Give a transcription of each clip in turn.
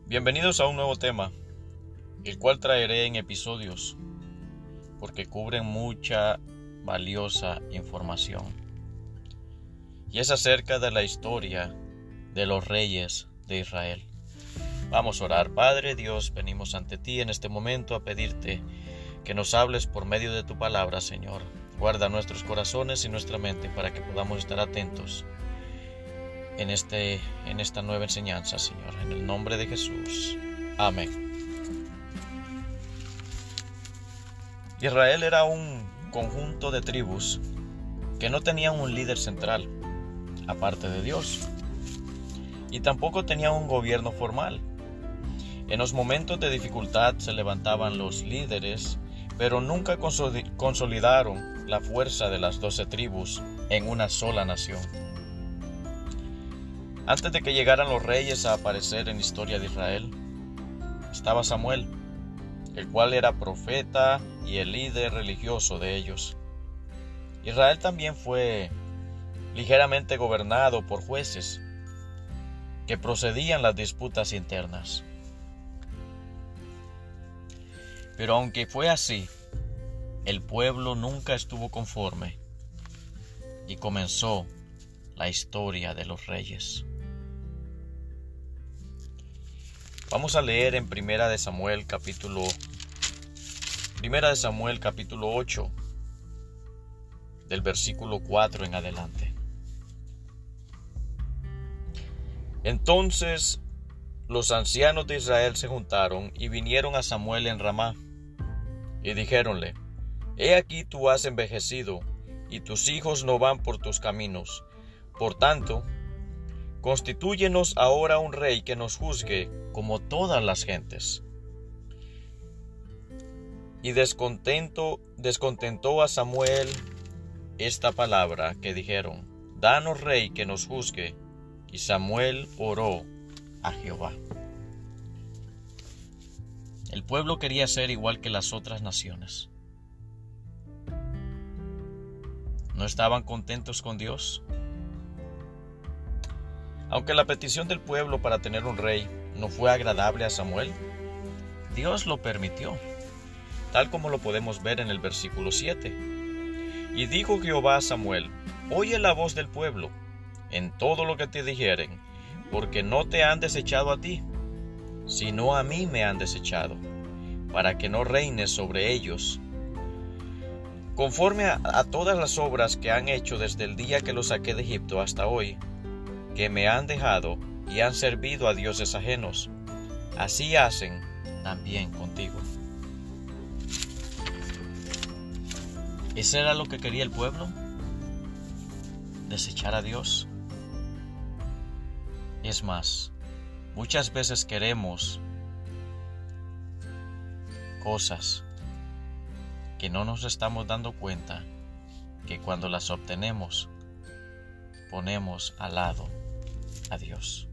Bienvenidos a un nuevo tema, el cual traeré en episodios, porque cubren mucha valiosa información. Y es acerca de la historia de los reyes de Israel. Vamos a orar. Padre Dios, venimos ante ti en este momento a pedirte que nos hables por medio de tu palabra, Señor. Guarda nuestros corazones y nuestra mente para que podamos estar atentos en esta nueva enseñanza, Señor, en el nombre de Jesús. Amén. Israel era un conjunto de tribus que no tenían un líder central, aparte de Dios, y tampoco tenían un gobierno formal. En los momentos de dificultad se levantaban los líderes, pero nunca consolidaron la fuerza de las 12 tribus en una sola nación. Antes de que llegaran los reyes a aparecer en la historia de Israel, estaba Samuel, el cual era profeta y el líder religioso de ellos. Israel también fue ligeramente gobernado por jueces que procedían las disputas internas. Pero aunque fue así, el pueblo nunca estuvo conforme y comenzó la historia de los reyes. Vamos a leer en Primera de Samuel capítulo 8, del versículo 4 en adelante. Entonces los ancianos de Israel se juntaron y vinieron a Samuel en Ramá, y dijéronle: He aquí tú has envejecido, y tus hijos no van por tus caminos. Por tanto, constitúyenos ahora un rey que nos juzgue como todas las gentes. Y descontentó a Samuel esta palabra que dijeron: Danos rey que nos juzgue. Y Samuel oró a Jehová. El pueblo quería ser igual que las otras naciones. ¿No estaban contentos con Dios? Aunque la petición del pueblo para tener un rey no fue agradable a Samuel, Dios lo permitió, tal como lo podemos ver en el versículo 7. Y dijo Jehová a Samuel: Oye la voz del pueblo en todo lo que te dijeren, porque no te han desechado a ti, sino a mí me han desechado, para que no reines sobre ellos. Conforme a todas las obras que han hecho desde el día que los saqué de Egipto hasta hoy, que me han dejado y han servido a dioses ajenos, así hacen también contigo. ¿Eso era lo que quería el pueblo? ¿Desechar a Dios? Es más, muchas veces queremos cosas que no nos estamos dando cuenta que cuando las obtenemos, ponemos al lado a Dios.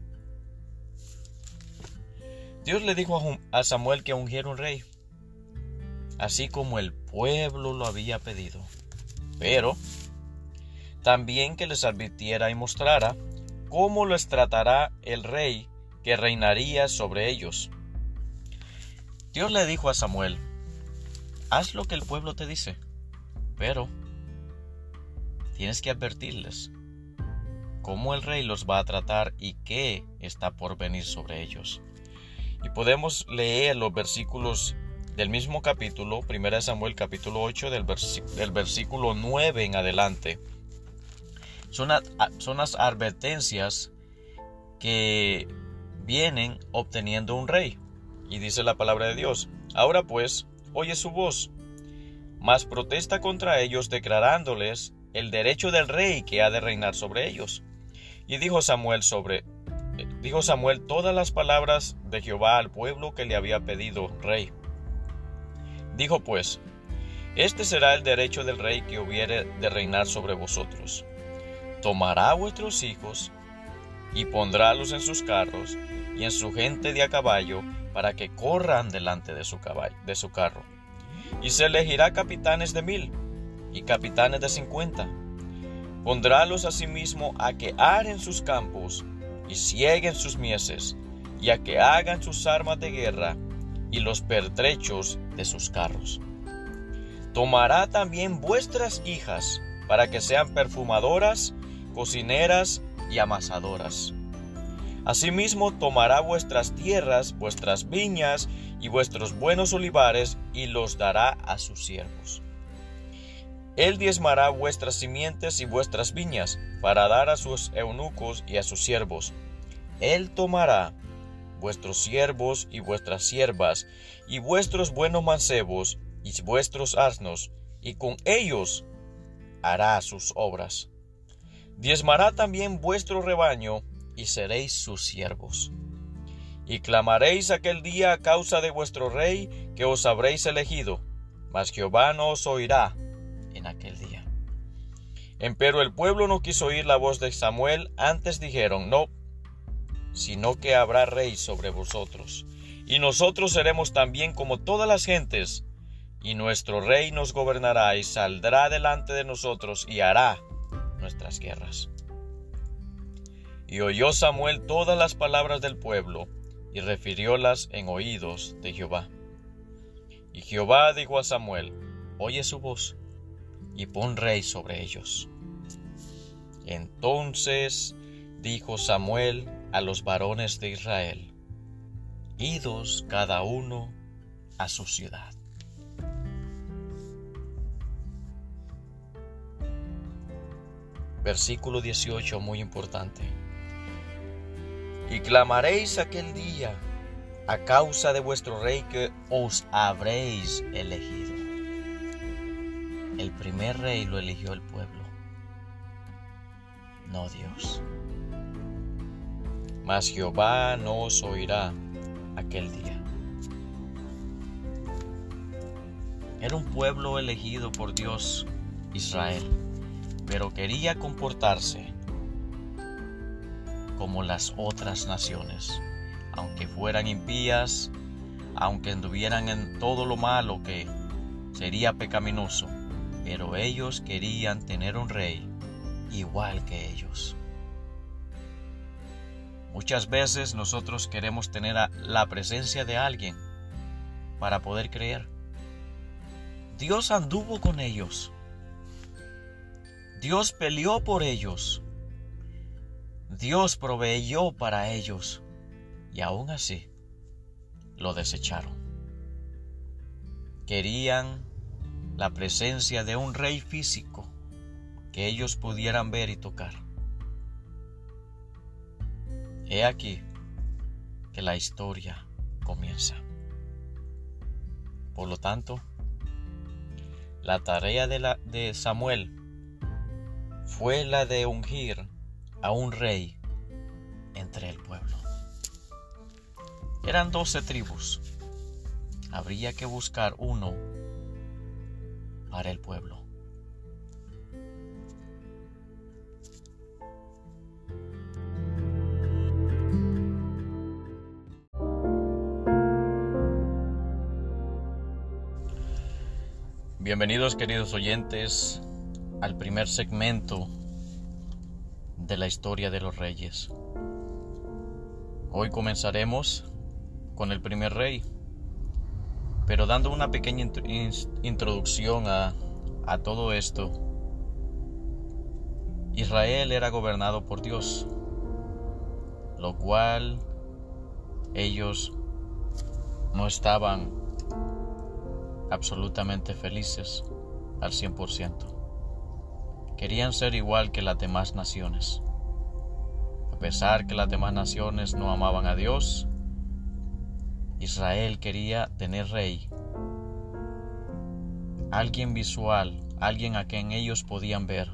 Dios le dijo a Samuel que ungiera un rey, así como el pueblo lo había pedido, pero también que les advirtiera y mostrara cómo les tratará el rey que reinaría sobre ellos. Dios le dijo a Samuel: haz lo que el pueblo te dice, pero tienes que advertirles cómo el rey los va a tratar y qué está por venir sobre ellos. Y podemos leer los versículos del mismo capítulo, 1 Samuel capítulo 8, del versículo 9 en adelante. Son las advertencias que vienen obteniendo un rey. Y dice la palabra de Dios: ahora pues, oye su voz, mas protesta contra ellos, declarándoles el derecho del rey que ha de reinar sobre ellos. Y dijo Samuel todas las palabras de Jehová al pueblo que le había pedido rey. Dijo pues: este será el derecho del rey que hubiere de reinar sobre vosotros. Tomará a vuestros hijos y pondrálos en sus carros y en su gente de a caballo, para que corran delante de su carro. Y se elegirá capitanes de 1000 y capitanes de 50. Pondrálos asimismo a que aren sus campos y sieguen sus mieses, y a que hagan sus armas de guerra y los pertrechos de sus carros. Tomará también vuestras hijas para que sean perfumadoras, cocineras y amasadoras. Asimismo tomará vuestras tierras, vuestras viñas y vuestros buenos olivares y los dará a sus siervos. Él diezmará vuestras simientes y vuestras viñas para dar a sus eunucos y a sus siervos. Él tomará vuestros siervos y vuestras siervas y vuestros buenos mancebos y vuestros asnos, y con ellos hará sus obras. Diezmará también vuestro rebaño, y seréis sus siervos. Y clamaréis aquel día a causa de vuestro rey que os habréis elegido, mas Jehová no os oirá en aquel día. Empero el pueblo no quiso oír la voz de Samuel, antes dijeron: no, sino que habrá rey sobre vosotros, y nosotros seremos también como todas las gentes, y nuestro rey nos gobernará y saldrá delante de nosotros y hará nuestras guerras. Y oyó Samuel todas las palabras del pueblo, y refiriólas en oídos de Jehová. Y Jehová dijo a Samuel: oye su voz, y pon rey sobre ellos. Entonces dijo Samuel a los varones de Israel: idos cada uno a su ciudad. Versículo 18, muy importante. Y clamaréis aquel día a causa de vuestro rey que os habréis elegido. El primer rey lo eligió el pueblo, no Dios. Mas Jehová no os oirá aquel día. Era un pueblo elegido por Dios, Israel, pero quería comportarse como las otras naciones, aunque fueran impías, aunque anduvieran en todo lo malo que sería pecaminoso, pero ellos querían tener un rey igual que ellos. Muchas veces nosotros queremos tener la presencia de alguien para poder creer. Dios anduvo con ellos. Dios peleó por ellos. Dios proveyó para ellos. Y aún así, lo desecharon. Querían la presencia de un rey físico que ellos pudieran ver y tocar. He aquí que la historia comienza. Por lo tanto, la tarea de Samuel fue la de ungir a un rey entre el pueblo. Eran 12 tribus. Habría que buscar uno para el pueblo. Bienvenidos, queridos oyentes, al primer segmento de la historia de los reyes. Hoy comenzaremos con el primer rey, pero dando una pequeña introducción a todo esto. Israel era gobernado por Dios, lo cual ellos no estaban absolutamente felices al 100%. Querían ser igual que las demás naciones. A pesar que las demás naciones no amaban a Dios, Israel quería tener rey, alguien visual, alguien a quien ellos podían ver.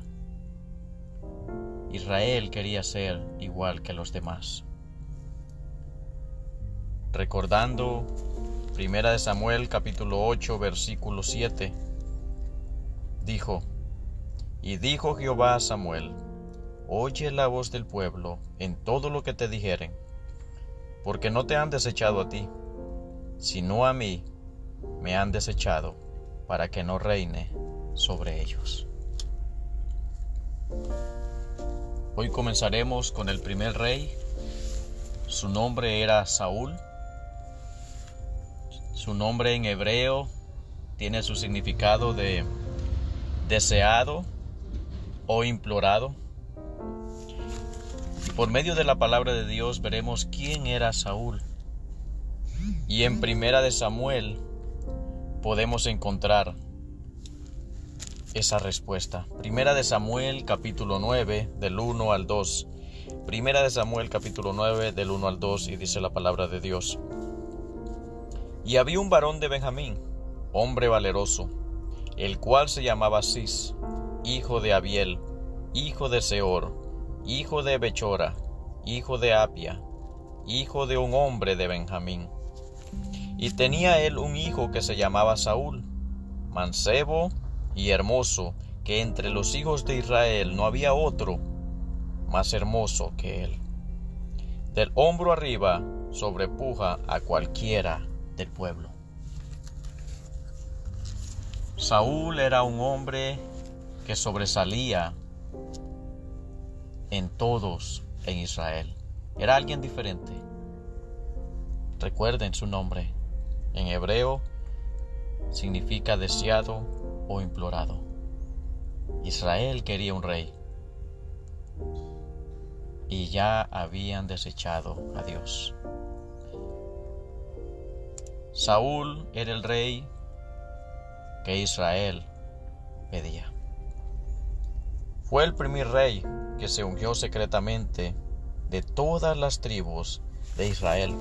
Israel quería ser igual que los demás. Recordando 1 Samuel capítulo 8 versículo 7, dijo: y dijo Jehová a Samuel: oye la voz del pueblo en todo lo que te dijeren, porque no te han desechado a ti, sino a mí me han desechado, para que no reine sobre ellos. Hoy comenzaremos con el primer rey, Su nombre era Saúl. Su nombre en hebreo tiene su significado de deseado o implorado. Y por medio de la palabra de Dios veremos quién era Saúl. Y en Primera de Samuel podemos encontrar esa respuesta. Primera de Samuel capítulo 9 del 1 al 2. Primera de Samuel capítulo 9 del 1 al 2, y dice la palabra de Dios. Y había un varón de Benjamín, hombre valeroso, el cual se llamaba Cis, hijo de Abiel, hijo de Seor, hijo de Bechora, hijo de Apia, hijo de un hombre de Benjamín. Y tenía él un hijo que se llamaba Saúl, mancebo y hermoso, que entre los hijos de Israel no había otro más hermoso que él. Del hombro arriba sobrepuja a cualquiera del pueblo. Saúl era un hombre que sobresalía en todos en Israel. Era alguien diferente. Recuerden su nombre. En hebreo significa deseado o implorado. Israel quería un rey y ya habían desechado a Dios. Saúl era el rey que Israel pedía. Fue el primer rey que se ungió secretamente de todas las tribus de Israel,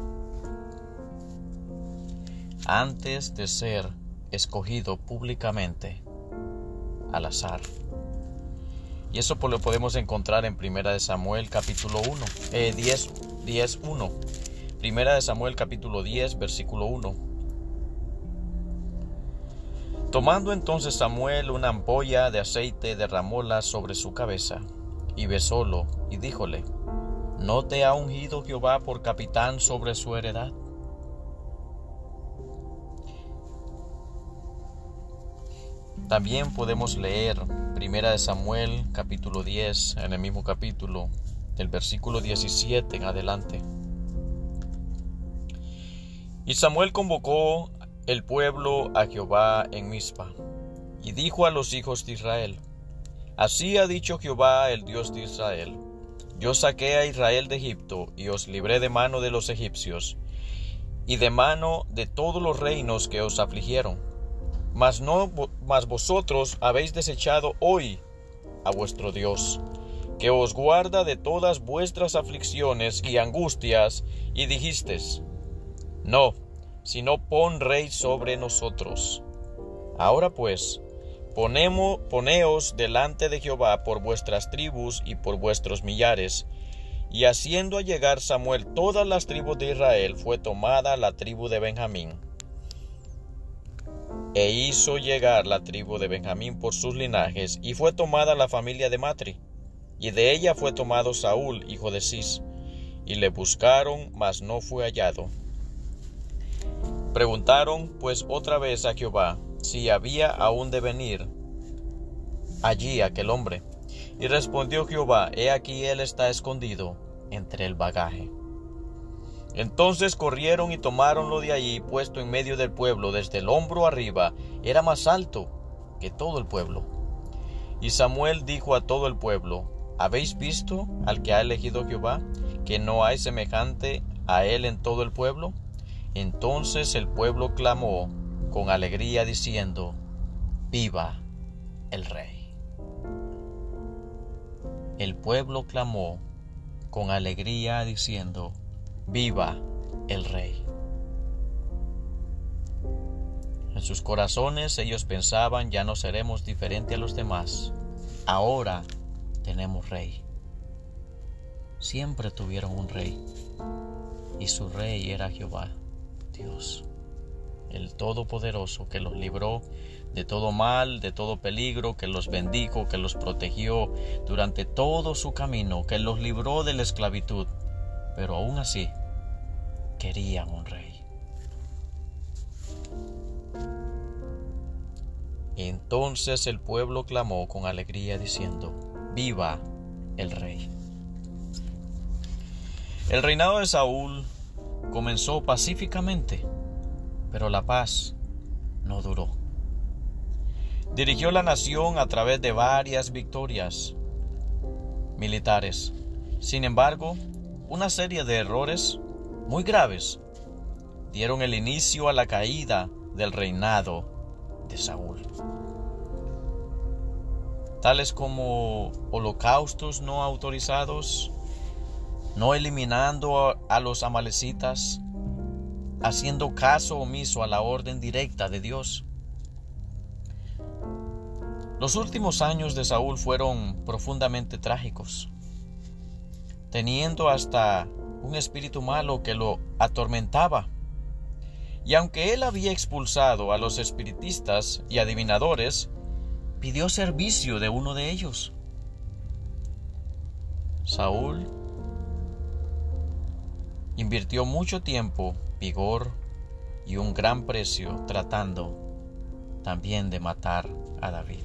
antes de ser escogido públicamente al azar. Y eso lo podemos encontrar en Primera de Samuel capítulo 10:1. Primera de Samuel capítulo 10 versículo 1. Tomando entonces Samuel una ampolla de aceite, derramóla sobre su cabeza y besólo y díjole: ¿No te ha ungido Jehová por capitán sobre su heredad? También podemos leer Primera de Samuel capítulo 10, en el mismo capítulo, del versículo 17 en adelante. Y Samuel convocó el pueblo a Jehová en Mizpa, y dijo a los hijos de Israel: Así ha dicho Jehová, el Dios de Israel: Yo saqué a Israel de Egipto, y os libré de mano de los egipcios, y de mano de todos los reinos que os afligieron. Mas vosotros habéis desechado hoy a vuestro Dios, que os guarda de todas vuestras aflicciones y angustias, y dijisteis: No, sino pon rey sobre nosotros. Ahora pues, poneos delante de Jehová por vuestras tribus y por vuestros millares. Y haciendo llegar Samuel todas las tribus de Israel, fue tomada la tribu de Benjamín. E hizo llegar la tribu de Benjamín por sus linajes, y fue tomada la familia de Matri, y de ella fue tomado Saúl, hijo de Cis, y le buscaron, mas no fue hallado. Preguntaron pues otra vez a Jehová si había aún de venir allí aquel hombre, y respondió Jehová: He aquí él está escondido entre el bagaje. Entonces corrieron y tomáronlo de allí, puesto en medio del pueblo, desde el hombro arriba, era más alto que todo el pueblo. Y Samuel dijo a todo el pueblo: ¿Habéis visto al que ha elegido Jehová, que no hay semejante a él en todo el pueblo? Entonces el pueblo clamó con alegría, diciendo: ¡Viva el Rey! El pueblo clamó con alegría, diciendo: ¡Viva el Rey! En sus corazones ellos pensaban: ya no seremos diferentes a los demás. Ahora tenemos rey. Siempre tuvieron un rey, y su rey era Jehová, Dios, el Todopoderoso, que los libró de todo mal, de todo peligro, que los bendijo, que los protegió durante todo su camino, que los libró de la esclavitud. Pero aún así querían un rey. Entonces el pueblo clamó con alegría, diciendo: ¡Viva el Rey! El reinado de Saúl comenzó pacíficamente, pero la paz no duró. Dirigió la nación a través de varias victorias militares. Sin embargo, una serie de errores muy graves dieron el inicio a la caída del reinado de Saúl, tales como holocaustos no autorizados, no eliminando a los amalecitas, haciendo caso omiso a la orden directa de Dios. Los últimos años de Saúl fueron profundamente trágicos, teniendo hasta un espíritu malo que lo atormentaba. Y aunque él había expulsado a los espiritistas y adivinadores, pidió servicio de uno de ellos. Saúl invirtió mucho tiempo, vigor y un gran precio tratando también de matar a David.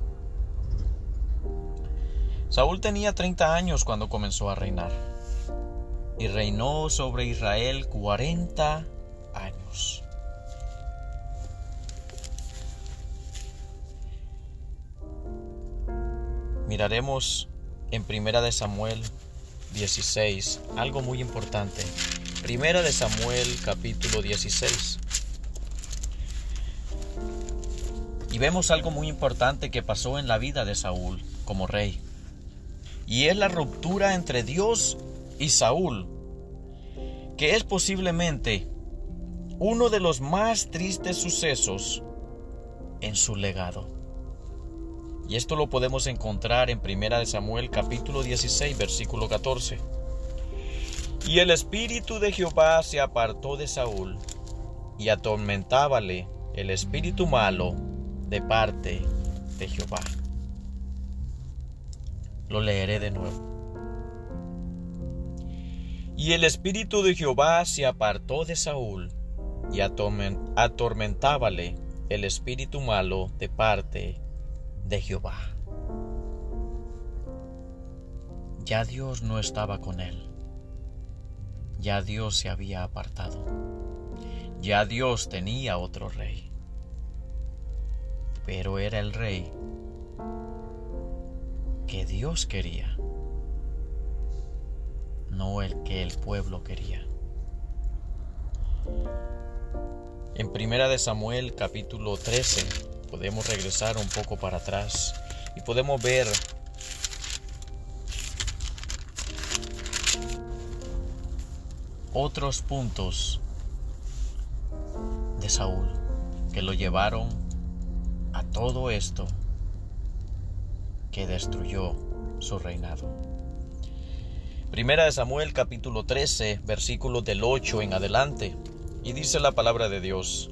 Saúl tenía 30 años cuando comenzó a reinar y reinó sobre Israel 40 años. Miraremos en 1 Samuel 16 algo muy importante. 1 Samuel capítulo 16. Y vemos algo muy importante que pasó en la vida de Saúl como rey. Y es la ruptura entre Dios y Saúl, que es posiblemente uno de los más tristes sucesos en su legado. Y esto lo podemos encontrar en 1 Samuel capítulo 16, versículo 14. Y el espíritu de Jehová se apartó de Saúl, y atormentábale el espíritu malo de parte de Jehová. Lo leeré de nuevo. Y el espíritu de Jehová se apartó de Saúl, y atormentábale el espíritu malo de parte de Jehová. Ya Dios no estaba con él. Ya Dios se había apartado. Ya Dios tenía otro rey. Pero era el rey que Dios quería, no el que el pueblo quería. En 1 Samuel capítulo 13 podemos regresar un poco para atrás y podemos ver otros puntos de Saúl que lo llevaron a todo esto que destruyó su reinado. 1 Samuel capítulo 13 versículos del 8 en adelante, y dice la palabra de Dios: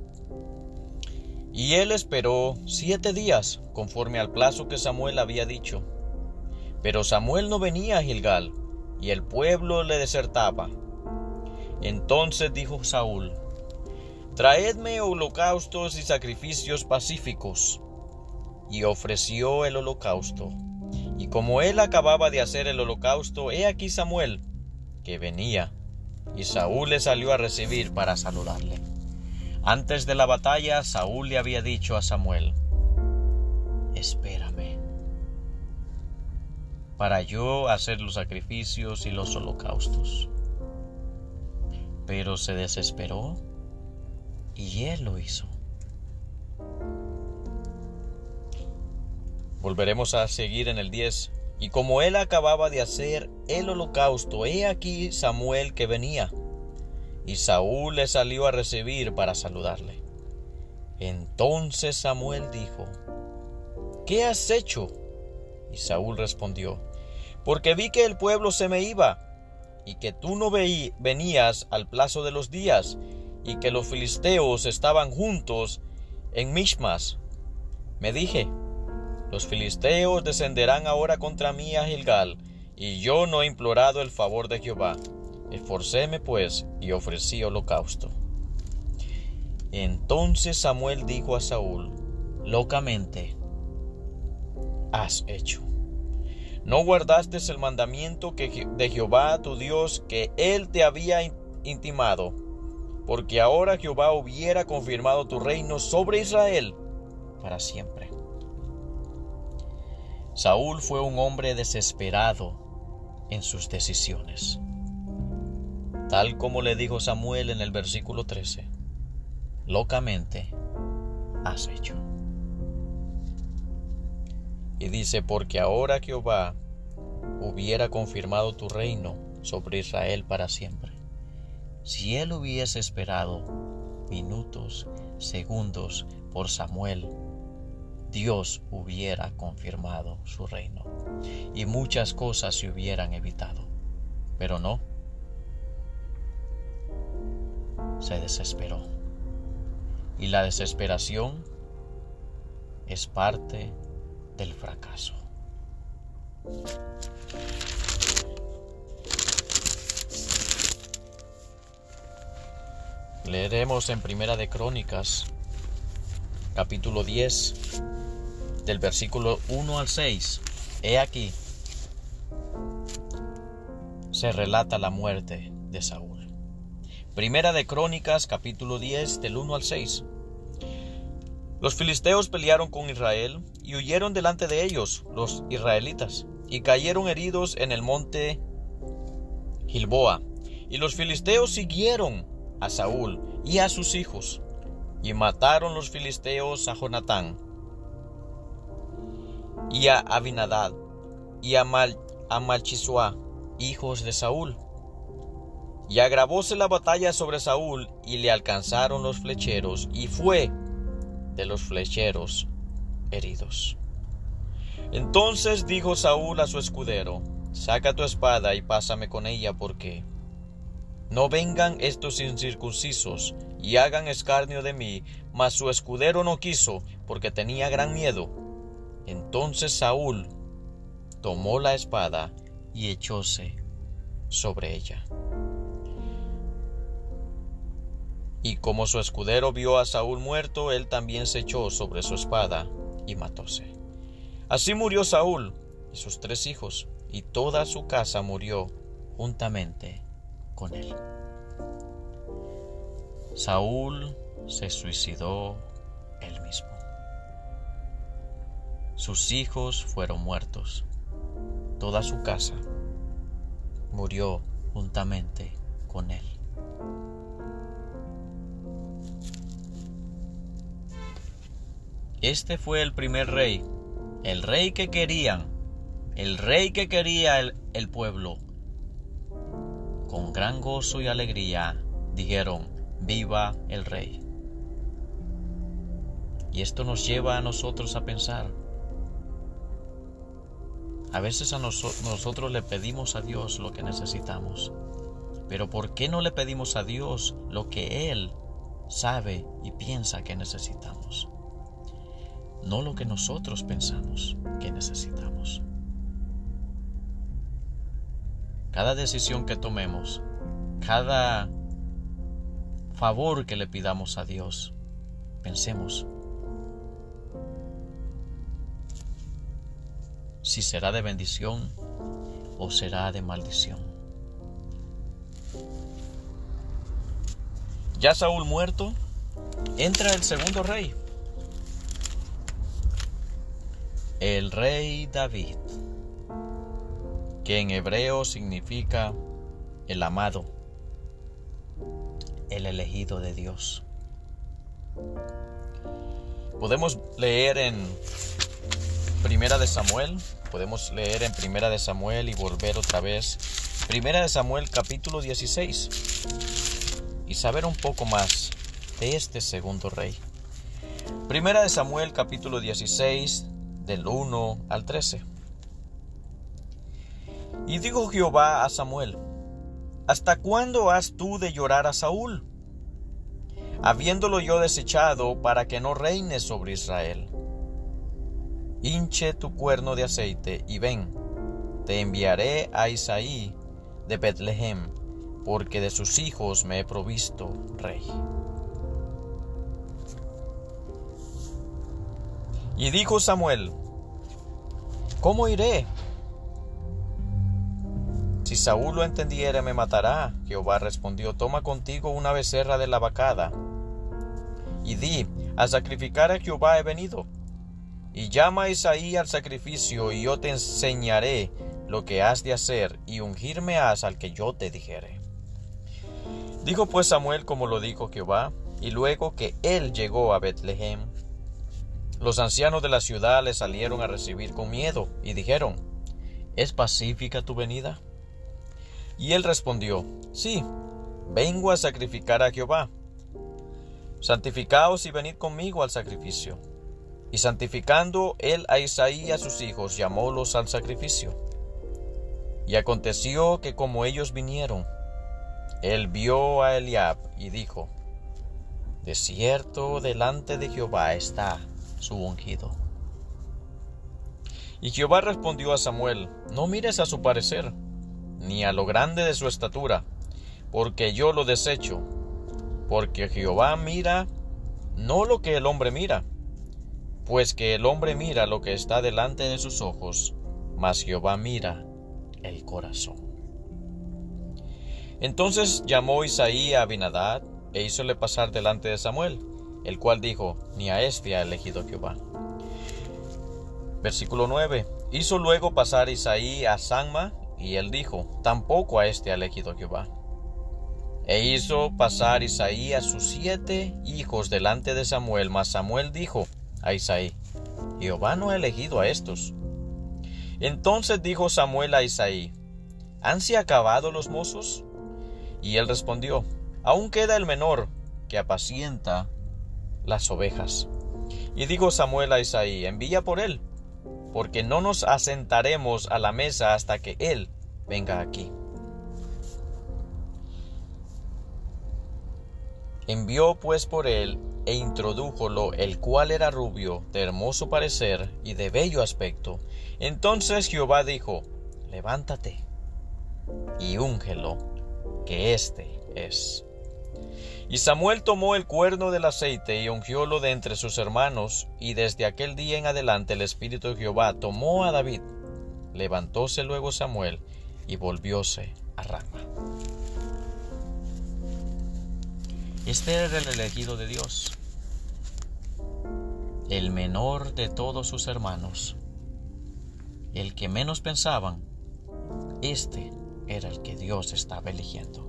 Y él esperó 7 días conforme al plazo que Samuel había dicho. Pero Samuel no venía a Gilgal, y el pueblo le desertaba. Entonces dijo Saúl: Traedme holocaustos y sacrificios pacíficos. Y ofreció el holocausto. Y como él acababa de hacer el holocausto, he aquí Samuel, que venía, y Saúl le salió a recibir para saludarle. Antes de la batalla, Saúl le había dicho a Samuel: Espérame, para yo hacer los sacrificios y los holocaustos. Pero se desesperó y él lo hizo. Volveremos a seguir en el 10. Y como él acababa de hacer el holocausto, he aquí Samuel que venía, y Saúl le salió a recibir para saludarle. Entonces Samuel dijo: ¿Qué has hecho? Y Saúl respondió: Porque vi que el pueblo se me iba, y que tú no venías al plazo de los días, y que los filisteos estaban juntos en Michmas. Me dije: Los filisteos descenderán ahora contra mí a Gilgal, y yo no he implorado el favor de Jehová. Esforcéme pues, y ofrecí holocausto. Entonces Samuel dijo a Saúl: Locamente has hecho. No guardaste el mandamiento de Jehová tu Dios que él te había intimado, porque ahora Jehová hubiera confirmado tu reino sobre Israel para siempre. Saúl fue un hombre desesperado en sus decisiones, tal como le dijo Samuel en el versículo 13: locamente has hecho. Y dice: porque ahora Jehová hubiera confirmado tu reino sobre Israel para siempre. Si él hubiese esperado minutos, segundos por Samuel, Dios hubiera confirmado su reino y muchas cosas se hubieran evitado. Pero no, se desesperó. Y la desesperación es parte del fracaso. Leeremos en Primera de Crónicas, capítulo 10, del versículo 1 al 6. He aquí, se relata la muerte de Saúl. Primera de Crónicas, capítulo 10, del 1 al 6. Los filisteos pelearon con Israel y huyeron delante de ellos los israelitas y cayeron heridos en el monte Gilboa. Y los filisteos siguieron a Saúl y a sus hijos y mataron los filisteos a Jonatán y a Abinadab y a Malchisuá, hijos de Saúl. Y agravóse la batalla sobre Saúl y le alcanzaron los flecheros y fue de los flecheros heridos. Entonces dijo Saúl a su escudero: saca tu espada y pásame con ella, porque no vengan estos incircuncisos y hagan escarnio de mí. Mas su escudero no quiso, porque tenía gran miedo. Entonces Saúl tomó la espada y echóse sobre ella. Y como su escudero vio a Saúl muerto, él también se echó sobre su espada y matóse. Así murió Saúl y sus 3 hijos, y toda su casa murió juntamente con él. Saúl se suicidó él mismo. Sus hijos fueron muertos. Toda su casa murió juntamente con él. Este fue el primer rey, el rey que querían, el rey que quería el pueblo. Con gran gozo y alegría dijeron: viva el rey. Y esto nos lleva a nosotros a pensar. A veces nosotros le pedimos a Dios lo que necesitamos, pero ¿por qué no le pedimos a Dios lo que Él sabe y piensa que necesitamos? No lo que nosotros pensamos que necesitamos. Cada decisión que tomemos, cada favor que le pidamos a Dios, pensemos si será de bendición o será de maldición. Ya Saúl muerto, entra el segundo rey, el rey David, que en hebreo significa el amado, el elegido de Dios. Podemos leer en Primera de Samuel, y volver otra vez. Primera de Samuel capítulo 16 y saber un poco más de este segundo rey. Primera de Samuel capítulo 16 del 1 al 13. Y dijo Jehová a Samuel: ¿hasta cuándo has tú de llorar a Saúl, habiéndolo yo desechado, para que no reine sobre Israel? Hinche tu cuerno de aceite y ven, te enviaré a Isaí de Betlehem, porque de sus hijos me he provisto rey. Y dijo Samuel: ¿cómo iré? Si Saúl lo entendiere, me matará. Jehová respondió, toma contigo una becerra de la vacada, y di, a sacrificar a Jehová he venido. Y llama a Isaí al sacrificio, y yo te enseñaré lo que has de hacer, y ungirme has al que yo te dijere. Dijo pues Samuel como lo dijo Jehová, y luego que él llegó a Betlehem, los ancianos de la ciudad le salieron a recibir con miedo, y dijeron, ¿es pacífica tu venida? Y él respondió, sí, vengo a sacrificar a Jehová. Santificaos y venid conmigo al sacrificio. Y santificando él a Isaí y a sus hijos, llamólos al sacrificio. Y aconteció que como ellos vinieron, él vio a Eliab y dijo, de cierto delante de Jehová está su ungido. Y Jehová respondió a Samuel, no mires a su parecer, ni a lo grande de su estatura, porque yo lo desecho. Porque Jehová mira no lo que el hombre mira, pues que el hombre mira lo que está delante de sus ojos, mas Jehová mira el corazón. Entonces llamó Isaí a Abinadab, e hízole pasar delante de Samuel, el cual dijo, ni a este ha elegido Jehová. Versículo 9. Hizo luego pasar Isaí a Samma, y él dijo, tampoco a este ha elegido Jehová. E hizo pasar Isaí a sus 7 hijos delante de Samuel, mas Samuel dijo a Isaí, Jehová no ha elegido a estos. Entonces dijo Samuel a Isaí, ¿hanse acabado los mozos? Y él respondió, aún queda el menor, que apacienta las ovejas. Y dijo Samuel a Isaí, envía por él, porque no nos asentaremos a la mesa hasta que él venga aquí. Envió pues por él, e introdújolo, el cual era rubio, de hermoso parecer y de bello aspecto. Entonces Jehová dijo, levántate y úngelo, que éste es. Y Samuel tomó el cuerno del aceite y ungiólo de entre sus hermanos, y desde aquel día en adelante el Espíritu de Jehová tomó a David. Levantóse luego Samuel y volvióse a Rama. Este era el elegido de Dios, el menor de todos sus hermanos, el que menos pensaban. Este era el que Dios estaba eligiendo.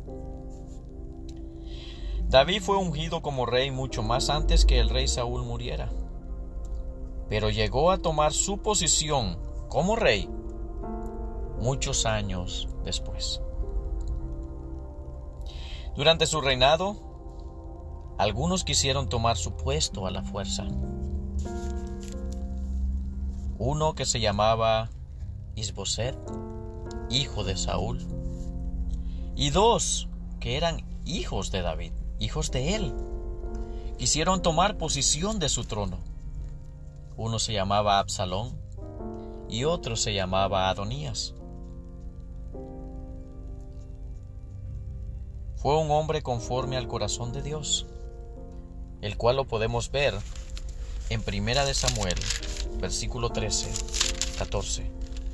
David fue ungido como rey mucho más antes que el rey Saúl muriera, pero llegó a tomar su posición como rey muchos años después. Durante su reinado, algunos quisieron tomar su puesto a la fuerza. Uno que se llamaba Isboset, hijo de Saúl, y 2 que eran hijos de David, hijos de él, quisieron tomar posición de su trono. Uno se llamaba Absalón y otro se llamaba Adonías. Fue un hombre conforme al corazón de Dios, el cual lo podemos ver en Primera de Samuel, versículo 13, 14.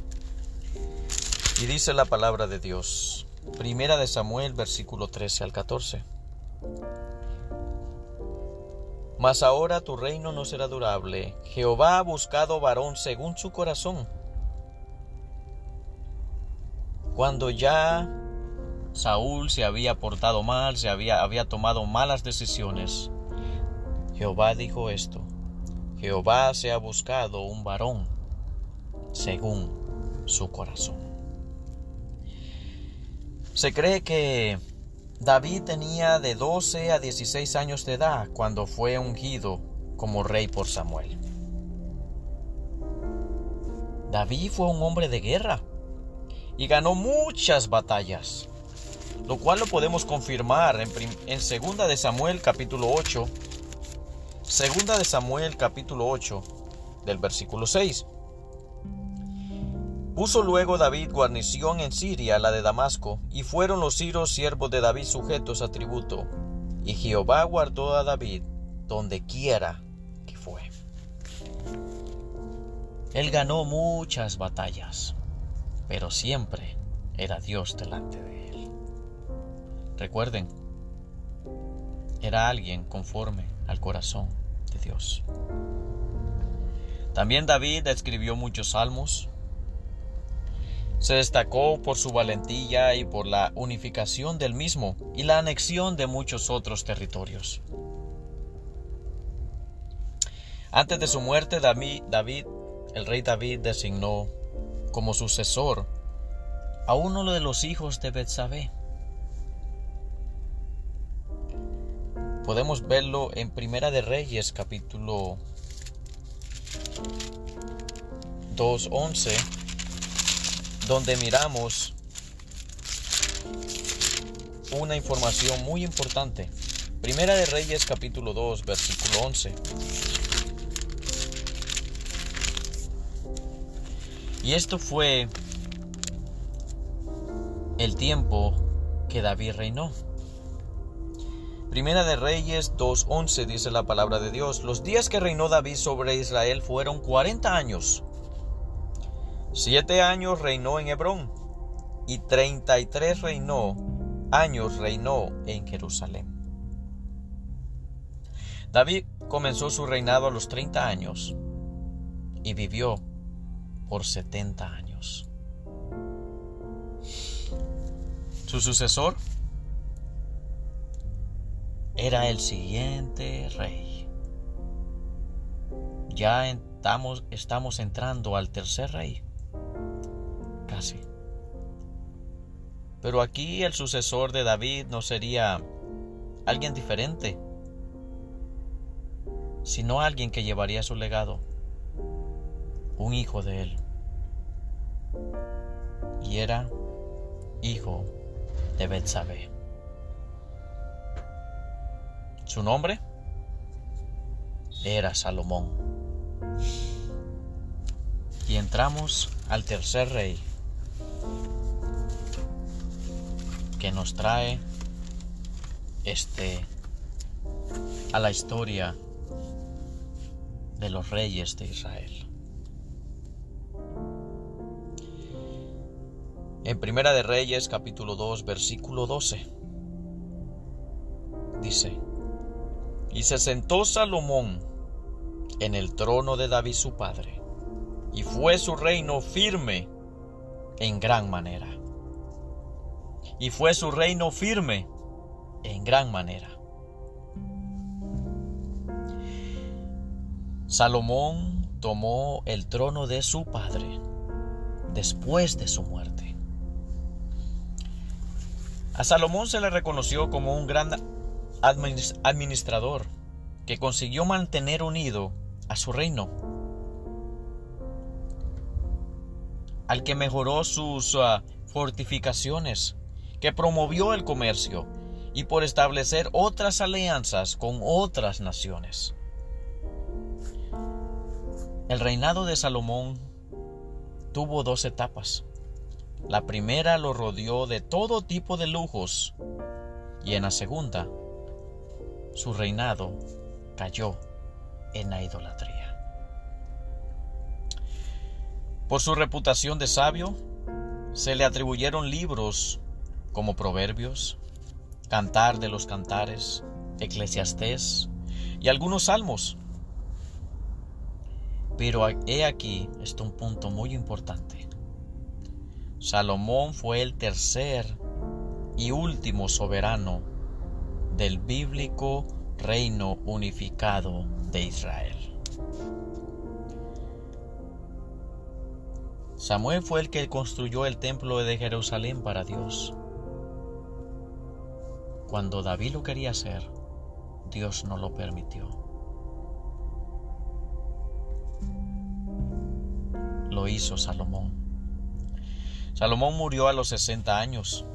Y dice la palabra de Dios, Primera de Samuel, versículo 13 al 14. Mas ahora tu reino no será durable. Jehová ha buscado varón según su corazón. Cuando ya Saúl se había portado mal, había tomado malas decisiones, Jehová dijo esto: Jehová se ha buscado un varón según su corazón. Se cree que David tenía de 12 a 16 años de edad cuando fue ungido como rey por Samuel. David fue un hombre de guerra y ganó muchas batallas, lo cual lo podemos confirmar en 2 de Samuel capítulo 8, 2 de Samuel capítulo 8 del versículo 6. Puso luego David guarnición en Siria, la de Damasco, y fueron los siros siervos de David sujetos a tributo, y Jehová guardó a David donde quiera que fue. Él ganó muchas batallas, pero siempre era Dios delante de él. Recuerden, era alguien conforme al corazón de Dios. También David escribió muchos salmos. Se destacó por su valentía y por la unificación del mismo y la anexión de muchos otros territorios. Antes de su muerte, el rey David designó como sucesor a uno de los hijos de Betsabé. Podemos verlo en Primera de Reyes, capítulo 2:11, donde miramos una información muy importante. Primera de Reyes, capítulo 2, versículo 11. Y esto fue el tiempo que David reinó. Primera de Reyes 2:11 dice la palabra de Dios: los días que reinó David sobre Israel fueron 40 años. 7 años reinó en Hebrón y 33 años reinó en Jerusalén. David comenzó su reinado a los 30 años y vivió por 70 años. Su sucesor era el siguiente rey. Ya estamos entrando al tercer rey. Casi. Pero aquí el sucesor de David no sería alguien diferente, sino alguien que llevaría su legado, un hijo de él. Y era hijo de Betsabé. Su nombre era Salomón. Y entramos al tercer rey, que nos trae a la historia de los reyes de Israel. En Primera de Reyes, capítulo 2, versículo 12, dice: y se sentó Salomón en el trono de David su padre, y fue su reino firme en gran manera. Y fue su reino firme en gran manera. Salomón tomó el trono de su padre después de su muerte. A Salomón se le reconoció como un gran administrador que consiguió mantener unido a su reino, al que mejoró sus fortificaciones, que promovió el comercio y por establecer otras alianzas con otras naciones. El reinado de Salomón tuvo 2 etapas. La primera lo rodeó de todo tipo de lujos, y en la segunda, su reinado cayó en la idolatría. Por su reputación de sabio, se le atribuyeron libros como Proverbios, Cantar de los Cantares, Eclesiastés y algunos salmos. Pero he aquí un punto muy importante. Salomón fue el tercer y último soberano del bíblico reino unificado de Israel. Samuel fue el que construyó el templo de Jerusalén para Dios. Cuando David lo quería hacer, Dios no lo permitió. Lo hizo Salomón. Salomón murió a los 60 años.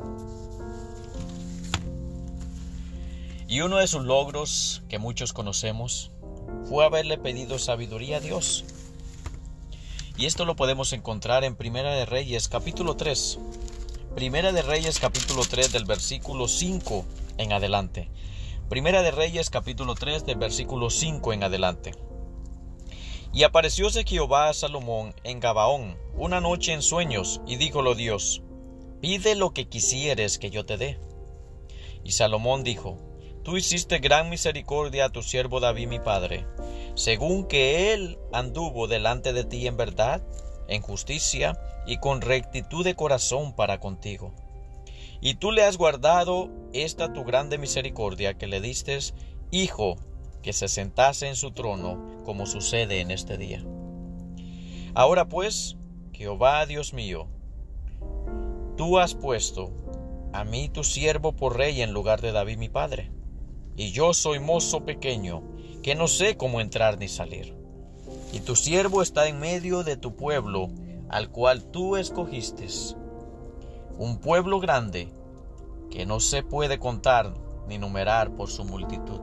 Y uno de sus logros, que muchos conocemos, fue haberle pedido sabiduría a Dios. Y esto lo podemos encontrar en Primera de Reyes, capítulo 3. Primera de Reyes, capítulo 3, del versículo 5 en adelante. Primera de Reyes, capítulo 3, del versículo 5 en adelante. Y aparecióse Jehová a Salomón en Gabaón una noche en sueños, y díjole Dios: pide lo que quisieres que yo te dé. Y Salomón dijo: Tú hiciste gran misericordia a tu siervo David mi padre, según que él anduvo delante de ti en verdad, en justicia y con rectitud de corazón para contigo. Y tú le has guardado esta tu grande misericordia, que le diste hijo que se sentase en su trono, como sucede en este día. Ahora pues, Jehová Dios mío, tú has puesto a mí tu siervo por rey en lugar de David mi padre, y yo soy mozo pequeño, que no sé cómo entrar ni salir. Y tu siervo está en medio de tu pueblo, al cual tú escogiste, un pueblo grande, que no se puede contar ni numerar por su multitud.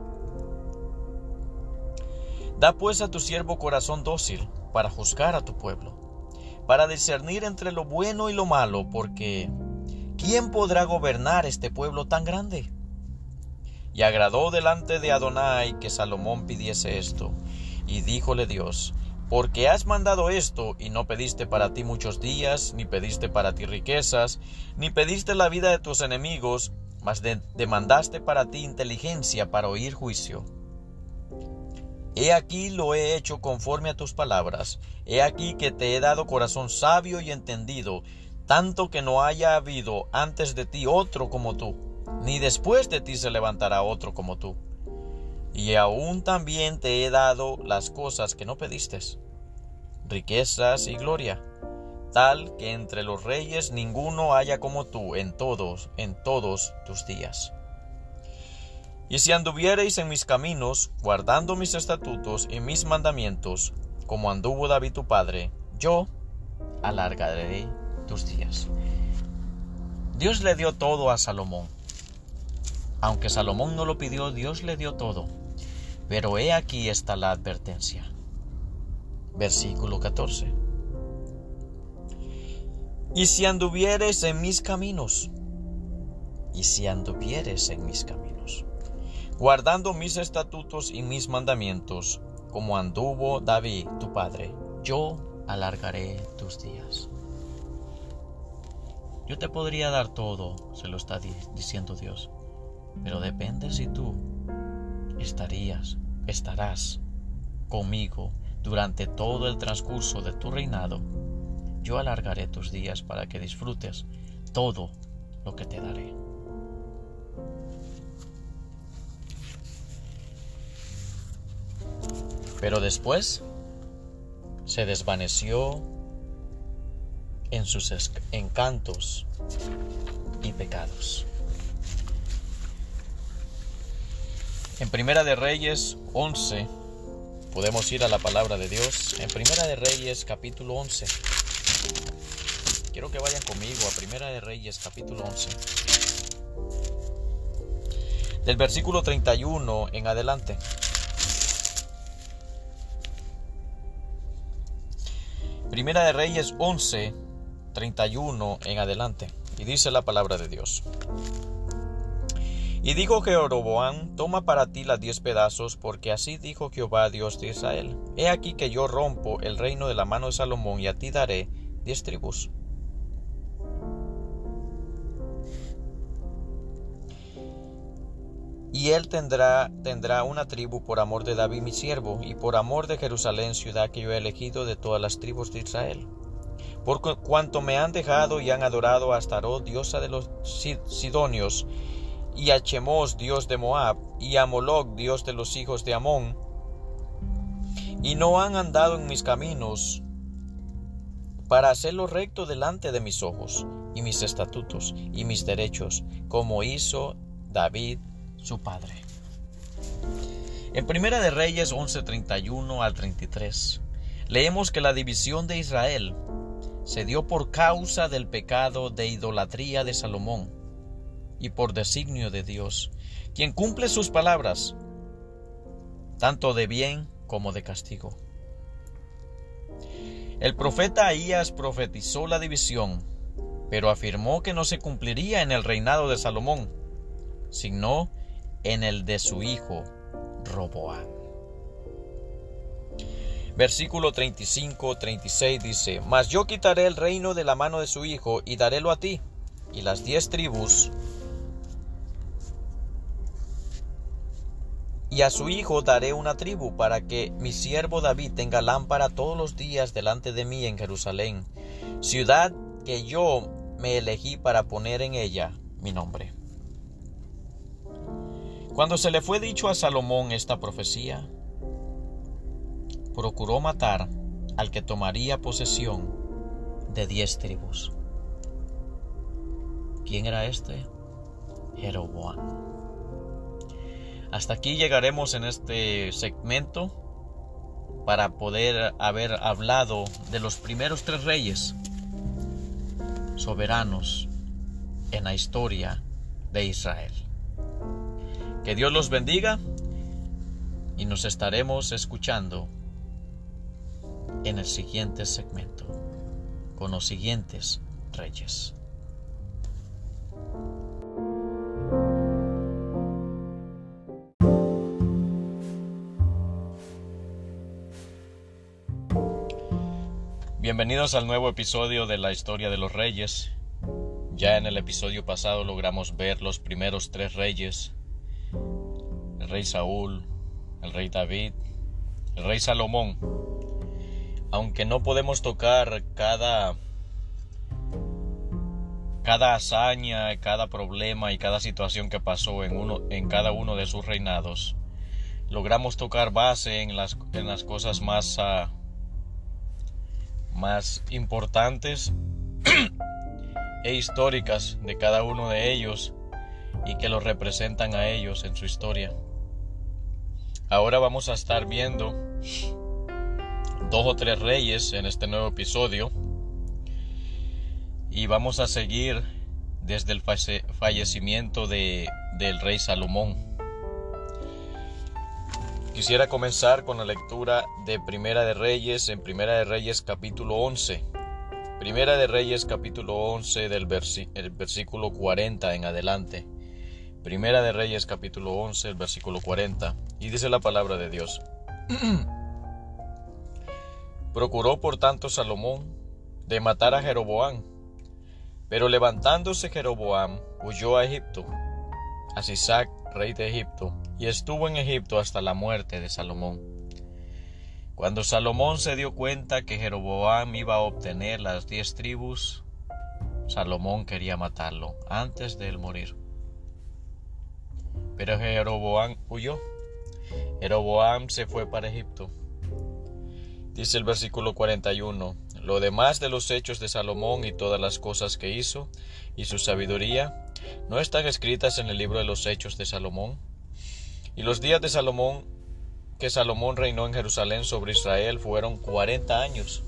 Da pues a tu siervo corazón dócil para juzgar a tu pueblo, para discernir entre lo bueno y lo malo, porque ¿quién podrá gobernar este pueblo tan grande? Y agradó delante de Adonai que Salomón pidiese esto, y díjole Dios: porque has mandado esto, y no pediste para ti muchos días, ni pediste para ti riquezas, ni pediste la vida de tus enemigos, mas demandaste para ti inteligencia para oír juicio. He aquí lo he hecho conforme a tus palabras. He aquí que te he dado corazón sabio y entendido, tanto que no haya habido antes de ti otro como tú, ni después de ti se levantará otro como tú. Y aún también te he dado las cosas que no pediste, riquezas y gloria, tal que entre los reyes ninguno haya como tú en todos tus días. Y si anduviereis en mis caminos, guardando mis estatutos y mis mandamientos, como anduvo David tu padre, yo alargaré tus días. Dios le dio todo a Salomón. Aunque Salomón no lo pidió, Dios le dio todo. Pero he aquí está la advertencia. Versículo 14. Y si anduvieres en mis caminos, guardando mis estatutos y mis mandamientos, como anduvo David tu padre, yo alargaré tus días. Yo te podría dar todo, se lo está diciendo Dios, pero depende si tú estarás conmigo durante todo el transcurso de tu reinado. Yo alargaré tus días para que disfrutes todo lo que te daré. Pero después se desvaneció en sus encantos y pecados. En Primera de Reyes 11, podemos ir a la palabra de Dios. En Primera de Reyes capítulo 11. Quiero que vayan conmigo a Primera de Reyes capítulo 11. Del versículo 31 en adelante. Primera de Reyes 11, 31 en adelante. Y dice la palabra de Dios. Y dijo Jeroboam: toma para ti las 10 pedazos, porque así dijo Jehová Dios de Israel: he aquí que yo rompo el reino de la mano de Salomón, y a ti daré 10 tribus. Y él tendrá una tribu por amor de David mi siervo, y por amor de Jerusalén, ciudad que yo he elegido de todas las tribus de Israel. Por cuanto me han dejado y han adorado a Astarot, diosa de los sidonios, y a Chemos, dios de Moab, y a Moloc, dios de los hijos de Amón, y no han andado en mis caminos para hacerlo recto delante de mis ojos, y mis estatutos, y mis derechos, como hizo David su padre. En Primera de Reyes 11, 31 al 33, leemos que la división de Israel se dio por causa del pecado de idolatría de Salomón, y por designio de Dios, quien cumple sus palabras, tanto de bien como de castigo. El profeta Ahías profetizó la división, pero afirmó que no se cumpliría en el reinado de Salomón, sino en el de su hijo Roboam. Versículo 35-36 dice: mas yo quitaré el reino de la mano de su hijo y darélo a ti, y las 10 tribus, y a su hijo daré una tribu, para que mi siervo David tenga lámpara todos los días delante de mí en Jerusalén, ciudad que yo me elegí para poner en ella mi nombre. Cuando se le fue dicho a Salomón esta profecía, procuró matar al que tomaría posesión de 10 tribus. ¿Quién era este? Jeroboam. Hasta aquí llegaremos en este segmento para poder haber hablado de los primeros 3 reyes soberanos en la historia de Israel. Que Dios los bendiga y nos estaremos escuchando en el siguiente segmento con los siguientes reyes. Bienvenidos al nuevo episodio de la historia de los reyes. Ya en el episodio pasado logramos ver los primeros 3 reyes: el rey Saúl, el rey David, el rey Salomón. Aunque no podemos tocar cada hazaña, cada problema y cada situación que pasó en cada uno de sus reinados, logramos tocar base en las cosas más importantes e históricas de cada uno de ellos y que los representan a ellos en su historia. Ahora vamos a estar viendo 2 o 3 reyes en este nuevo episodio y vamos a seguir desde el fallecimiento del rey Salomón. Quisiera comenzar con la lectura de Primera de Reyes, en Primera de Reyes capítulo 11. Primera de Reyes capítulo 11 el versículo 40 en adelante. Primera de Reyes capítulo 11, el versículo 40. Y dice la palabra de Dios. Procuró por tanto Salomón de matar a Jeroboam, pero levantándose Jeroboam huyó a Egipto, a Sisac, rey de Egipto, y estuvo en Egipto hasta la muerte de Salomón. Cuando Salomón se dio cuenta que Jeroboam iba a obtener las 10 tribus, Salomón quería matarlo antes de él morir. Pero Jeroboam huyó. Jeroboam se fue para Egipto. Dice el versículo 41, lo demás de los hechos de Salomón y todas las cosas que hizo, y su sabiduría, ¿no están escritas en el libro de los hechos de Salomón? Y los días de Salomón, que Salomón reinó en Jerusalén sobre Israel, fueron 40 años.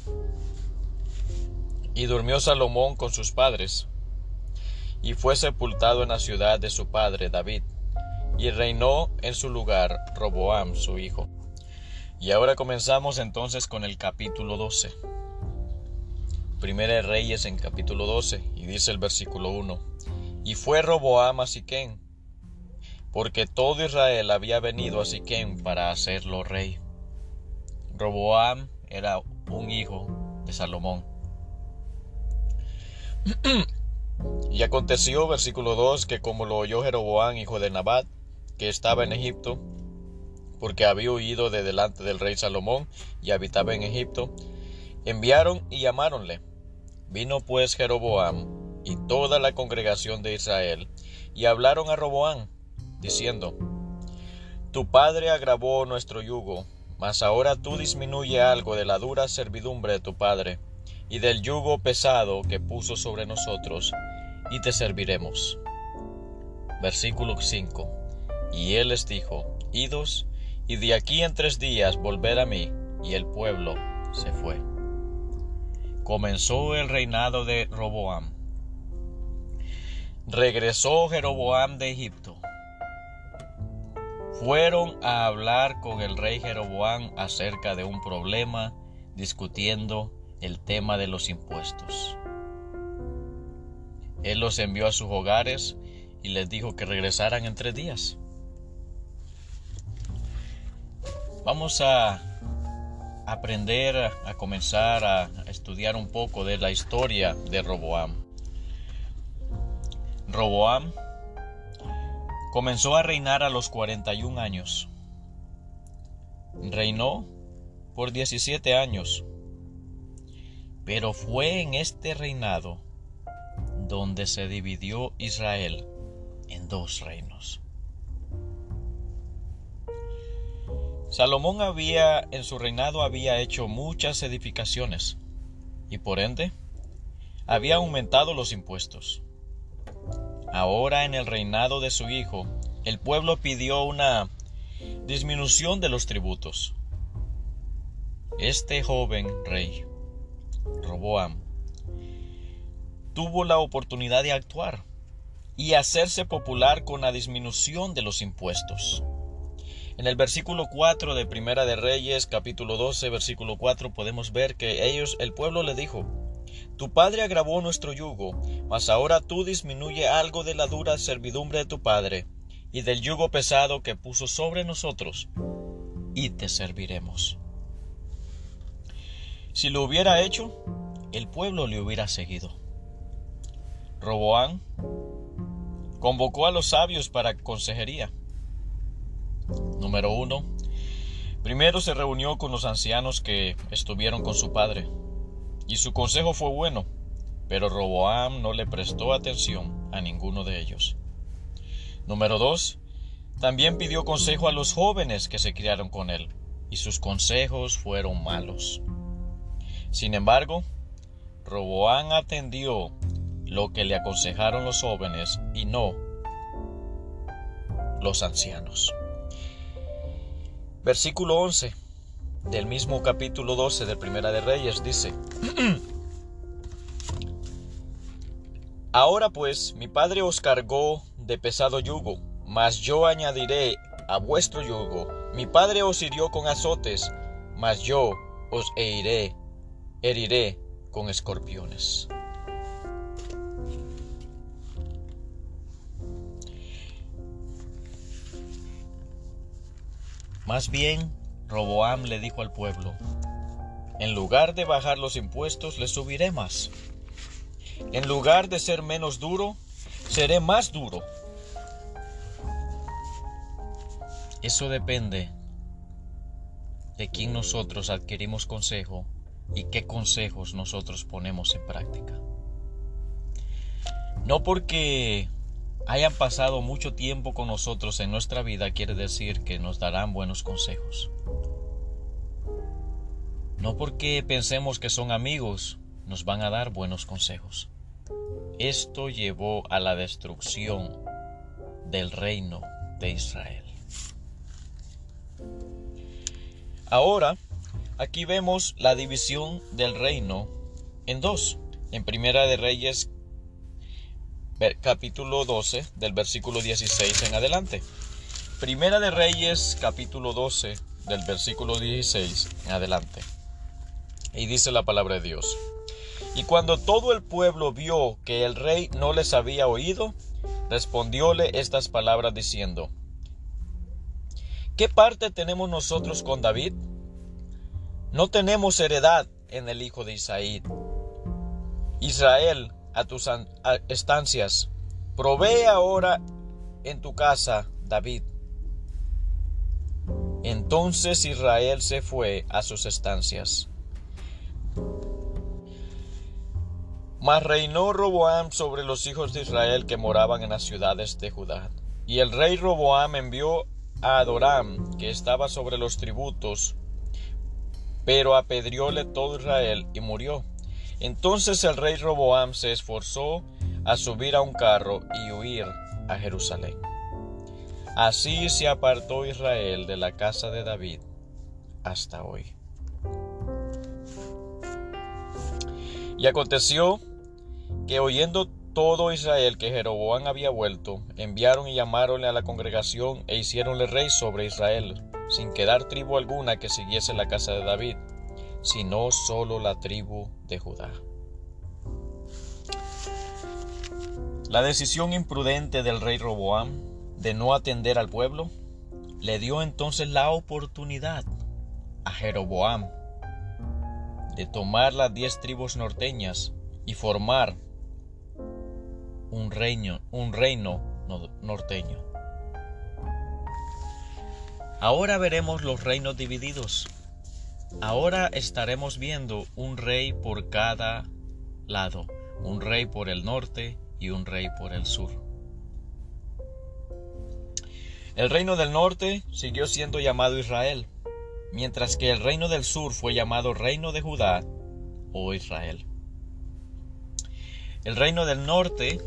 Y durmió Salomón con sus padres, y fue sepultado en la ciudad de su padre David, y reinó en su lugar Roboam su hijo. Y ahora comenzamos entonces con el capítulo 12. Primera de Reyes en capítulo 12, y dice el versículo 1. Y fue Roboam a Siquem, porque todo Israel había venido a Siquem para hacerlo rey. Roboam era un hijo de Salomón. Y aconteció, versículo 2, que como lo oyó Jeroboam, hijo de Nabat, que estaba en Egipto, porque había huido de delante del rey Salomón y habitaba en Egipto, enviaron y llamáronle. Vino pues Jeroboam y toda la congregación de Israel, y hablaron a Roboam, diciendo: Tu padre agravó nuestro yugo, mas ahora tú disminuye algo de la dura servidumbre de tu padre, y del yugo pesado que puso sobre nosotros, y te serviremos. Versículo 5. Y él les dijo: Idos, y de aquí en 3 días volver a mí. Y el pueblo se fue. Comenzó el reinado de Roboam. Regresó Jeroboam de Egipto. Fueron a hablar con el rey Jeroboam acerca de un problema, discutiendo el tema de los impuestos. Él los envió a sus hogares y les dijo que regresaran en 3 días. Vamos a aprender, a comenzar a estudiar un poco de la historia de Roboam. Roboam comenzó a reinar a los 41 años. Reinó por 17 años. Pero fue en este reinado donde se dividió Israel en dos reinos. Salomón en su reinado había hecho muchas edificaciones y por ende había aumentado los impuestos. Ahora en el reinado de su hijo, el pueblo pidió una disminución de los tributos. Este joven rey, Roboam, tuvo la oportunidad de actuar y hacerse popular con la disminución de los impuestos. En el versículo 4 de Primera de Reyes, capítulo 12, versículo 4, podemos ver que el pueblo le dijo: Tu padre agravó nuestro yugo, mas ahora tú disminuye algo de la dura servidumbre de tu padre y del yugo pesado que puso sobre nosotros, y te serviremos. Si lo hubiera hecho, el pueblo le hubiera seguido. Roboam convocó a los sabios para consejería. Número 1. Primero se reunió con los ancianos que estuvieron con su padre, y su consejo fue bueno, pero Roboam no le prestó atención a ninguno de ellos. Número 2. También pidió consejo a los jóvenes que se criaron con él, y sus consejos fueron malos. Sin embargo, Roboam atendió lo que le aconsejaron los jóvenes y no los ancianos. Versículo 11 del mismo capítulo 12 de Primera de Reyes dice: Ahora pues mi padre os cargó de pesado yugo, mas yo añadiré a vuestro yugo. Mi padre os hirió con azotes, mas yo os heriré con escorpiones. Más bien, Roboam le dijo al pueblo: en lugar de bajar los impuestos, le subiré más. En lugar de ser menos duro, seré más duro. Eso depende de quién nosotros adquirimos consejo y qué consejos nosotros ponemos en práctica. No porque hayan pasado mucho tiempo con nosotros en nuestra vida quiere decir que nos darán buenos consejos. No porque pensemos que son amigos nos van a dar buenos consejos. Esto llevó a la destrucción del reino de Israel. Ahora, aquí vemos la división del reino en dos. En Primera de Reyes, capítulo 12, del versículo 16 en adelante. Primera de Reyes, capítulo 12, del versículo 16 en adelante. Y dice la palabra de Dios: Y cuando todo el pueblo vio que el rey no les había oído, respondióle estas palabras diciendo: ¿Qué parte tenemos nosotros con David? No tenemos heredad en el hijo de Isaí. Israel, a tus estancias, provee ahora en tu casa, David. Entonces Israel se fue a sus estancias. Mas reinó Roboam sobre los hijos de Israel que moraban en las ciudades de Judá. Y el rey Roboam envió a Adoram, que estaba sobre los tributos, pero apedreóle todo Israel y murió. Entonces el rey Roboam se esforzó a subir a un carro y huir a Jerusalén. Así se apartó Israel de la casa de David hasta hoy. Y aconteció que oyendo todo Israel que Jeroboam había vuelto, enviaron y llamáronle a la congregación e hiciéronle rey sobre Israel, sin quedar tribu alguna que siguiese la casa de David, sino solo la tribu de Judá. La decisión imprudente del rey Roboam de no atender al pueblo le dio entonces la oportunidad a Jeroboam de tomar las 10 tribus norteñas y formar un reino norteño. Ahora veremos los reinos divididos. Ahora estaremos viendo un rey por cada lado, un rey por el norte y un rey por el sur. El reino del norte siguió siendo llamado Israel, mientras que el reino del sur fue llamado Reino de Judá o Israel. El reino del norte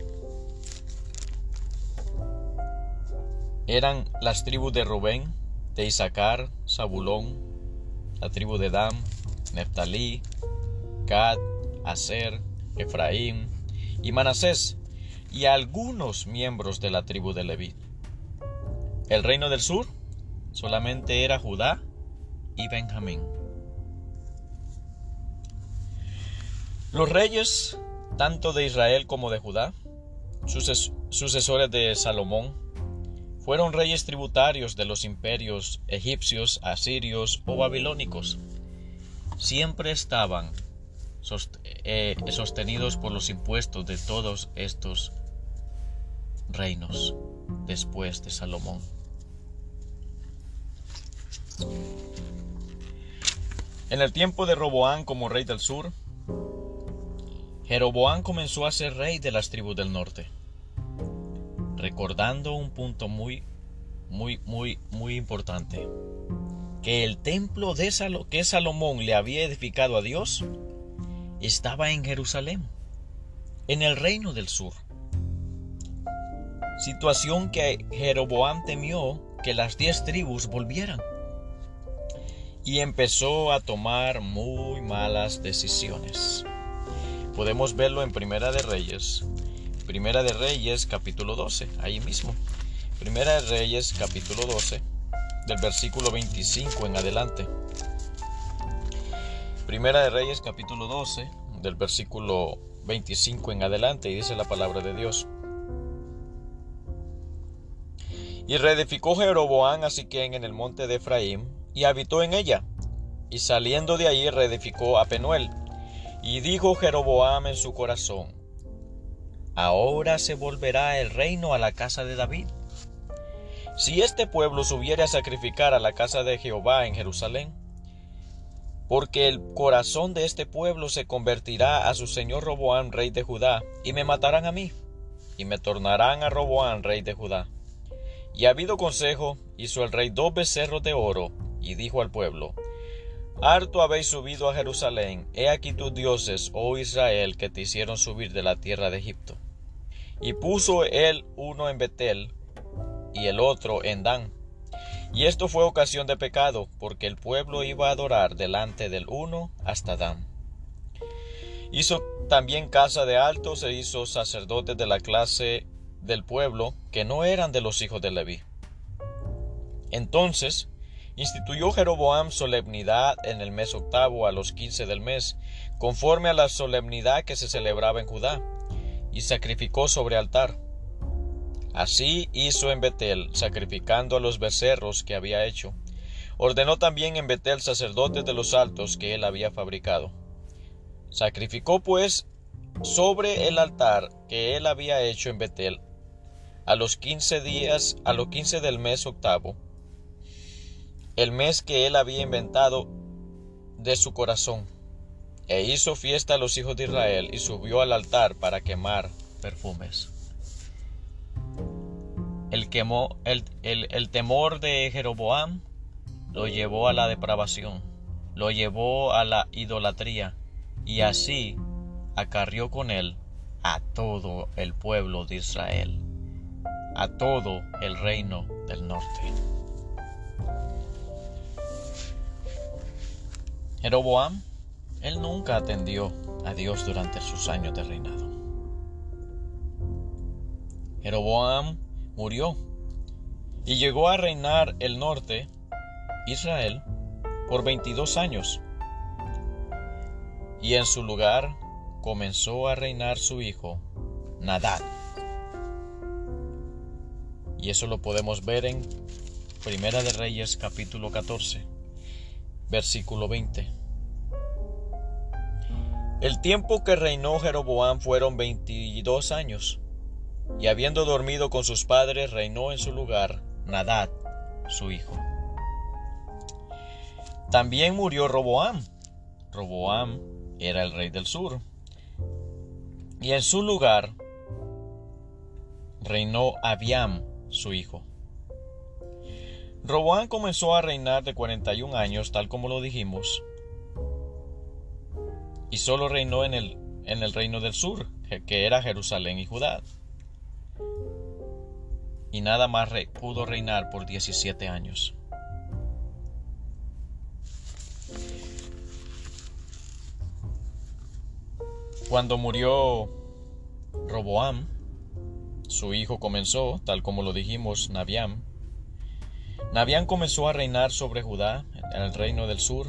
eran las tribus de Rubén, de Isaacar, Zabulón, la tribu de Dan, Neftalí, Gad, Aser, Efraín y Manasés, y algunos miembros de la tribu de Leví. El reino del sur solamente era Judá y Benjamín. Los reyes, tanto de Israel como de Judá, sucesores de Salomón, fueron reyes tributarios de los imperios egipcios, asirios o babilónicos. Siempre estaban sostenidos por los impuestos de todos estos reinos después de Salomón. En el tiempo de Roboam como rey del sur, Jeroboam comenzó a ser rey de las tribus del norte, recordando un punto muy importante, que el templo que Salomón le había edificado a Dios estaba en Jerusalén, en el reino del sur. Situación que Jeroboam temió que las 10 tribus volvieran, y empezó a tomar muy malas decisiones. Podemos verlo en Primera de Reyes capítulo 12, ahí mismo. Primera de Reyes capítulo 12, del versículo 25 en adelante. Primera de Reyes capítulo 12, del versículo 25 en adelante, y dice la palabra de Dios. Y reedificó Jeroboam a Siquem en el monte de Efraín, y habitó en ella. Y saliendo de allí reedificó a Penuel. Y dijo Jeroboam en su corazón: ahora se volverá el reino a la casa de David. Si este pueblo subiere a sacrificar a la casa de Jehová en Jerusalén, porque el corazón de este pueblo se convertirá a su señor Roboam, rey de Judá, y me matarán a mí, y me tornarán a Roboam, rey de Judá. Y habido consejo, hizo el rey 2 becerros de oro, y dijo al pueblo: harto habéis subido a Jerusalén, he aquí tus dioses, oh Israel, que te hicieron subir de la tierra de Egipto. Y puso él uno en Betel, y el otro en Dan. Y esto fue ocasión de pecado, porque el pueblo iba a adorar delante del uno hasta Dan. Hizo también casa de altos e hizo sacerdotes de la clase del pueblo, que no eran de los hijos de Leví. Entonces instituyó Jeroboam solemnidad en el mes octavo a los 15 del mes, conforme a la solemnidad que se celebraba en Judá, y sacrificó sobre altar. Así hizo en Betel, sacrificando a los becerros que había hecho. Ordenó también en Betel sacerdotes de los altos que él había fabricado. Sacrificó pues sobre el altar que él había hecho en Betel a los 15 del mes octavo, el mes que él había inventado de su corazón, e hizo fiesta a los hijos de Israel, y subió al altar para quemar perfumes. El temor de Jeroboam lo llevó a la depravación, lo llevó a la idolatría, y así acarrió con él a todo el pueblo de Israel, a todo el reino del norte. Jeroboam, él nunca atendió a Dios durante sus años de reinado. Jeroboam murió y llegó a reinar el norte, Israel, por 22 años. Y en su lugar comenzó a reinar su hijo, Nadab. Y eso lo podemos ver en Primera de Reyes capítulo 14. Versículo 20. El tiempo que reinó Jeroboam fueron 22 años, y habiendo dormido con sus padres, reinó en su lugar Nadab, su hijo. También murió Roboam. Roboam era el rey del sur, y en su lugar reinó Abiam, su hijo. Roboam comenzó a reinar de 41 años, tal como lo dijimos, y solo reinó en el reino del sur, que era Jerusalén y Judá. Y nada más pudo reinar por 17 años. Cuando murió Roboam, su hijo comenzó, tal como lo dijimos, Nabiam. Nabiam comenzó a reinar sobre Judá, en el reino del sur.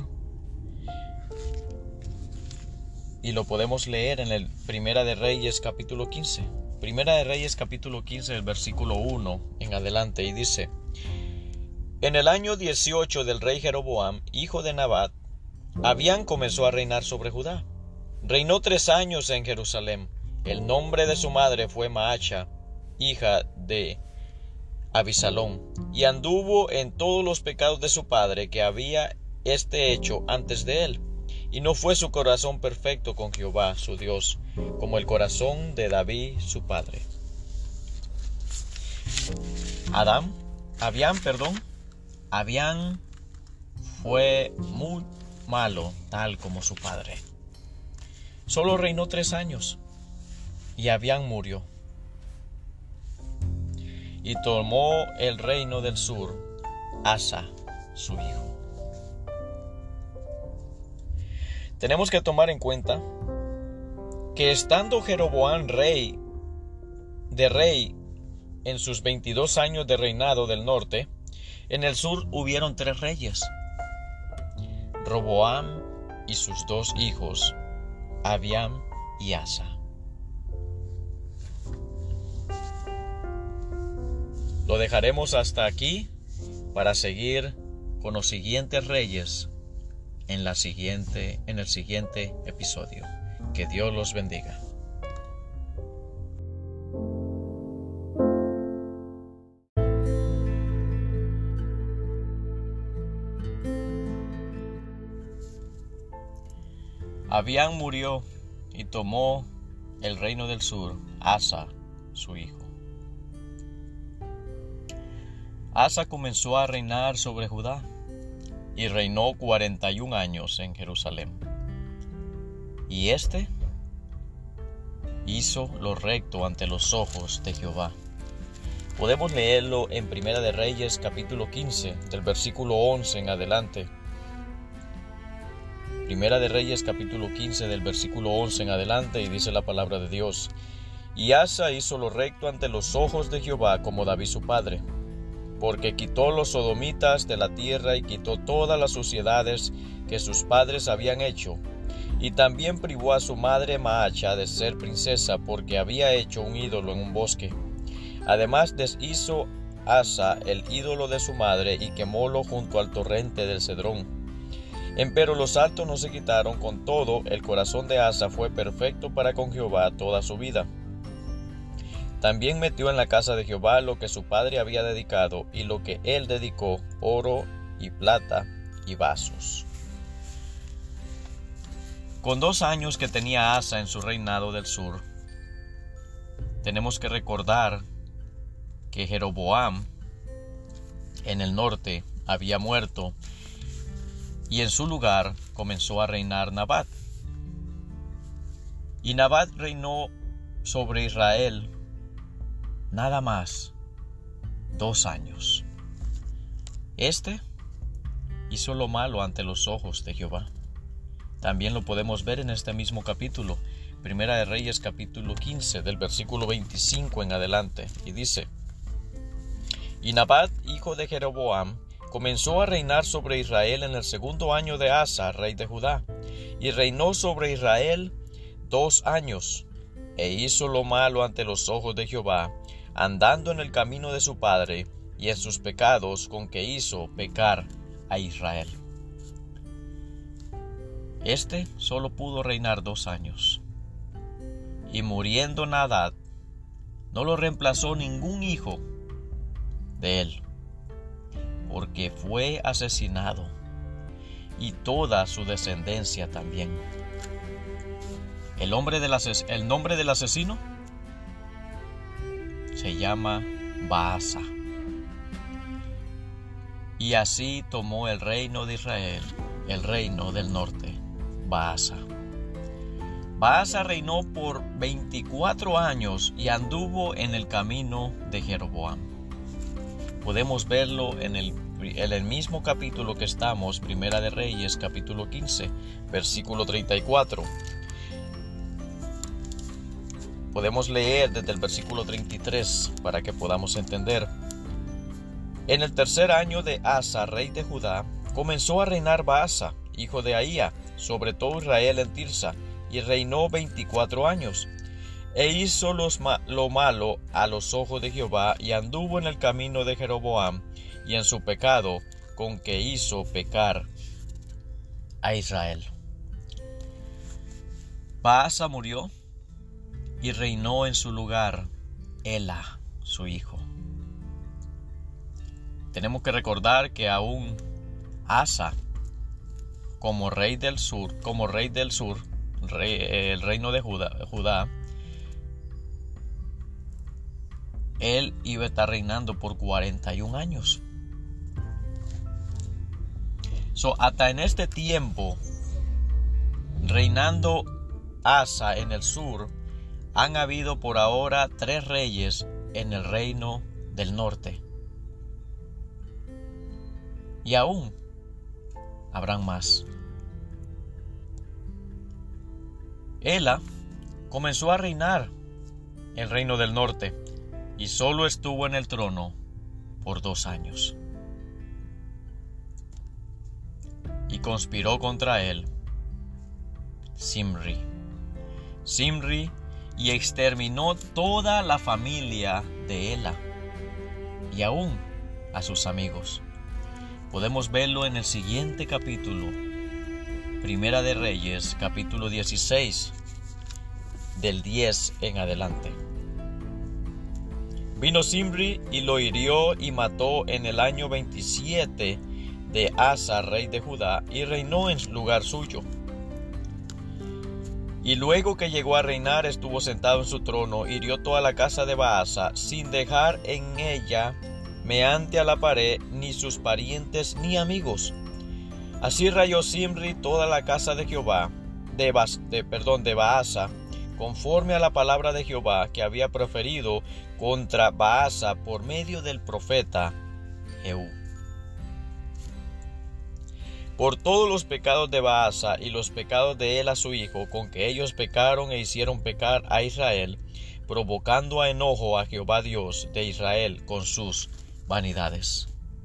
Y lo podemos leer en el Primera de Reyes capítulo 15. Primera de Reyes capítulo 15, el versículo 1 en adelante, y dice: En el año 18 del rey Jeroboam, hijo de Nabat, Abiam comenzó a reinar sobre Judá. Reinó 3 años en Jerusalén. El nombre de su madre fue Maacha, hija de Abisalón, y anduvo en todos los pecados de su padre que había hecho antes de él. Y no fue su corazón perfecto con Jehová, su Dios, como el corazón de David, su padre. Abiam fue muy malo, tal como su padre. Solo reinó 3 años, y Abiam murió. Y tomó el reino del sur Asa, su hijo. Tenemos que tomar en cuenta que estando Jeroboam rey en sus 22 años de reinado del norte, en el sur hubieron 3 reyes: Roboam y sus 2 hijos, Abiam y Asa. Lo dejaremos hasta aquí para seguir con los siguientes reyes en el siguiente episodio. Que Dios los bendiga. Abiam murió y tomó el reino del sur Asa, su hijo. Asa comenzó a reinar sobre Judá y reinó 41 años en Jerusalén. Y hizo lo recto ante los ojos de Jehová. Podemos leerlo en Primera de Reyes capítulo 15, del versículo 11 en adelante. Primera de Reyes capítulo 15, del versículo 11 en adelante, y dice la palabra de Dios: Y Asa hizo lo recto ante los ojos de Jehová como David su padre, porque quitó los sodomitas de la tierra y quitó todas las suciedades que sus padres habían hecho. Y también privó a su madre Maacha de ser princesa, porque había hecho un ídolo en un bosque. Además deshizo Asa el ídolo de su madre y quemólo junto al torrente del Cedrón. Empero los altos no se quitaron, con todo el corazón de Asa fue perfecto para con Jehová toda su vida. También metió en la casa de Jehová lo que su padre había dedicado y lo que él dedicó, oro y plata y vasos. Con 2 años que tenía Asa en su reinado del sur, tenemos que recordar que Jeroboam en el norte había muerto y en su lugar comenzó a reinar Nabat. Y Nabat reinó sobre Israel nada más 2 años. Hizo lo malo ante los ojos de Jehová. También lo podemos ver en este mismo capítulo, Primera de Reyes capítulo 15, del versículo 25 en adelante, y dice: Y Nabat, hijo de Jeroboam, comenzó a reinar sobre Israel en el 2.º año de Asa, rey de Judá, y reinó sobre Israel 2 años, e hizo lo malo ante los ojos de Jehová, andando en el camino de su padre, y en sus pecados con que hizo pecar a Israel. Solo pudo reinar 2 años. Y muriendo Nadab, no lo reemplazó ningún hijo de él, porque fue asesinado, y toda su descendencia también. El nombre del asesino se llama Baasa. Y así tomó el reino de Israel, el reino del norte, Baasa. Baasa reinó por 24 años y anduvo en el camino de Jeroboam. Podemos verlo en el mismo capítulo que estamos, Primera de Reyes, capítulo 15, versículo 34. Podemos leer desde el versículo 33 para que podamos entender. En el tercer año de Asa, rey de Judá, comenzó a reinar Baasa, hijo de Ahía, sobre todo Israel en Tirsa, y reinó 24 años. E hizo lo malo a los ojos de Jehová, y anduvo en el camino de Jeroboam, y en su pecado, con que hizo pecar a Israel. Baasa murió, y reinó en su lugar Ela, su hijo. Tenemos que recordar que aún Asa, como rey del sur, el reino de Judá, él iba a estar reinando por 41 años. Hasta en este tiempo, reinando Asa en el sur, han habido por ahora 3 reyes en el reino del norte. Y aún habrán más. Ela comenzó a reinar el reino del norte y solo estuvo en el trono por 2 años. Y conspiró contra él Zimri y exterminó toda la familia de Ela y aún a sus amigos. Podemos verlo en el siguiente capítulo, Primera de Reyes, capítulo 16, del 10 en adelante. Vino Zimri y lo hirió y mató en el año 27 de Asa, rey de Judá, y reinó en lugar suyo. Y luego que llegó a reinar, estuvo sentado en su trono, hirió toda la casa de Baasa, sin dejar en ella meante a la pared, ni sus parientes ni amigos. Así rayó Zimri toda la casa de Jehová, de Baasa, conforme a la palabra de Jehová que había proferido contra Baasa por medio del profeta Jehú. Por todos los pecados de Baasa y los pecados de Ela su hijo, con que ellos pecaron e hicieron pecar a Israel, provocando a enojo a Jehová Dios de Israel con sus vanidades.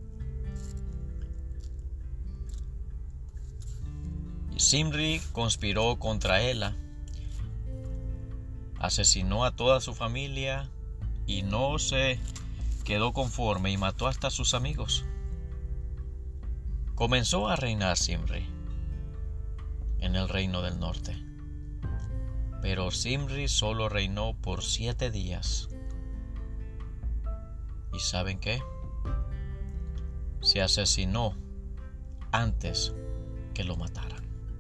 Y Zimri conspiró contra Ela, asesinó a toda su familia y no se quedó conforme y mató hasta a sus amigos. Comenzó a reinar Zimri en el reino del norte, pero Zimri solo reinó por 7 días. ¿Y saben qué? Se asesinó antes que lo mataran.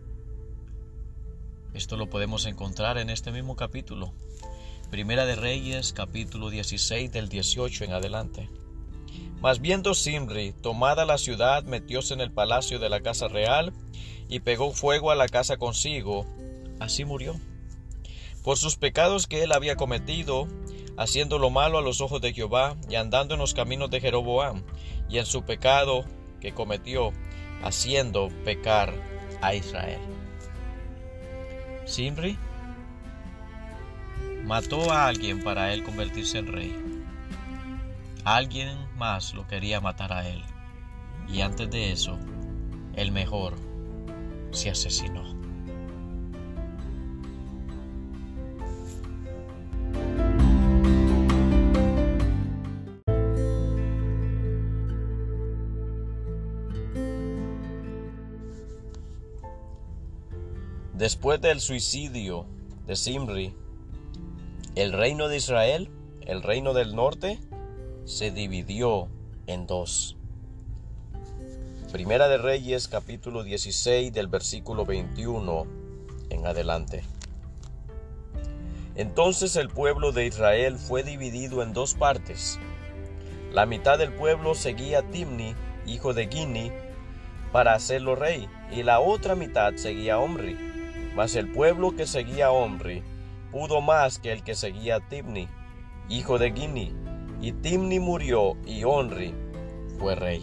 Esto lo podemos encontrar en este mismo capítulo, Primera de Reyes, capítulo 16, del 18 en adelante. Mas viendo Zimri tomada la ciudad, metióse en el palacio de la casa real y pegó fuego a la casa consigo. Así murió. Por sus pecados que él había cometido, haciendo lo malo a los ojos de Jehová y andando en los caminos de Jeroboam, y en su pecado que cometió, haciendo pecar a Israel. Zimri mató a alguien para él convertirse en rey. Alguien más lo quería matar a él. Y antes de eso, el mejor se asesinó. Después del suicidio de Zimri, el reino de Israel el reino del norte se dividió en dos. Primera de Reyes, capítulo 16, del versículo 21 en adelante. Entonces el pueblo de Israel fue dividido en dos partes. La mitad del pueblo seguía a Tibni, hijo de Gini, para hacerlo rey, y la otra mitad seguía a Omri. Mas el pueblo que seguía a Omri pudo más que el que seguía a Tibni, hijo de Gini, y Tibni murió y Omri fue rey.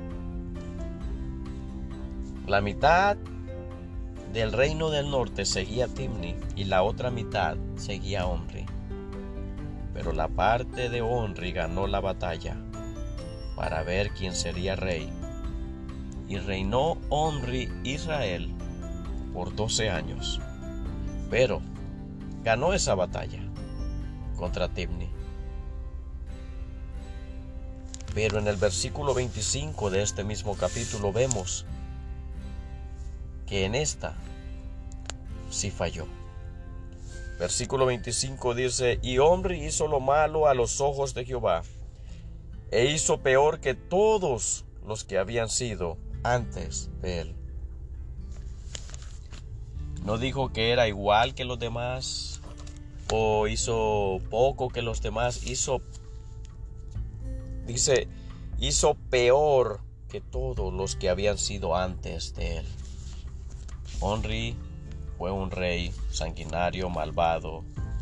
La mitad del reino del norte seguía a Tibni y la otra mitad seguía a Omri. Pero la parte de Omri ganó la batalla para ver quién sería rey. Y reinó Omri Israel por 12 años. Pero ganó esa batalla contra Tibni. Pero en el versículo 25 de este mismo capítulo vemos que en esta sí falló. Versículo 25 dice: y Omri hizo lo malo a los ojos de Jehová, e hizo peor que todos los que habían sido antes de él. No dijo que era igual que los demás, o hizo poco que los demás. Hizo peor que todos los que habían sido antes de él. Omri fue un rey sanguinario, malvado,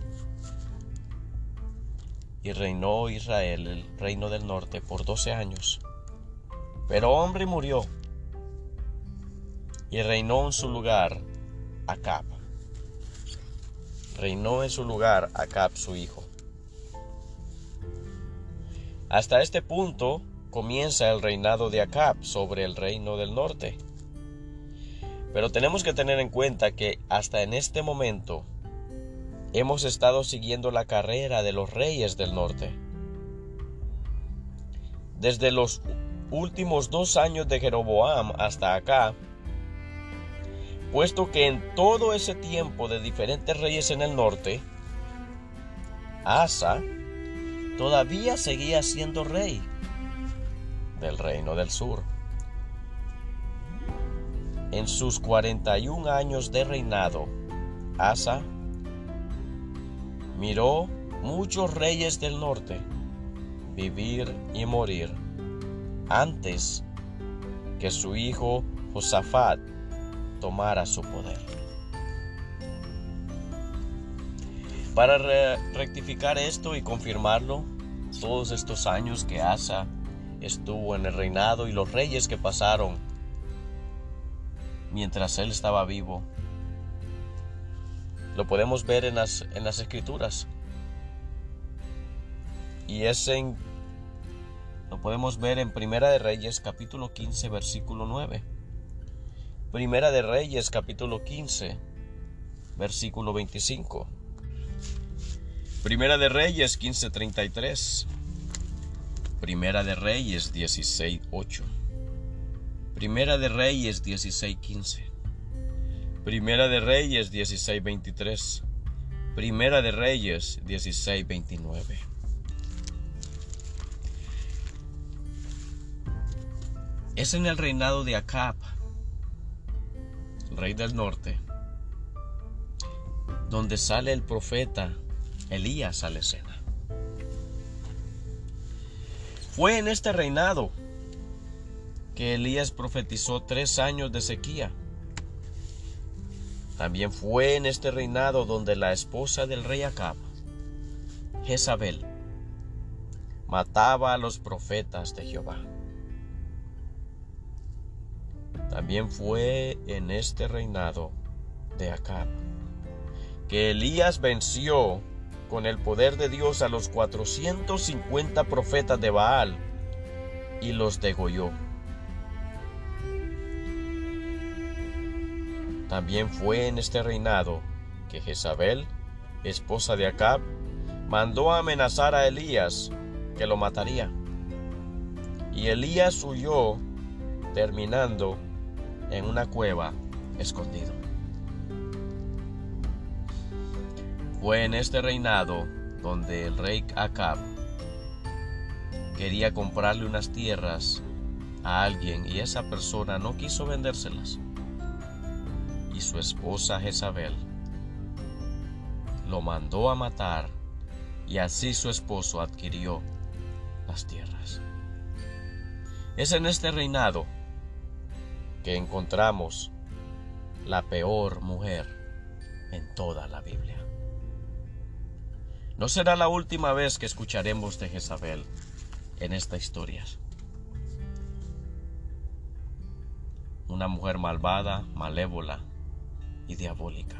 y reinó Israel, el reino del norte, por 12 años. Pero Omri murió, y reinó en su lugar Acab. Reinó en su lugar Acab, su hijo. Hasta este punto comienza el reinado de Acab sobre el reino del norte. Pero tenemos que tener en cuenta que hasta en este momento hemos estado siguiendo la carrera de los reyes del norte. Desde los últimos 2 años de Jeroboam hasta acá, puesto que en todo ese tiempo de diferentes reyes en el norte, Asa todavía seguía siendo rey del reino del sur. En sus 41 años de reinado, Asa miró muchos reyes del norte vivir y morir antes que su hijo Josafat tomara su poder. Para rectificar esto y confirmarlo, todos estos años que Asa estuvo en el reinado y los reyes que pasaron mientras él estaba vivo, lo podemos ver en las escrituras. Y lo podemos ver en Primera de Reyes capítulo 15 versículo 9. Primera de Reyes capítulo 15 versículo 25. Primera de Reyes 15:33. Primera de Reyes 16:8. Primera de Reyes 16:15. Primera de Reyes 16:23. Primera de Reyes 16:29. Es en el reinado de Acab, rey del norte, donde sale el profeta Elías a la escena. Fue en este reinado que Elías profetizó 3 años de sequía. También fue en este reinado donde la esposa del rey Acab, Jezabel, mataba a los profetas de Jehová. También fue en este reinado de Acab que Elías venció con el poder de Dios a los 450 profetas de Baal y los degolló. También fue en este reinado que Jezabel, esposa de Acab, mandó a amenazar a Elías que lo mataría. Y Elías huyó, terminando en una cueva escondido. Fue en este reinado donde el rey Acab quería comprarle unas tierras a alguien y esa persona no quiso vendérselas. Y su esposa Jezabel lo mandó a matar y así su esposo adquirió las tierras. Es en este reinado que encontramos la peor mujer en toda la Biblia. No será la última vez que escucharemos de Jezabel en esta historia. Una mujer malvada, malévola y diabólica.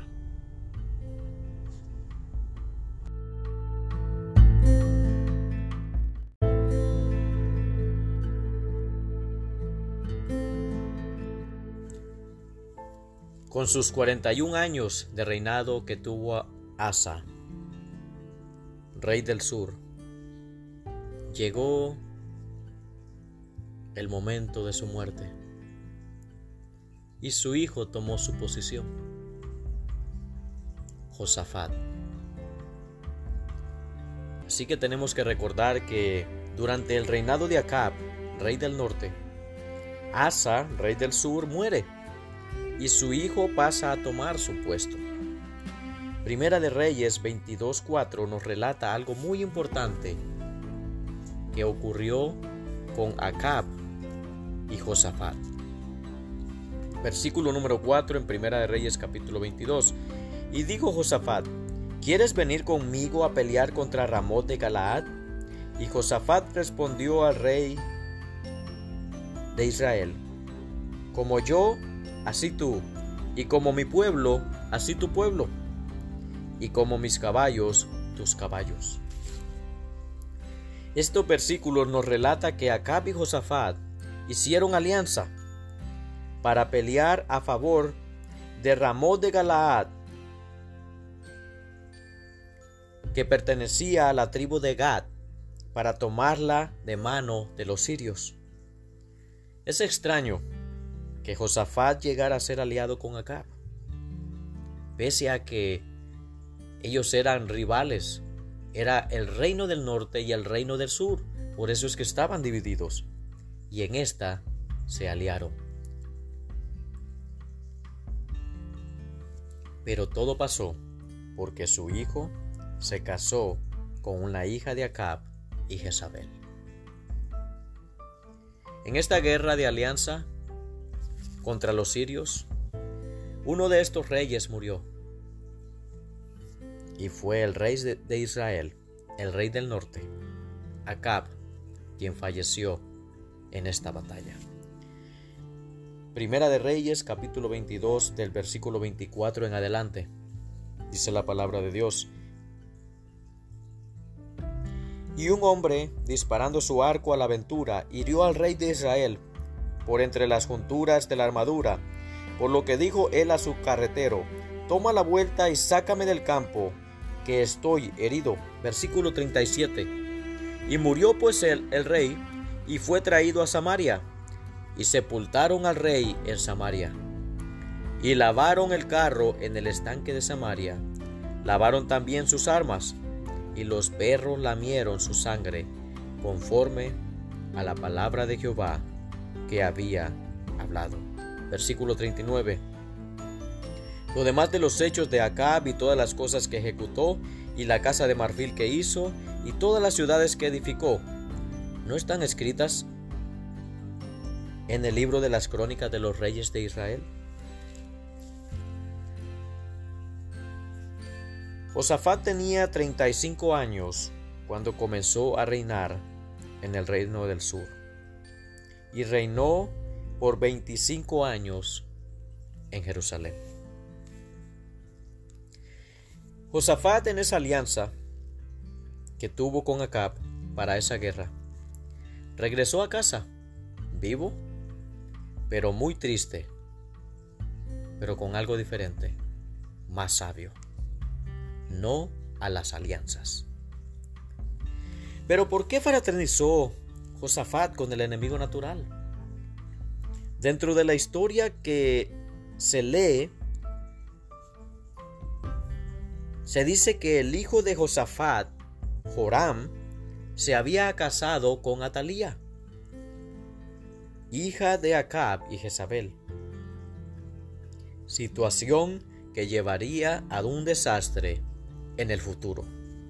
Con sus 41 años de reinado que tuvo Asa, rey del sur, llegó el momento de su muerte y su hijo tomó su posición, Josafat. Así que tenemos que recordar que durante el reinado de Acab, rey del norte, Asa, rey del sur, muere y su hijo pasa a tomar su puesto. Primera de Reyes 22:4 nos relata algo muy importante que ocurrió con Acab y Josafat. Versículo número 4 en Primera de Reyes capítulo 22. Y dijo Josafat: ¿Quieres venir conmigo a pelear contra Ramot de Galaad? Y Josafat respondió al rey de Israel: como yo, así tú, y como mi pueblo, así tu pueblo, y como mis caballos, tus caballos. Estos versículos nos relata que Acab y Josafat hicieron alianza para pelear a favor de Ramot de Galaad, que pertenecía a la tribu de Gad, para tomarla de mano de los sirios. Es extraño que Josafat llegara a ser aliado con Acab, pese a que ellos eran rivales. Era el reino del norte y el reino del sur, por eso es que estaban divididos, y en esta se aliaron. Pero todo pasó porque su hijo se casó con una hija de Acab y Jezabel. En esta guerra de alianza contra los sirios, uno de estos reyes murió, y fue el rey de Israel, el rey del norte, Acab, quien falleció en esta batalla. Primera de Reyes, capítulo 22, del versículo 24 en adelante, dice la palabra de Dios: Y un hombre, disparando su arco a la aventura, hirió al rey de Israel por entre las junturas de la armadura, por lo que dijo él a su carretero: toma la vuelta y sácame del campo, que estoy herido. Versículo 37. Y murió pues el rey, y fue traído a Samaria, y sepultaron al rey en Samaria. Y lavaron el carro en el estanque de Samaria, lavaron también sus armas, y los perros lamieron su sangre, conforme a la palabra de Jehová que había hablado. Versículo 39. Lo demás de los hechos de Acab y todas las cosas que ejecutó, y la casa de marfil que hizo, y todas las ciudades que edificó, ¿no están escritas en el libro de las crónicas de los reyes de Israel? Josafat tenía 35 años cuando comenzó a reinar en el reino del sur, y reinó por 25 años en Jerusalén. Josafat, en esa alianza que tuvo con Acab para esa guerra, regresó a casa vivo, pero muy triste, pero con algo diferente, más sabio: no a las alianzas. Pero ¿por qué fraternizó Josafat con el enemigo natural? Dentro de la historia que se lee, se dice que el hijo de Josafat Joram se había casado con Atalía, hija de Acab y Jezabel, situación que llevaría a un desastre en el futuro.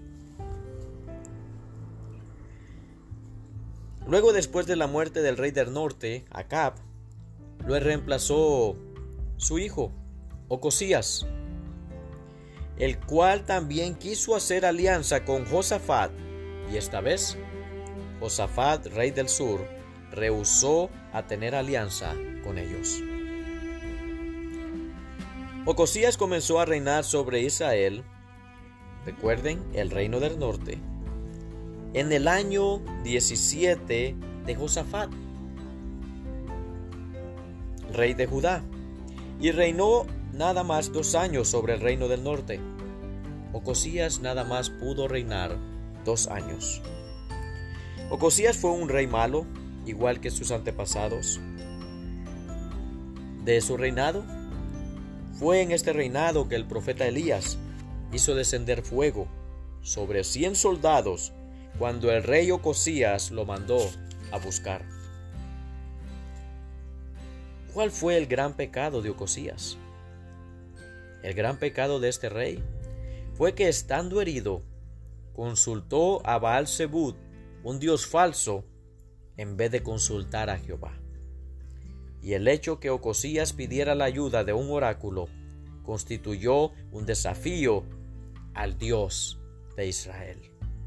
Luego, después de la muerte del rey del norte, Acab, lo reemplazó su hijo, Ocosías, el cual también quiso hacer alianza con Josafat, y esta vez Josafat, rey del sur, rehusó a tener alianza con ellos. Ocosías comenzó a reinar sobre Israel, recuerden, el reino del norte, en el año 17 de Josafat, rey de Judá, y reinó nada más 2 años sobre el reino del norte. Ocosías nada más pudo reinar 2 años. Ocosías fue un rey malo, igual que sus antepasados. De su reinado, fue en este reinado que el profeta Elías hizo descender fuego sobre 100 soldados cuando el rey Ocosías lo mandó a buscar. ¿Cuál fue el gran pecado de Ocosías? El gran pecado de este rey fue que, estando herido, consultó a Baal-Zebub, un dios falso, en vez de consultar a Jehová. Y el hecho que Ocosías pidiera la ayuda de un oráculo constituyó un desafío al Dios de Israel.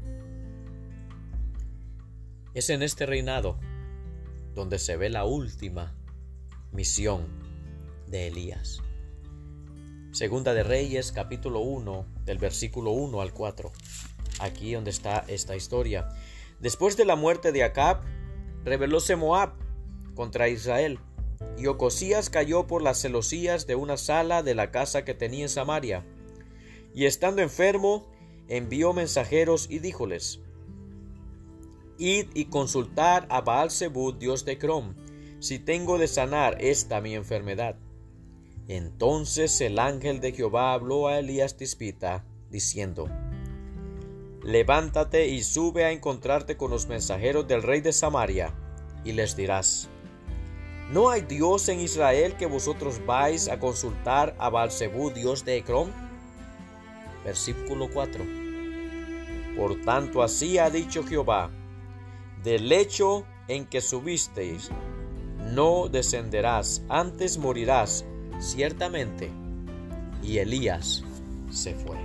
Es en este reinado donde se ve la última misión de Elías. Segunda de Reyes, capítulo 1, del versículo 1 al 4. Aquí donde está esta historia. Después de la muerte de Acab, rebelóse Moab contra Israel, y Ocosías cayó por las celosías de una sala de la casa que tenía en Samaria. Y estando enfermo, envió mensajeros y díjoles: Id y consultar a Baal-Zebub, dios de Crom, si tengo de sanar esta mi enfermedad. Entonces el ángel de Jehová habló a Elías Tisbita, diciendo: Levántate y sube a encontrarte con los mensajeros del rey de Samaria, y les dirás: ¿No hay Dios en Israel que vosotros vais a consultar a Baal-Zebub, dios de Ecrón? Versículo 4. Por tanto, así ha dicho Jehová: del lecho en que subisteis no descenderás, antes morirás ciertamente. Y Elías se fue.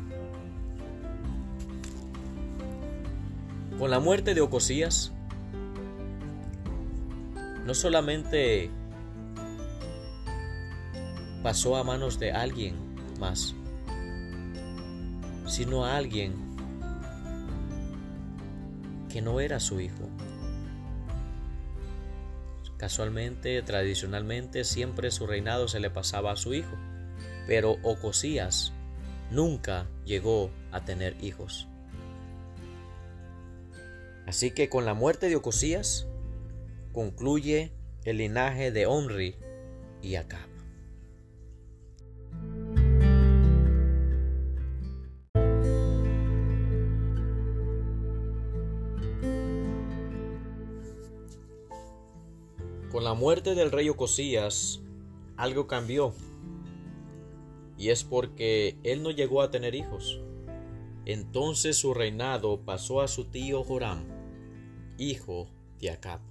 Con la muerte de Ocosías, no solamente pasó a manos de alguien más, sino a alguien que no era su hijo. Casualmente, tradicionalmente, siempre su reinado se le pasaba a su hijo, pero Ocosías nunca llegó a tener hijos. Así que con la muerte de Ocosías concluye el linaje de Omri y Acab. Con la muerte del rey Ocosías, algo cambió, y es porque él no llegó a tener hijos. Entonces su reinado pasó a su tío Joram, hijo de Acab.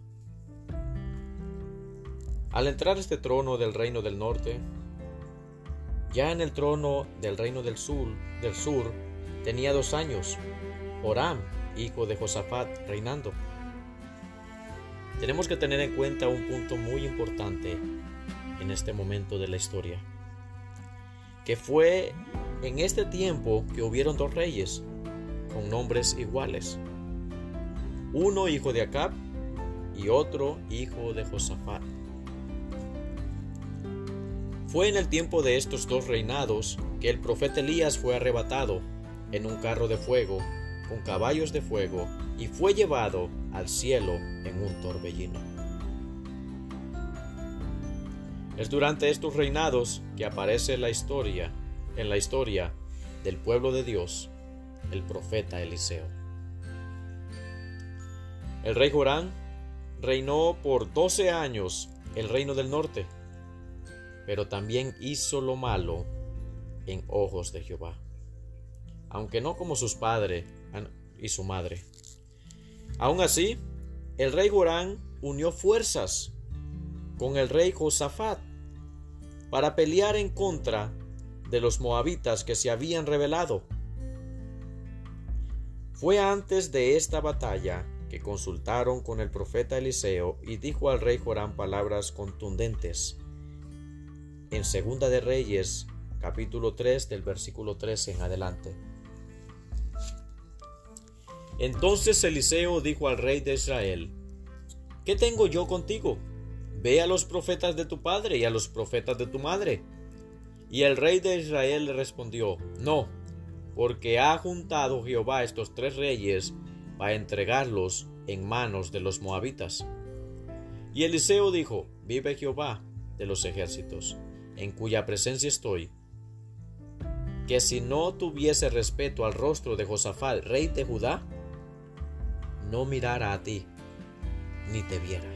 Al entrar a este trono del reino del norte, ya en el trono del reino del sur tenía 2 años, Joram, hijo de Josafat, reinando. Tenemos que tener en cuenta un punto muy importante en este momento de la historia, que fue en este tiempo que hubieron 2 reyes con nombres iguales, uno hijo de Acab y otro hijo de Josafat. Fue en el tiempo de estos 2 reinados que el profeta Elías fue arrebatado en un carro de fuego con caballos de fuego y fue llevado al cielo en un torbellino. Es durante estos reinados que aparece en la historia del pueblo de Dios, el profeta Eliseo. El rey Joram reinó por 12 años el reino del norte, pero también hizo lo malo en ojos de Jehová, aunque no como sus padres y su madre. Aún así, el rey Joram unió fuerzas con el rey Josafat para pelear en contra de los moabitas que se habían rebelado. Fue antes de esta batalla que consultaron con el profeta Eliseo y dijo al rey Joram palabras contundentes. En Segunda de Reyes, capítulo 3, del versículo 13 en adelante. Entonces Eliseo dijo al rey de Israel: ¿Qué tengo yo contigo? Ve a los profetas de tu padre y a los profetas de tu madre. Y el rey de Israel le respondió: No, porque ha juntado Jehová estos 3 reyes para entregarlos en manos de los moabitas. Y Eliseo dijo: Vive Jehová de los ejércitos, en cuya presencia estoy, que si no tuviese respeto al rostro de Josafat, rey de Judá, no mirara a ti, ni te viera.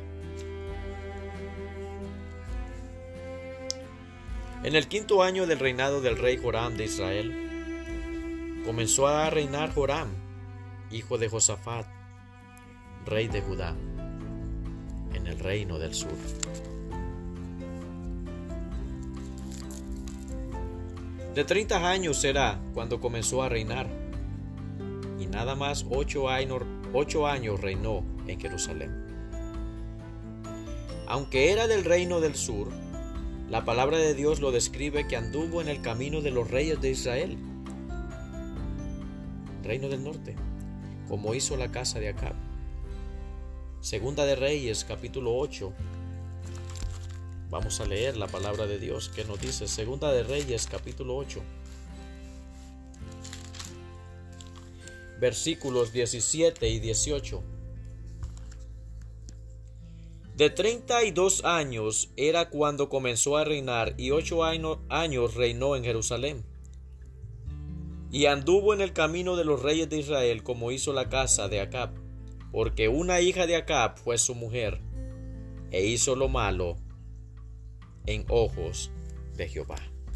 En el 5º año del reinado del rey Joram de Israel, comenzó a reinar Joram, hijo de Josafat, rey de Judá, en el reino del sur. De 30 años era cuando comenzó a reinar, y nada más 8 años reinó en Jerusalén. Aunque era del reino del sur, la palabra de Dios lo describe que anduvo en el camino de los reyes de Israel, reino del norte, como hizo la casa de Acab. Segunda de Reyes, capítulo 8. Vamos a leer la palabra de Dios que nos dice. Segunda de Reyes, capítulo 8. Versículos 17 y 18. De 32 años era cuando comenzó a reinar, y 8 años reinó en Jerusalén. Y anduvo en el camino de los reyes de Israel, como hizo la casa de Acab, porque una hija de Acab fue su mujer, e hizo lo malo en ojos de Jehová.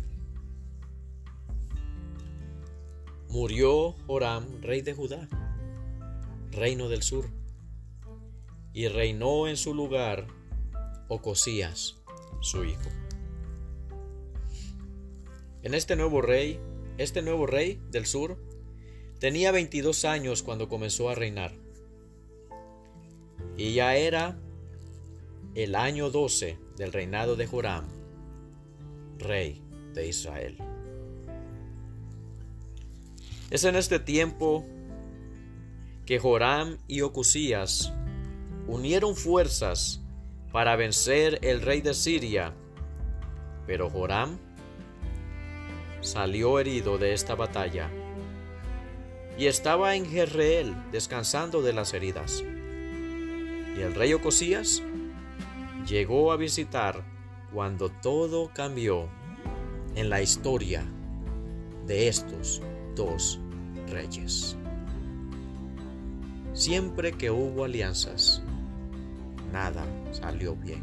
Murió Joram, rey de Judá, reino del sur, y reinó en su lugar Ocosías, su hijo. Este nuevo rey del sur tenía 22 años cuando comenzó a reinar, y ya era el año 12 del reinado de Joram, rey de Israel. Es en este tiempo que Joram y Ocosías unieron fuerzas para vencer el rey de Siria, pero Joram salió herido de esta batalla y estaba en Jezreel descansando de las heridas. Y el rey Ocosías llegó a visitar cuando todo cambió en la historia de estos 2 reyes. Siempre que hubo alianzas, nada salió bien.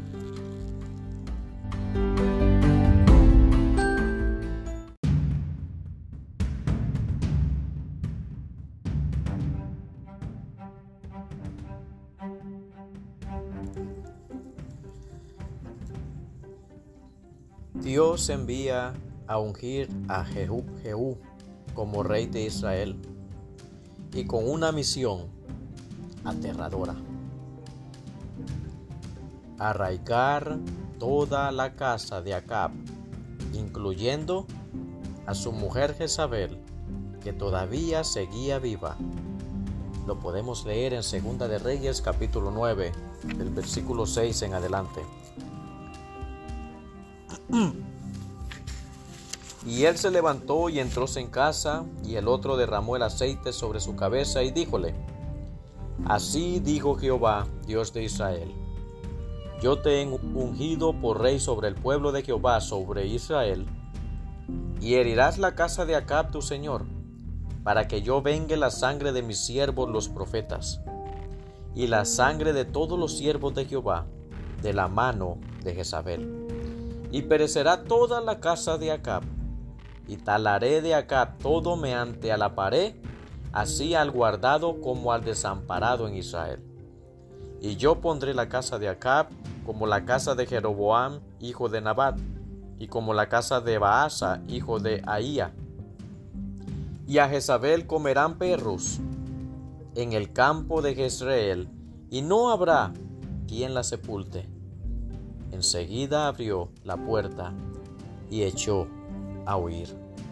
Dios envía a ungir a Jehú como rey de Israel, y con una misión aterradora: arraigar toda la casa de Acab, incluyendo a su mujer Jezabel, que todavía seguía viva. Lo podemos leer en Segunda de Reyes, capítulo 9, del versículo 6 en adelante. Y él se levantó y entróse en casa, y el otro derramó el aceite sobre su cabeza y díjole: Así dijo Jehová, Dios de Israel: Yo te he ungido por rey sobre el pueblo de Jehová, sobre Israel, y herirás la casa de Acab tu señor, para que yo vengue la sangre de mis siervos los profetas. y la sangre de todos los siervos de Jehová de la mano de Jezabel. Y perecerá toda la casa de Acab, y talaré de Acab todo meante a la pared, así al guardado como al desamparado en Israel. Y yo pondré la casa de Acab como la casa de Jeroboam, hijo de Nabat, y como la casa de Baasa, hijo de Ahía. Y a Jezabel comerán perros en el campo de Jezreel, y no habrá quien la sepulte. Enseguida abrió la puerta y echó a huir.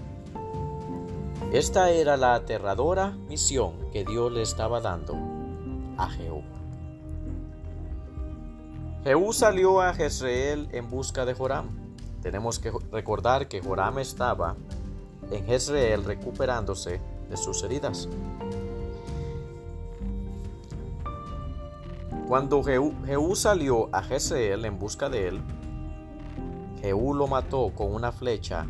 Esta era la aterradora misión que Dios le estaba dando a Jehú. Jehú salió a Jezreel en busca de Joram. Tenemos que recordar que Joram estaba en Jezreel recuperándose de sus heridas. Cuando Jehú salió a Jezreel en busca de él, Jehú lo mató con una flecha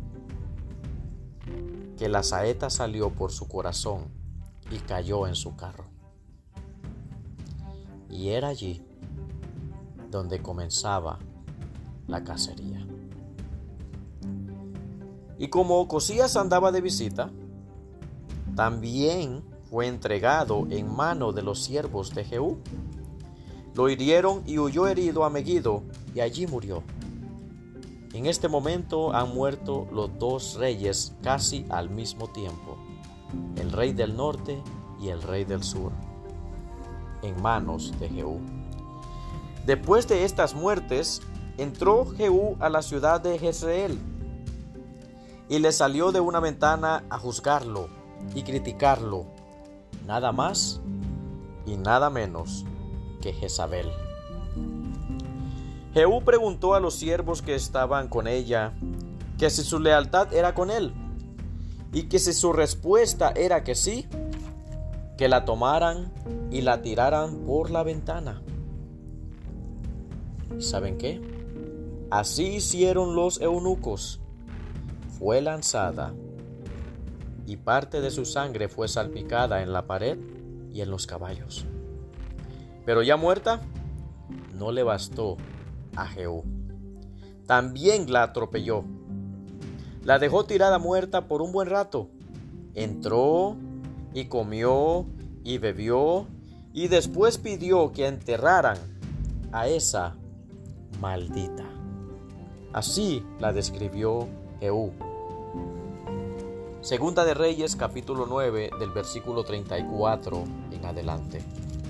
que la saeta salió por su corazón y cayó en su carro. Y era allí donde comenzaba la cacería. Y como Ocosías andaba de visita, también fue entregado en mano de los siervos de Jehú. Lo hirieron y huyó herido a Megiddo, y allí murió. En este momento han muerto los dos reyes casi al mismo tiempo, el rey del norte y el rey del sur, en manos de Jehú. Después de estas muertes, entró Jehú a la ciudad de Jezreel, y le salió de una ventana a juzgarlo y criticarlo, nada más y nada menos que Jezabel. Jehú preguntó a los siervos que estaban con ella que si su lealtad era con él, y que si su respuesta era que sí, que la tomaran y la tiraran por la ventana. ¿Y saben qué? Así hicieron los eunucos. Fue lanzada, y parte de su sangre fue salpicada en la pared y en los caballos. Pero ya muerta, no le bastó a Jehú. También la atropelló. La dejó tirada muerta por un buen rato. Entró y comió y bebió, y después pidió que enterraran a esa maldita. Así la describió Jehú. Segunda de Reyes, capítulo 9, del versículo 34 en adelante.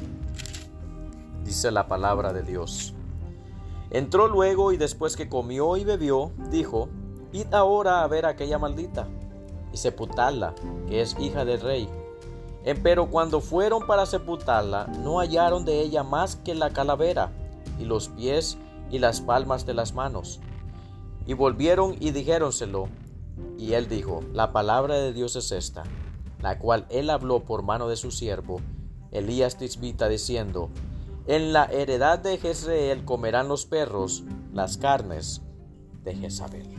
Dice la palabra de Dios. Entró luego, y después que comió y bebió, dijo: Id ahora a ver a aquella maldita, y sepultadla, que es hija del rey. Empero cuando fueron para sepultarla, no hallaron de ella más que la calavera, y los pies y las palmas de las manos. Y volvieron y dijéronselo, y él dijo: La palabra de Dios es esta, la cual él habló por mano de su siervo Elías Tisbita, diciendo: En la heredad de Jezreel comerán los perros las carnes de Jezabel.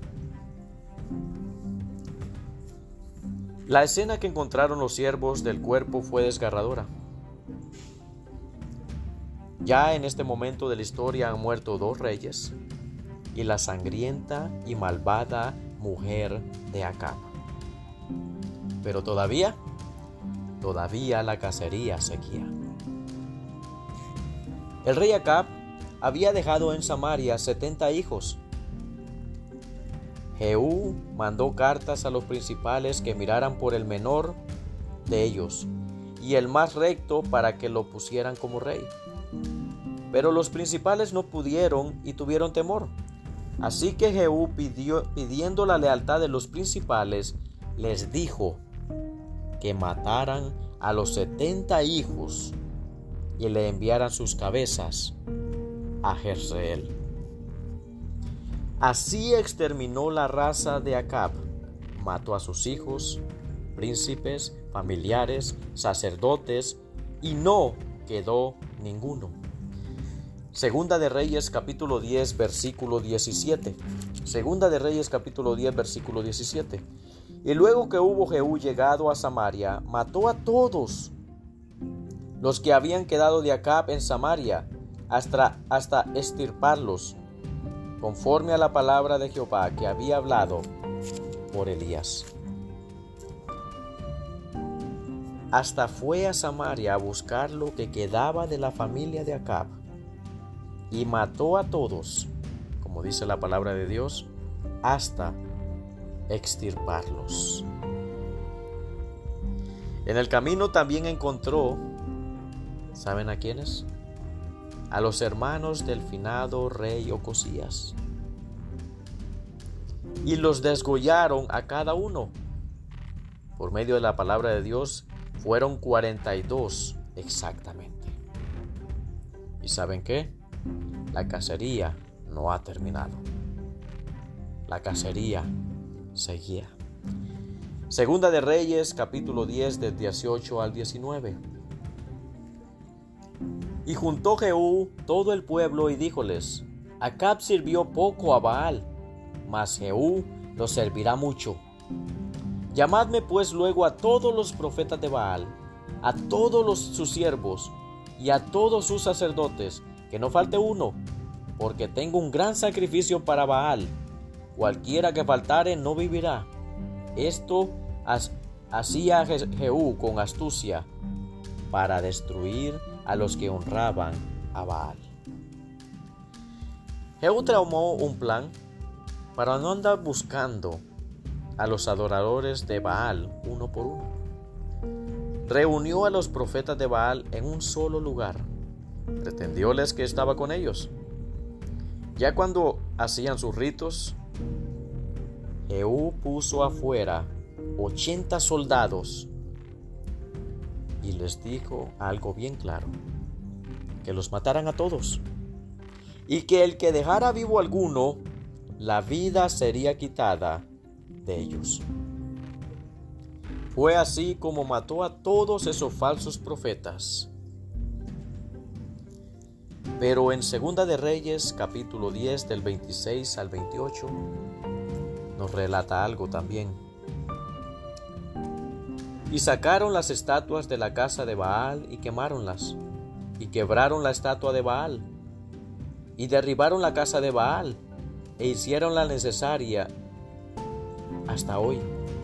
La escena que encontraron los siervos del cuerpo fue desgarradora. Ya en este momento de la historia han muerto dos reyes y la sangrienta y malvada mujer de Acab. Pero todavía la cacería seguía. El rey Acab había dejado en Samaria 70 hijos. Jehú mandó cartas a los principales que miraran por el menor de ellos y el más recto para que lo pusieran como rey. Pero los principales no pudieron y tuvieron temor. Así que Jehú pidiendo la lealtad de los principales, les dijo que mataran a los 70 hijos y le enviaran sus cabezas a Jezreel. Así exterminó la raza de Acab, mató a sus hijos, príncipes, familiares, sacerdotes, y no quedó ninguno. Segunda de Reyes capítulo 10 versículo 17. Segunda de Reyes capítulo 10 versículo 17. Y luego que hubo Jehú llegado a Samaria, mató a todos los que habían quedado de Acab en Samaria, hasta extirparlos, conforme a la palabra de Jehová que había hablado por Elías. Hasta fue a Samaria a buscar lo que quedaba de la familia de Acab, y mató a todos, como dice la palabra de Dios, hasta extirparlos. En el camino también encontró, ¿saben a quiénes? A los hermanos del finado rey Ocosías, y los desgollaron a cada uno. Por medio de la palabra de Dios fueron 42 exactamente. ¿Y saben qué? La cacería no ha terminado. La cacería seguía. Segunda de Reyes, capítulo 10, del 18 al 19. Y juntó Jehú todo el pueblo y díjoles: Acab sirvió poco a Baal, mas Jehú lo servirá mucho. Llamadme pues luego a todos los profetas de Baal, a todos sus siervos y a todos sus sacerdotes, que no falte uno, porque tengo un gran sacrificio para Baal. Cualquiera que faltare no vivirá. Esto hacía Jehú con astucia, para destruir a los que honraban a Baal. Jehú tramó un plan para no andar buscando a los adoradores de Baal uno por uno. Reunió a los profetas de Baal en un solo lugar. Pretendióles que estaba con ellos. Ya cuando hacían sus ritos, Jehú puso afuera 80 soldados y les dijo algo bien claro: que los mataran a todos, y que el que dejara vivo alguno, la vida sería quitada de ellos. Fue así como mató a todos esos falsos profetas. Pero en Segunda de Reyes, capítulo 10, del 26 al 28, nos relata algo también. Y sacaron las estatuas de la casa de Baal y quemáronlas, y quebraron la estatua de Baal, y derribaron la casa de Baal, e hicieron la necesaria hasta hoy.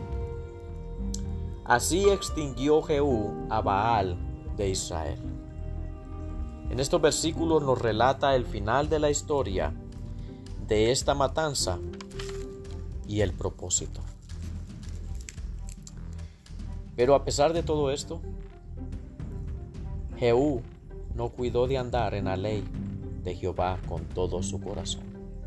Así extinguió Jehú a Baal de Israel. En estos versículos nos relata el final de la historia de esta matanza y el propósito. Pero a pesar de todo esto, Jehú no cuidó de andar en la ley de Jehová con todo su corazón.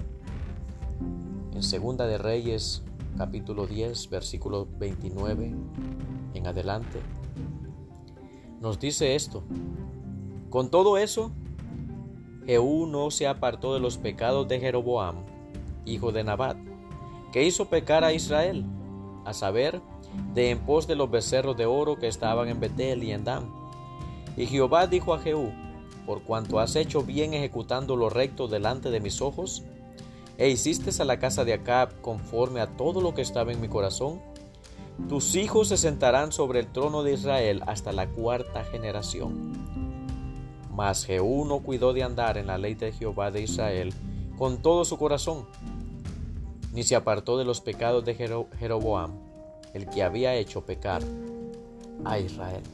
En Segunda de Reyes, capítulo 10, versículo 29 en adelante, nos dice esto: con todo eso, Jehú no se apartó de los pecados de Jeroboam, hijo de Nabat, que hizo pecar a Israel, a saber, de en pos de los becerros de oro que estaban en Betel y en Dan. Y Jehová dijo a Jehú: por cuanto has hecho bien ejecutando lo recto delante de mis ojos, e hiciste a la casa de Acab conforme a todo lo que estaba en mi corazón, tus hijos se sentarán sobre el trono de Israel hasta la 4ª generación. Mas Jehú no cuidó de andar en la ley de Jehová de Israel con todo su corazón, ni se apartó de los pecados de Jeroboam, el que había hecho pecar a Israel.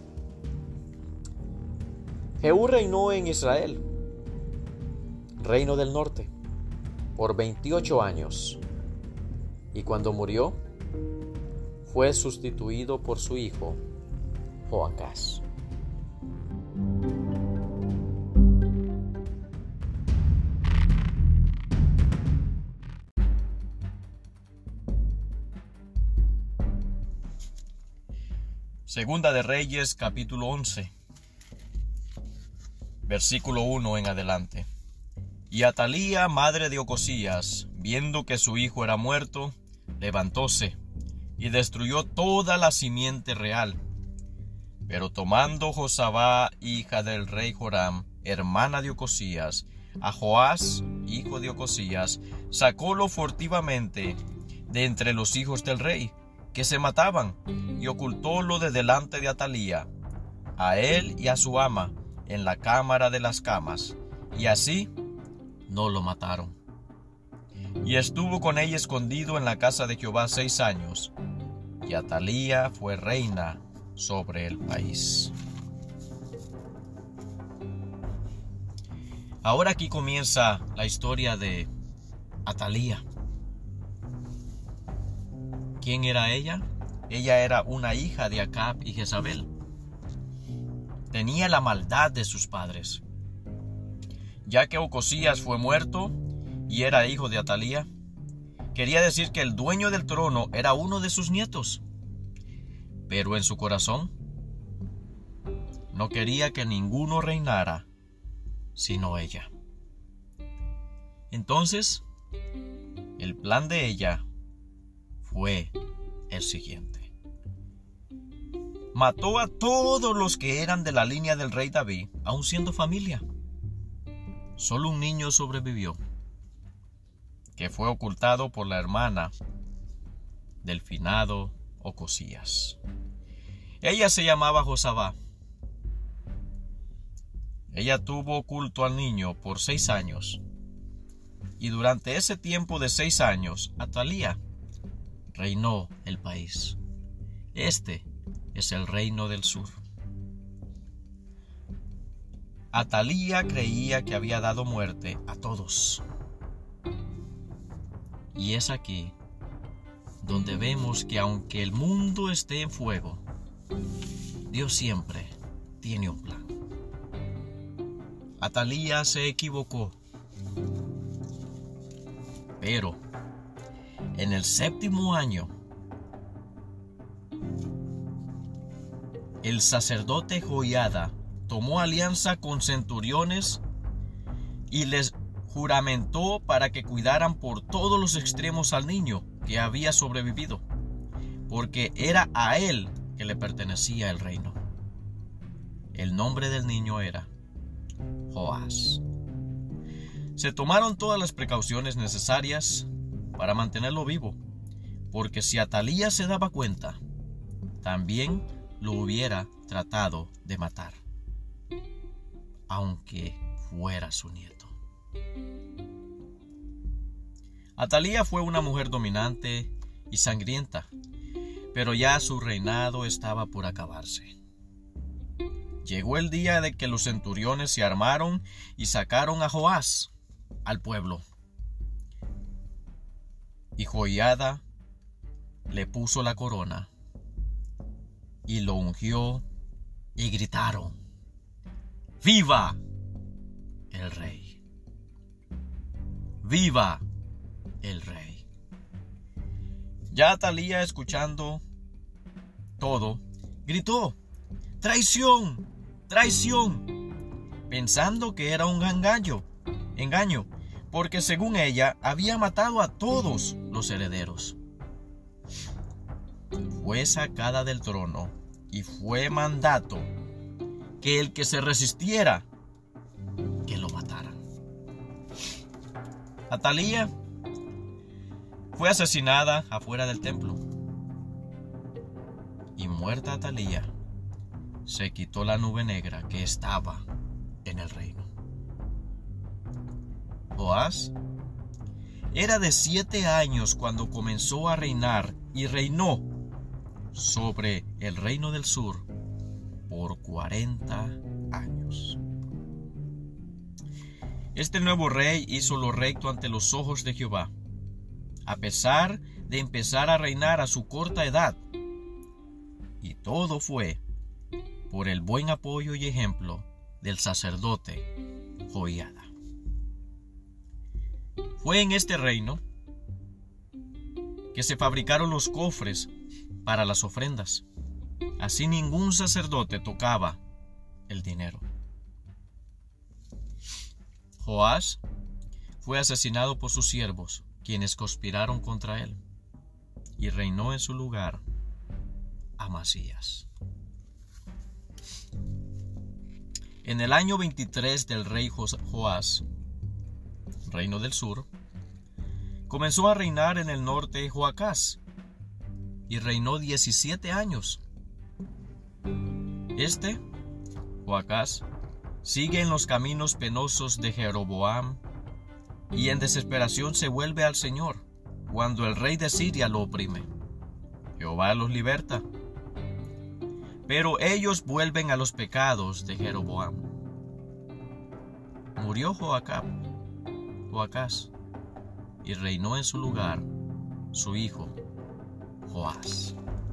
Jehú reinó en Israel, reino del norte, por 28 años, y cuando murió, fue sustituido por su hijo Joacás. Segunda de Reyes, capítulo 11, versículo 1 en adelante. Y Atalía, madre de Ocosías, viendo que su hijo era muerto, levantóse y destruyó toda la simiente real. Pero tomando Josabá, hija del rey Joram, hermana de Ocosías, a Joás, hijo de Ocosías, sacólo furtivamente de entre los hijos del rey, que se mataban, y ocultólo de delante de Atalía. a él y a su ama en la cámara de las camas, y así no lo mataron. Y estuvo con ella escondido en la casa de Jehová 6 años, y Atalía fue reina sobre el país. Ahora aquí comienza la historia de Atalía. ¿Quién era ella? Ella era una hija de Acab y Jezabel. Tenía la maldad de sus padres. Ya que Ocosías fue muerto y era hijo de Atalía, quería decir que el dueño del trono era uno de sus nietos. Pero en su corazón no quería que ninguno reinara sino ella. Entonces, el plan de ella fue el siguiente. Mató a todos los que eran de la línea del rey David, aun siendo familia. Solo un niño sobrevivió, que fue ocultado por la hermana del finado Ocosías. Ella se llamaba Josabá. Ella tuvo oculto al niño por 6 años, y durante ese tiempo de 6 años, Atalía reinó el país. Este es el reino del sur. Atalía creía que había dado muerte a todos. Y es aquí donde vemos que aunque el mundo esté en fuego, Dios siempre tiene un plan. Atalía se equivocó, pero en el 7º año, el sacerdote Joiada tomó alianza con centuriones y les juramentó para que cuidaran por todos los extremos al niño que había sobrevivido, porque era a él que le pertenecía el reino. El nombre del niño era Joás. Se tomaron todas las precauciones necesarias para mantenerlo vivo, porque si Atalía se daba cuenta, también lo hubiera tratado de matar, aunque fuera su nieto. Atalía fue una mujer dominante y sangrienta, pero ya su reinado estaba por acabarse. Llegó el día de que los centuriones se armaron y sacaron a Joás al pueblo. Y Joiada le puso la corona y lo ungió y gritaron: ¡Viva el rey! ¡Viva el rey! Ya Atalía, escuchando todo, gritó: ¡Traición! ¡Traición! Pensando que era un engaño, porque según ella había matado a todos los herederos. Fue sacada del trono y fue mandato que el que se resistiera, que lo mataran. Atalía fue asesinada afuera del templo. Y muerta Atalía, se quitó la nube negra que estaba en el reino. Joás era de 7 años cuando comenzó a reinar y reinó sobre el reino del sur por 40 años. Este nuevo rey hizo lo recto ante los ojos de Jehová, a pesar de empezar a reinar a su corta edad. Y todo fue por el buen apoyo y ejemplo del sacerdote Joiada. Fue en este reino que se fabricaron los cofres para las ofrendas. Así ningún sacerdote tocaba el dinero. Joás fue asesinado por sus siervos, quienes conspiraron contra él, y reinó en su lugar Amasías. En el año 23 del rey Joás, reino del sur, comenzó a reinar en el norte Joacás, y reinó 17 años. Este Joacás, sigue en los caminos penosos de Jeroboam y en desesperación se vuelve al Señor cuando el rey de Siria lo oprime. Jehová los liberta. Pero ellos vuelven a los pecados de Jeroboam. Murió Joacás, y reinó en su lugar su hijo Joás.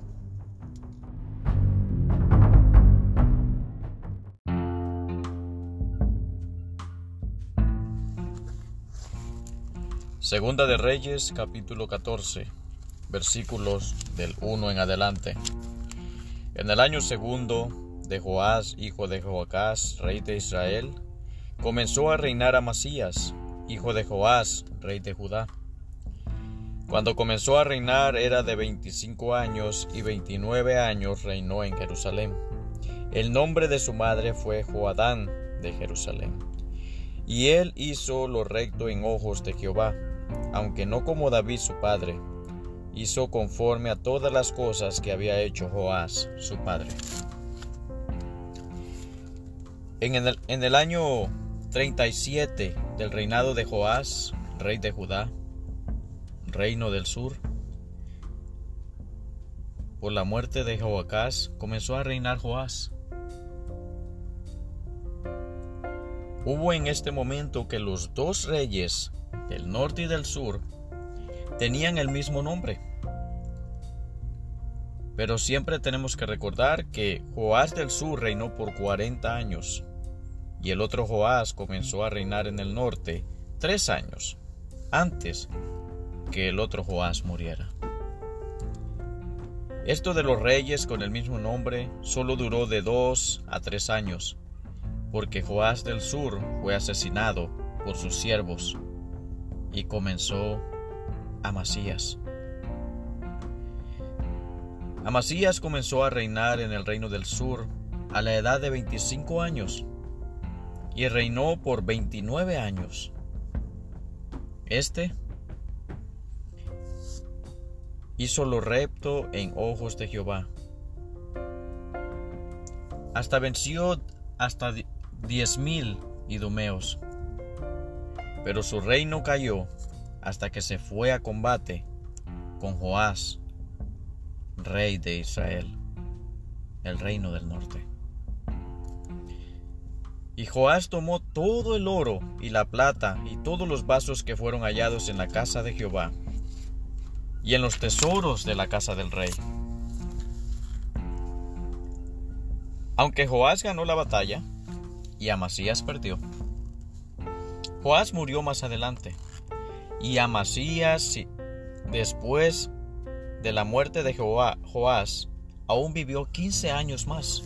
Segunda de Reyes, capítulo 14, versículos del 1 en adelante. En el año segundo de Joás, hijo de Joacás, rey de Israel, comenzó a reinar Amasías, hijo de Joás, rey de Judá. Cuando comenzó a reinar era de 25 años y 29 años reinó en Jerusalén. El nombre de su madre fue Joadán de Jerusalén. Y él hizo lo recto en ojos de Jehová, aunque no como David su padre. Hizo conforme a todas las cosas que había hecho Joás, su padre. En el año 37 del reinado de Joás, rey de Judá, reino del sur, por la muerte de Joacás, comenzó a reinar Joás. Hubo en este momento que los dos reyes del norte y del sur tenían el mismo nombre. Pero siempre tenemos que recordar que Joás del sur reinó por 40 años y el otro Joás comenzó a reinar en el norte 3 años antes que el otro Joás muriera. Esto de los reyes con el mismo nombre solo duró de 2 a 3 años, porque Joás del sur fue asesinado por sus siervos y comenzó Amasías. Amasías comenzó a reinar en el reino del sur a la edad de 25 años y reinó por 29 años. Este hizo lo recto en ojos de Jehová. Hasta venció hasta 10,000 idumeos. Pero su reino cayó hasta que se fue a combate con Joás, rey de Israel, el reino del norte. Y Joás tomó todo el oro y la plata y todos los vasos que fueron hallados en la casa de Jehová y en los tesoros de la casa del rey. Aunque Joás ganó la batalla y Amasías perdió, Joás murió más adelante, y Amasías, después de la muerte de Joás, aún vivió 15 años más.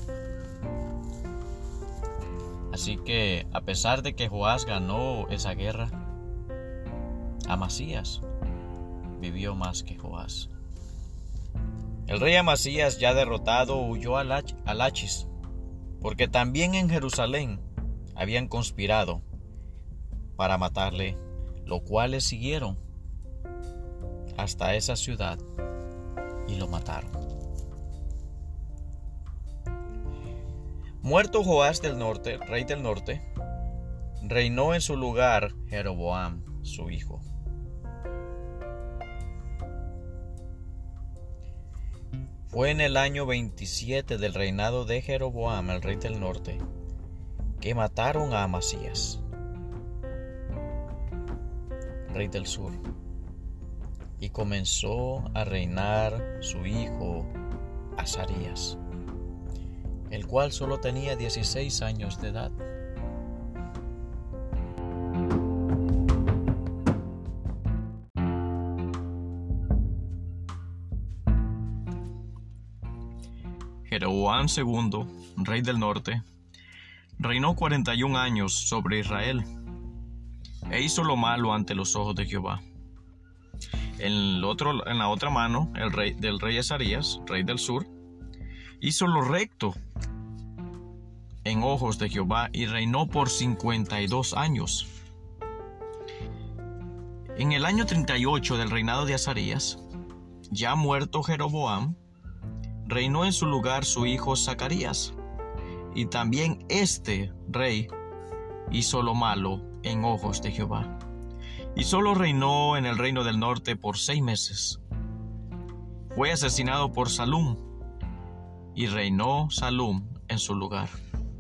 Así que, a pesar de que Joás ganó esa guerra, Amasías vivió más que Joás. El rey Amasías, ya derrotado, huyó a Lachis, porque también en Jerusalén habían conspirado para matarle, lo cual le siguieron hasta esa ciudad y lo mataron. Muerto Joás del norte, rey del norte, reinó en su lugar Jeroboam, su hijo. Fue en el año 27 del reinado de Jeroboam, el rey del norte, que mataron a Amasías, rey del sur, y comenzó a reinar su hijo Azarías, el cual solo tenía 16 años de edad. Jeroboam II, rey del norte, reinó 41 años sobre Israel, e hizo lo malo ante los ojos de Jehová. En la otra mano, el rey Azarías, rey del sur, hizo lo recto en ojos de Jehová y reinó por 52 años. En el año 38 del reinado de Azarías, ya muerto Jeroboam, reinó en su lugar su hijo Zacarías, y también este rey hizo lo malo en ojos de Jehová, y solo reinó en el reino del norte por 6 meses. Fue asesinado por Salum, y reinó Salum en su lugar.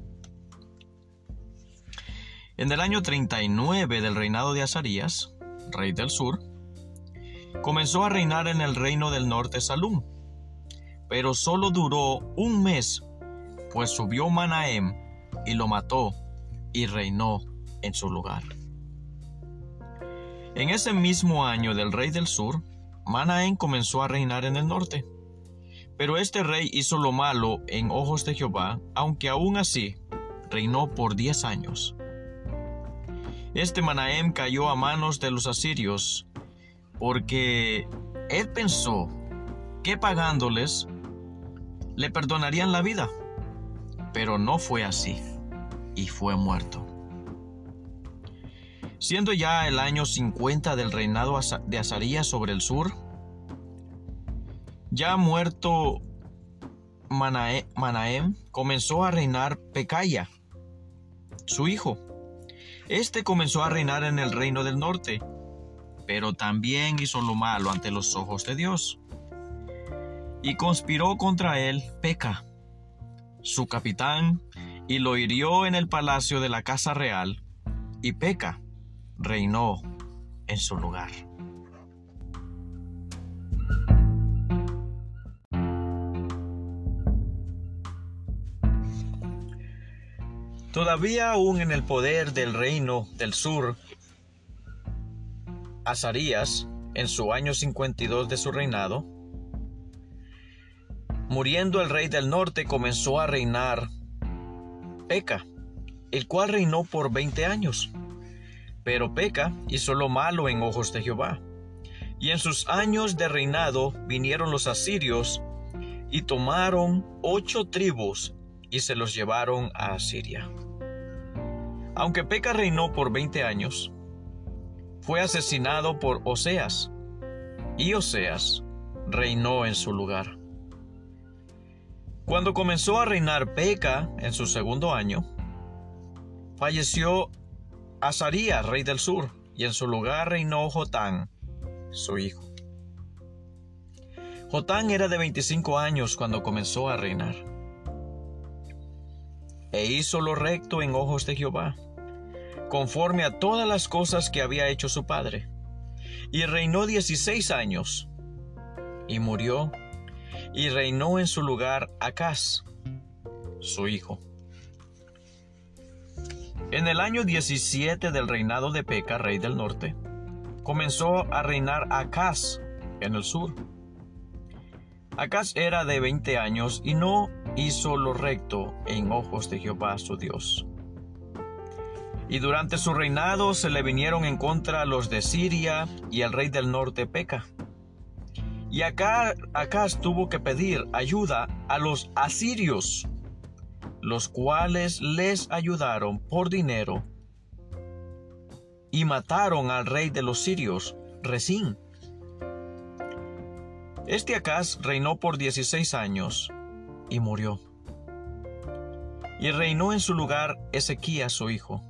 En el año 39 del reinado de Azarías, rey del sur, comenzó a reinar en el reino del norte Salum, pero solo duró 1 mes, pues subió Manahem y lo mató y reinó en su lugar. En ese mismo año del rey del sur, Manahem comenzó a reinar en el norte. Pero este rey hizo lo malo en ojos de Jehová, aunque aún así reinó por 10 años. Este Manahem cayó a manos de los asirios, porque él pensó que pagándoles le perdonarían la vida. Pero no fue así, y fue muerto. Siendo ya el año 50 del reinado de Azarías sobre el sur, ya muerto Manahem, comenzó a reinar Pecaya, su hijo. Este comenzó a reinar en el reino del norte, pero también hizo lo malo ante los ojos de Dios. Y conspiró contra él Peca, su capitán, y lo hirió en el palacio de la casa real, y Peca reinó en su lugar. Todavía aún en el poder del reino del sur, Azarías, en su año 52 de su reinado, muriendo el rey del norte, comenzó a reinar Peca, el cual reinó por 20 años. Pero Peca hizo lo malo en ojos de Jehová. Y en sus años de reinado vinieron los asirios y tomaron 8 tribus y se los llevaron a Asiria. Aunque Peca reinó por 20 años, fue asesinado por Oseas, y Oseas reinó en su lugar. Cuando comenzó a reinar Peca en su segundo año, falleció Azarías, rey del sur, y en su lugar reinó Jotán, su hijo. Jotán era de 25 años cuando comenzó a reinar, e hizo lo recto en ojos de Jehová, conforme a todas las cosas que había hecho su padre, y reinó 16 años, y murió, y reinó en su lugar Acaz, su hijo. En el año 17 del reinado de Peca, rey del norte, comenzó a reinar Acaz en el sur. Acaz era de 20 años y no hizo lo recto en ojos de Jehová su Dios. Y durante su reinado se le vinieron en contra los de Siria y el rey del norte Peca. Y Acaz tuvo que pedir ayuda a los asirios, los cuales les ayudaron por dinero y mataron al rey de los sirios, Resín. Este Acaz reinó por 16 años y murió. Y reinó en su lugar Ezequías su hijo.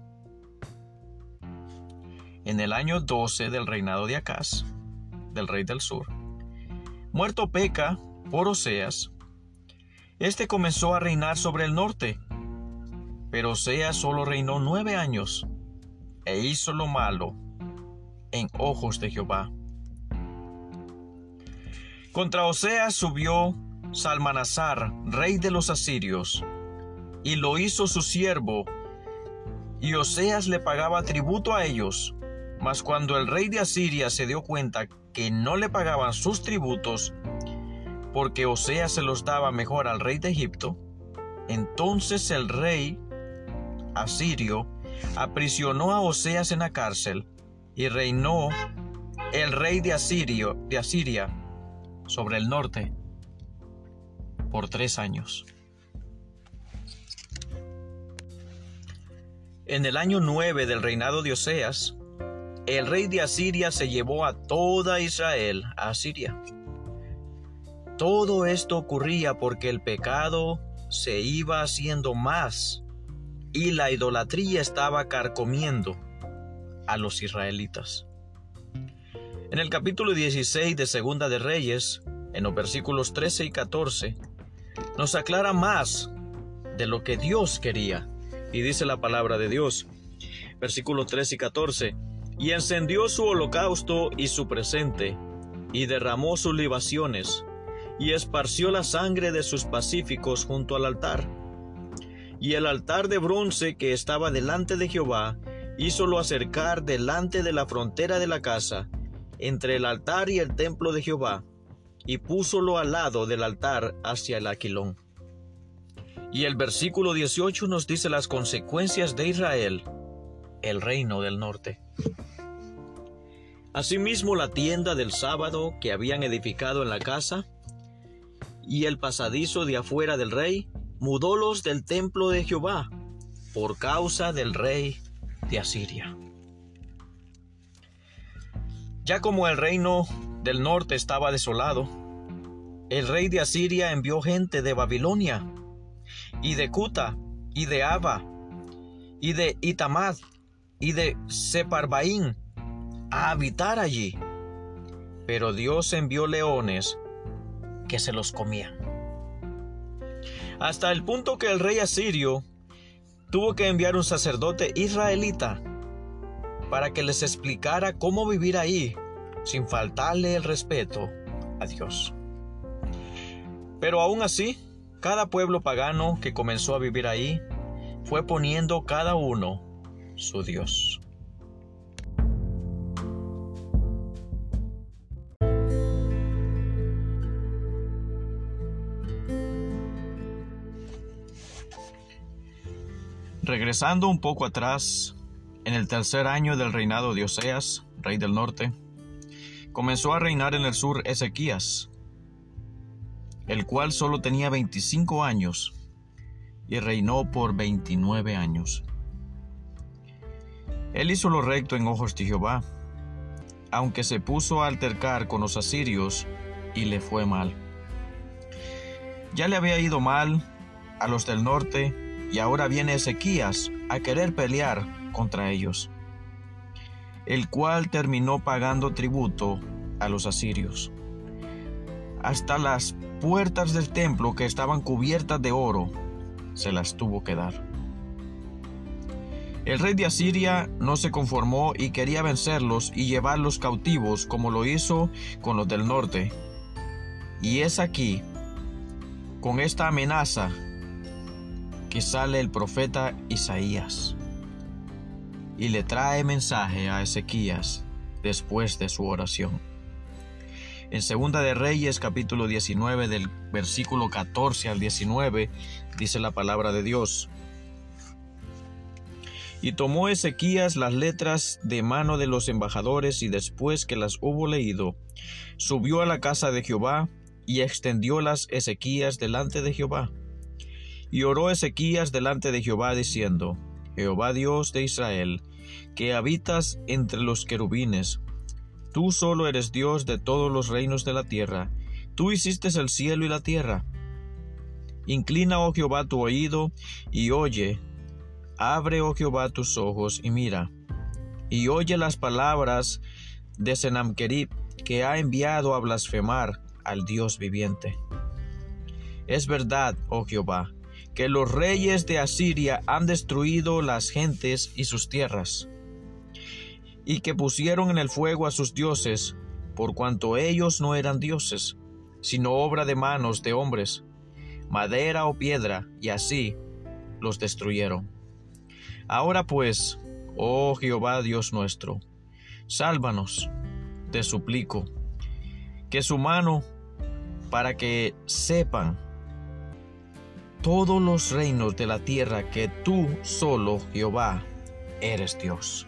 En el año 12 del reinado de Acaz, del rey del sur, muerto Peca por Oseas, este comenzó a reinar sobre el norte, pero Oseas solo reinó 9 años, e hizo lo malo en ojos de Jehová. Contra Oseas subió Salmanasar, rey de los asirios, y lo hizo su siervo, y Oseas le pagaba tributo a ellos. Mas cuando el rey de Asiria se dio cuenta que no le pagaban sus tributos, porque Oseas se los daba mejor al rey de Egipto, entonces el rey asirio aprisionó a Oseas en la cárcel, y reinó el rey de Asiria sobre el norte por 3 años. En el año 9 del reinado de Oseas, el rey de Asiria se llevó a toda Israel a Asiria. Todo esto ocurría porque el pecado se iba haciendo más y la idolatría estaba carcomiendo a los israelitas. En el capítulo 16 de Segunda de Reyes, en los versículos 13 y 14, nos aclara más de lo que Dios quería. Y dice la palabra de Dios, versículos 13 y 14, y encendió su holocausto y su presente, y derramó sus libaciones, y esparció la sangre de sus pacíficos junto al altar. Y el altar de bronce que estaba delante de Jehová, hízolo acercar delante de la frontera de la casa, entre el altar y el templo de Jehová, y púsolo al lado del altar hacia el aquilón. Y el versículo 18 nos dice las consecuencias de Israel, el reino del norte. Asimismo, la tienda del sábado que habían edificado en la casa y el pasadizo de afuera del rey, mudólos del templo de Jehová por causa del rey de Asiria. Ya como el reino del norte estaba desolado, el rey de Asiria envió gente de Babilonia, y de Cuta, y de Ava, y de Itamad, y de Separbaín, a habitar allí. Pero Dios envió leones que se los comían. Hasta el punto que el rey asirio tuvo que enviar un sacerdote israelita para que les explicara cómo vivir ahí sin faltarle el respeto a Dios. Pero aún así, cada pueblo pagano que comenzó a vivir ahí fue poniendo cada uno su Dios. Regresando un poco atrás, en el tercer año del reinado de Oseas, rey del norte, comenzó a reinar en el sur Ezequías, el cual solo tenía 25 años y reinó por 29 años. Él hizo lo recto en ojos de Jehová, aunque se puso a altercar con los asirios y le fue mal. Ya le había ido mal a los del norte y ahora viene Ezequías a querer pelear contra ellos, el cual terminó pagando tributo a los asirios. Hasta las puertas del templo, que estaban cubiertas de oro, se las tuvo que dar. El rey de Asiria no se conformó y quería vencerlos y llevarlos cautivos, como lo hizo con los del norte. Y es aquí, con esta amenaza, que sale el profeta Isaías y le trae mensaje a Ezequías después de su oración. En Segunda de Reyes, capítulo 19, del versículo 14 al 19, dice la palabra de Dios. Y tomó Ezequías las letras de mano de los embajadores, y después que las hubo leído, subió a la casa de Jehová y extendiólas Ezequías delante de Jehová. Y oró Ezequías delante de Jehová diciendo: Jehová Dios de Israel, que habitas entre los querubines, tú solo eres Dios de todos los reinos de la tierra. Tú hiciste el cielo y la tierra. Inclina, oh Jehová, tu oído y oye. Abre, oh Jehová, tus ojos y mira. Y oye las palabras de Sennacherib, que ha enviado a blasfemar al Dios viviente. Es verdad, oh Jehová, que los reyes de Asiria han destruido las gentes y sus tierras, y que pusieron en el fuego a sus dioses, por cuanto ellos no eran dioses, sino obra de manos de hombres, madera o piedra, y así los destruyeron. Ahora pues, oh Jehová Dios nuestro, sálvanos, te suplico, que su mano, para que sepan todos los reinos de la tierra que tú solo, Jehová, eres Dios.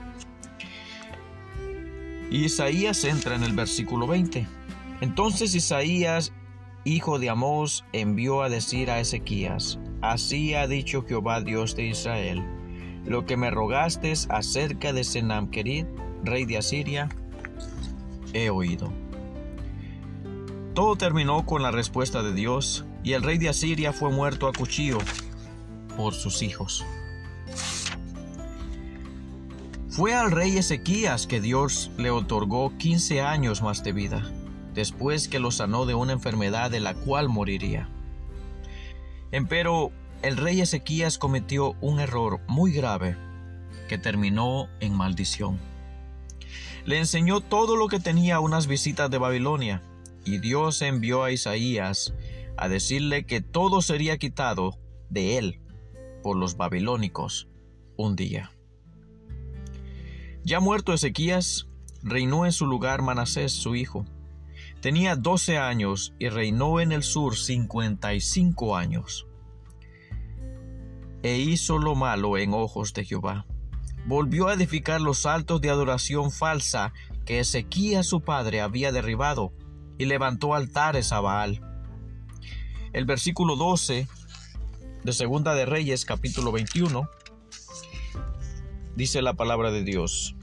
Y Isaías entra en el versículo 20. Entonces Isaías, hijo de Amós, envió a decir a Ezequías: Así ha dicho Jehová Dios de Israel, lo que me rogaste acerca de Sennacherib, rey de Asiria, he oído. Todo terminó con la respuesta de Dios, y el rey de Asiria fue muerto a cuchillo por sus hijos. Fue al rey Ezequías que Dios le otorgó 15 años más de vida, después que lo sanó de una enfermedad de la cual moriría. Empero el rey Ezequías cometió un error muy grave que terminó en maldición. Le enseñó todo lo que tenía a unas visitas de Babilonia, y Dios envió a Isaías a decirle que todo sería quitado de él por los babilónicos un día. Ya muerto Ezequías, reinó en su lugar Manasés su hijo. Tenía 12 años y reinó en el sur 55 años. E hizo lo malo en ojos de Jehová. Volvió a edificar los altos de adoración falsa que Ezequías su padre había derribado, y levantó altares a Baal. El versículo 12 de Segunda de Reyes, capítulo 21, dice la palabra de Dios: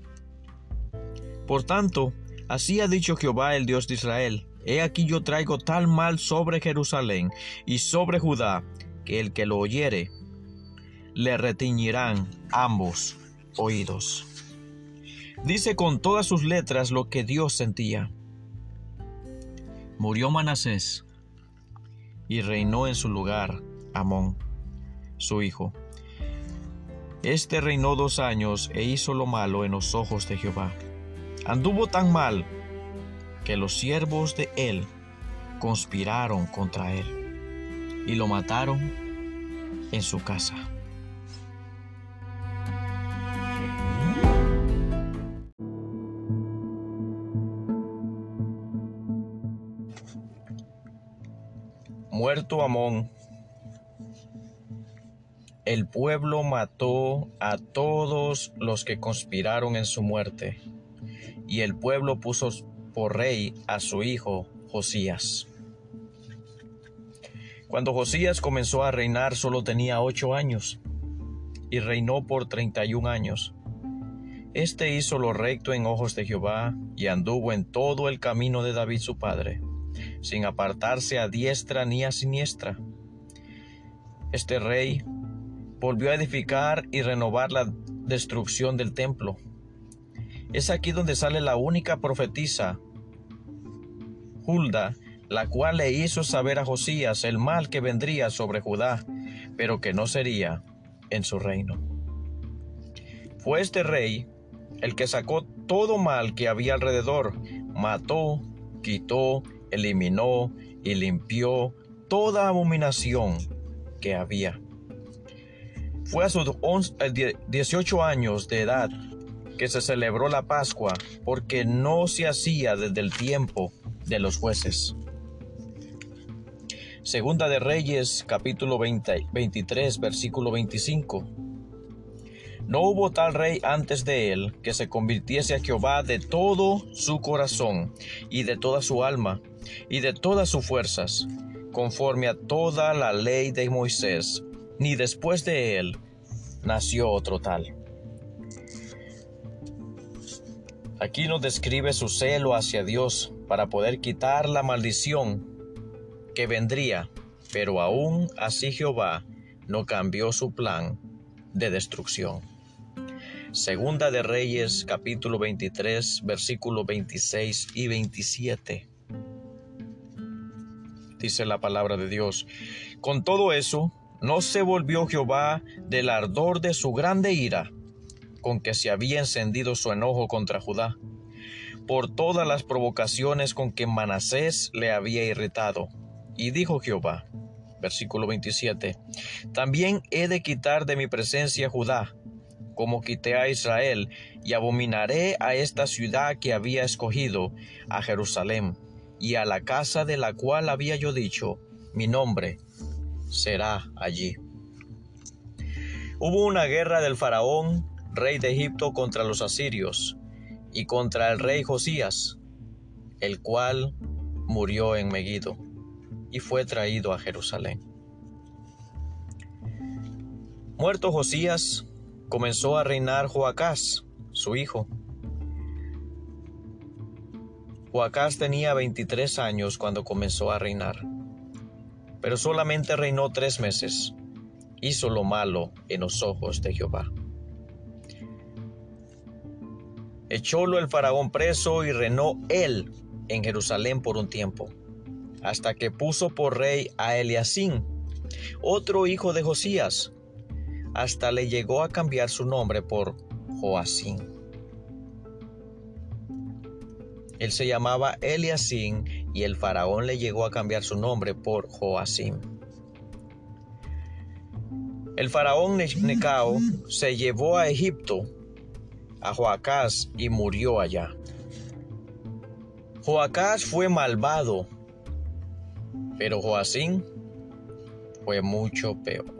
Por tanto, así ha dicho Jehová, el Dios de Israel: He aquí yo traigo tal mal sobre Jerusalén y sobre Judá, que el que lo oyere, le retiñirán ambos oídos. Dice con todas sus letras lo que Dios sentía. Murió Manasés, y reinó en su lugar Amón, su hijo. Este reinó 2 años e hizo lo malo en los ojos de Jehová. Anduvo tan mal que los siervos de él conspiraron contra él y lo mataron en su casa. Muerto Amón, el pueblo mató a todos los que conspiraron en su muerte, y el pueblo puso por rey a su hijo Josías. Cuando Josías comenzó a reinar, solo tenía 8 años, y reinó por 31 años. Este hizo lo recto en ojos de Jehová, y anduvo en todo el camino de David su padre, sin apartarse a diestra ni a siniestra. Este rey volvió a edificar y renovar la destrucción del templo. Es aquí donde sale la única profetisa, Hulda, la cual le hizo saber a Josías el mal que vendría sobre Judá, pero que no sería en su reino. Fue este rey el que sacó todo mal que había alrededor, mató, quitó, eliminó y limpió toda abominación que había. Fue a sus 18 años de edad que se celebró la Pascua, porque no se hacía desde el tiempo de los jueces. Segunda de Reyes, capítulo 23, versículo 25. No hubo tal rey antes de él que se convirtiese a Jehová de todo su corazón y de toda su alma y de todas sus fuerzas, conforme a toda la ley de Moisés, ni después de él nació otro tal. Aquí nos describe su celo hacia Dios para poder quitar la maldición que vendría, pero aún así Jehová no cambió su plan de destrucción. Segunda de Reyes, capítulo 23, versículos 26 y 27. Dice la palabra de Dios: Con todo eso, no se volvió Jehová del ardor de su grande ira, con que se había encendido su enojo contra Judá, por todas las provocaciones con que Manasés le había irritado. Y dijo Jehová, versículo 27, También he de quitar de mi presencia Judá, como quité a Israel, y abominaré a esta ciudad que había escogido, a Jerusalén, y a la casa de la cual había yo dicho, mi nombre será allí. Hubo una guerra del faraón, rey de Egipto, contra los asirios, y contra el rey Josías, el cual murió en Megiddo, y fue traído a Jerusalén. Muerto Josías, comenzó a reinar Joacás, su hijo. Joacás tenía 23 años cuando comenzó a reinar. pero solamente reinó 3 meses. Hizo lo malo en los ojos de Jehová. Echólo el faraón preso y reinó él en Jerusalén por un tiempo, hasta que puso por rey a Eliacim, otro hijo de Josías, hasta le llegó a cambiar su nombre por Joacim. Él se llamaba Eliacim y el faraón le llegó a cambiar su nombre por Joacim. El faraón Necao se llevó a Egipto a Joacás y murió allá. Joacás fue malvado, pero Joacim fue mucho peor.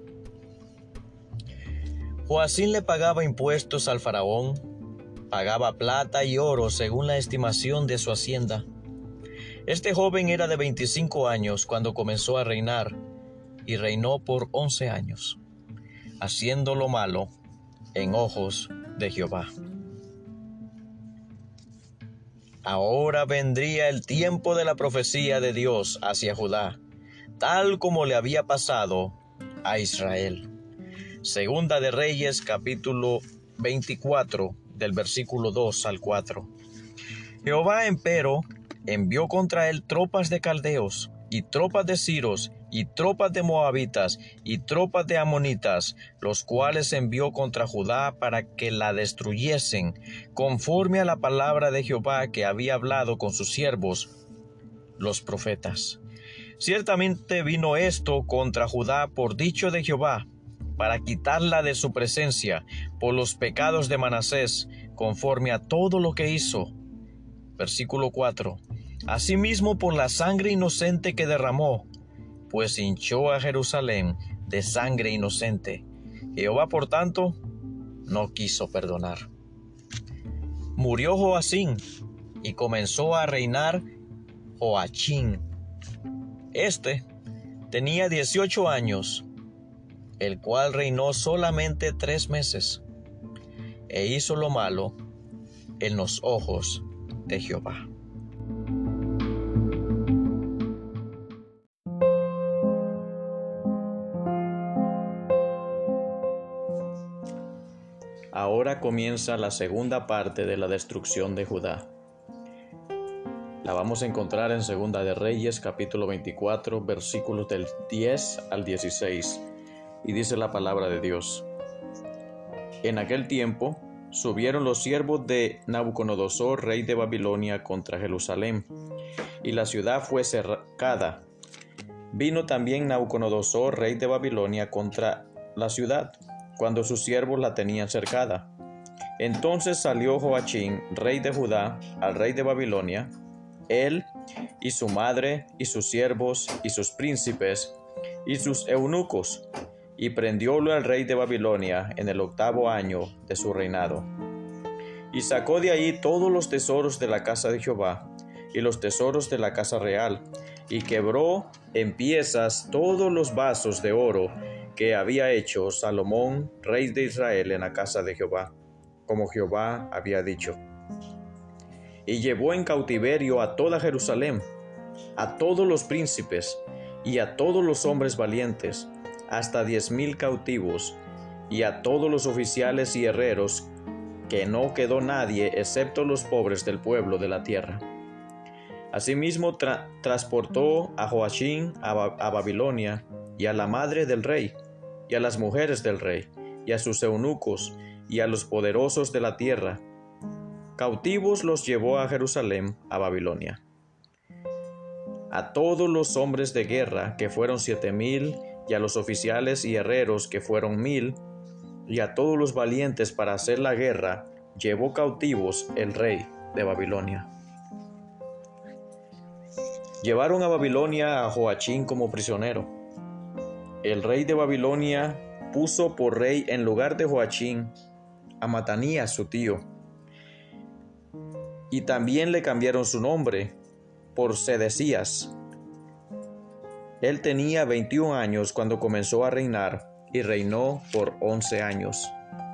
Joacim le pagaba impuestos al faraón, pagaba plata y oro según la estimación de su hacienda. Este joven era de 25 años cuando comenzó a reinar y reinó por 11 años, haciendo lo malo en ojos de Jehová. Ahora vendría el tiempo de la profecía de Dios hacia Judá, tal como le había pasado a Israel. Segunda de Reyes, capítulo 24, del versículo 2 al 4. Jehová, empero, envió contra él tropas de caldeos, y tropas de siros, y tropas de moabitas, y tropas de amonitas, los cuales envió contra Judá para que la destruyesen, conforme a la palabra de Jehová que había hablado con sus siervos, los profetas. Ciertamente vino esto contra Judá por dicho de Jehová, para quitarla de su presencia, por los pecados de Manasés, conforme a todo lo que hizo. Versículo 4. Asimismo por la sangre inocente que derramó, pues hinchó a Jerusalén de sangre inocente. Jehová, por tanto, no quiso perdonar. Murió Joacim y comenzó a reinar Joachim. Este tenía 18 años, el cual reinó solamente 3 meses, e hizo lo malo en los ojos de Jehová. Ahora comienza la segunda parte de la destrucción de Judá. La vamos a encontrar en Segunda de Reyes, capítulo 24, versículos del 10 al 16. Y dice la palabra de Dios: En aquel tiempo subieron los siervos de Nabucodonosor, rey de Babilonia, contra Jerusalén, y la ciudad fue cercada. Vino también Nabucodonosor, rey de Babilonia, contra la ciudad, cuando sus siervos la tenían cercada. Entonces salió Joachim, rey de Judá, al rey de Babilonia, él y su madre y sus siervos y sus príncipes y sus eunucos, y prendiólo al rey de Babilonia en el 8º año de su reinado. Y sacó de allí todos los tesoros de la casa de Jehová y los tesoros de la casa real, y quebró en piezas todos los vasos de oro que había hecho Salomón, rey de Israel, en la casa de Jehová, como Jehová había dicho. Y llevó en cautiverio a toda Jerusalén, a todos los príncipes y a todos los hombres valientes, hasta 10,000 cautivos, y a todos los oficiales y herreros, que no quedó nadie excepto los pobres del pueblo de la tierra. Asimismo transportó a Joachim a Babilonia, y a la madre del rey, y a las mujeres del rey, y a sus eunucos, y a los poderosos de la tierra. Cautivos los llevó a Jerusalén, a Babilonia. A todos los hombres de guerra, que fueron 7,000, y a los oficiales y herreros, que fueron 1,000, y a todos los valientes para hacer la guerra, llevó cautivos el rey de Babilonia. Llevaron a Babilonia a Joachim como prisionero. El rey de Babilonia puso por rey en lugar de Joachim a Matanías su tío, y también le cambiaron su nombre por Sedecías. Él tenía 21 años cuando comenzó a reinar, y reinó por 11 años.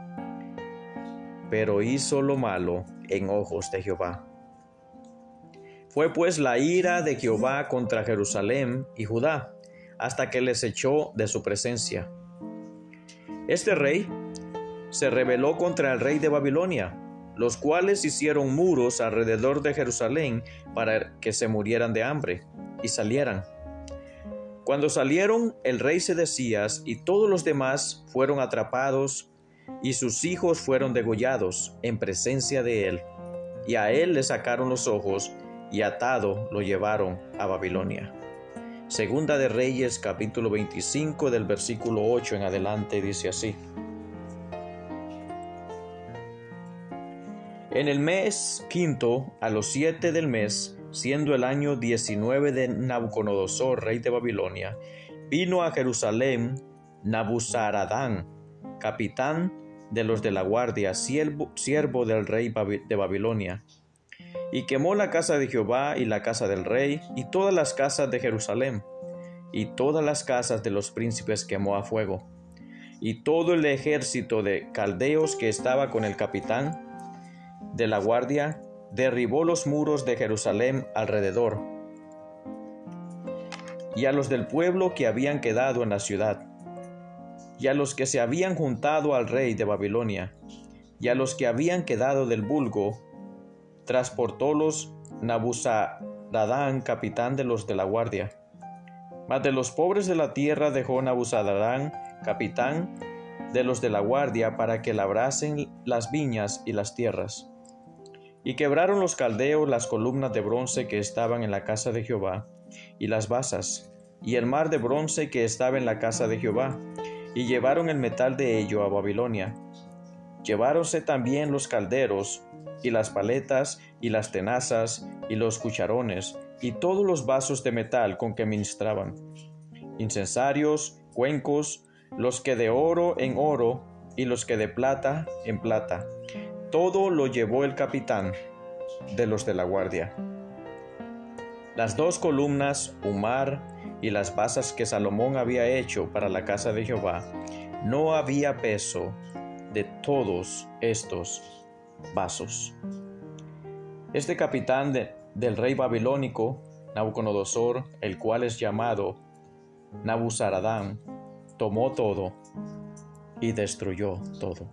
Pero hizo lo malo en ojos de Jehová. Fue pues la ira de Jehová contra Jerusalén y Judá, hasta que les echó de su presencia. Este rey se rebeló contra el rey de Babilonia, los cuales hicieron muros alrededor de Jerusalén para que se murieran de hambre y salieran. Cuando salieron, el rey Sedecías y todos los demás fueron atrapados y sus hijos fueron degollados en presencia de él, y a él le sacaron los ojos y atado lo llevaron a Babilonia. Segunda de Reyes, capítulo 25, del versículo 8 en adelante, dice así: En el mes quinto, a los 7 del mes, siendo el año 19 de Nabucodonosor, rey de Babilonia, vino a Jerusalén Nabuzaradán, capitán de los de la guardia, siervo del rey de Babilonia, y quemó la casa de Jehová y la casa del rey y todas las casas de Jerusalén, y todas las casas de los príncipes quemó a fuego, y todo el ejército de caldeos que estaba con el capitán de la guardia derribó los muros de Jerusalén alrededor, y a los del pueblo que habían quedado en la ciudad, y a los que se habían juntado al rey de Babilonia, y a los que habían quedado del vulgo, transportólos Nabuzaradán, capitán de los de la guardia. Mas de los pobres de la tierra dejó Nabuzaradán, capitán de los de la guardia, para que labrasen las viñas y las tierras. Y quebraron los caldeos las columnas de bronce que estaban en la casa de Jehová, y las basas, y el mar de bronce que estaba en la casa de Jehová, y llevaron el metal de ello a Babilonia. Lleváronse también los calderos, y las paletas, y las tenazas, y los cucharones, y todos los vasos de metal con que ministraban, incensarios, cuencos, los que de oro en oro, y los que de plata en plata. Todo lo llevó el capitán de los de la guardia. Las 2 columnas, Umar, y las basas que Salomón había hecho para la casa de Jehová, no había peso de todos estos vasos. Este capitán del rey babilónico, Nabucodonosor, el cual es llamado Nabuzaradán, tomó todo y destruyó todo.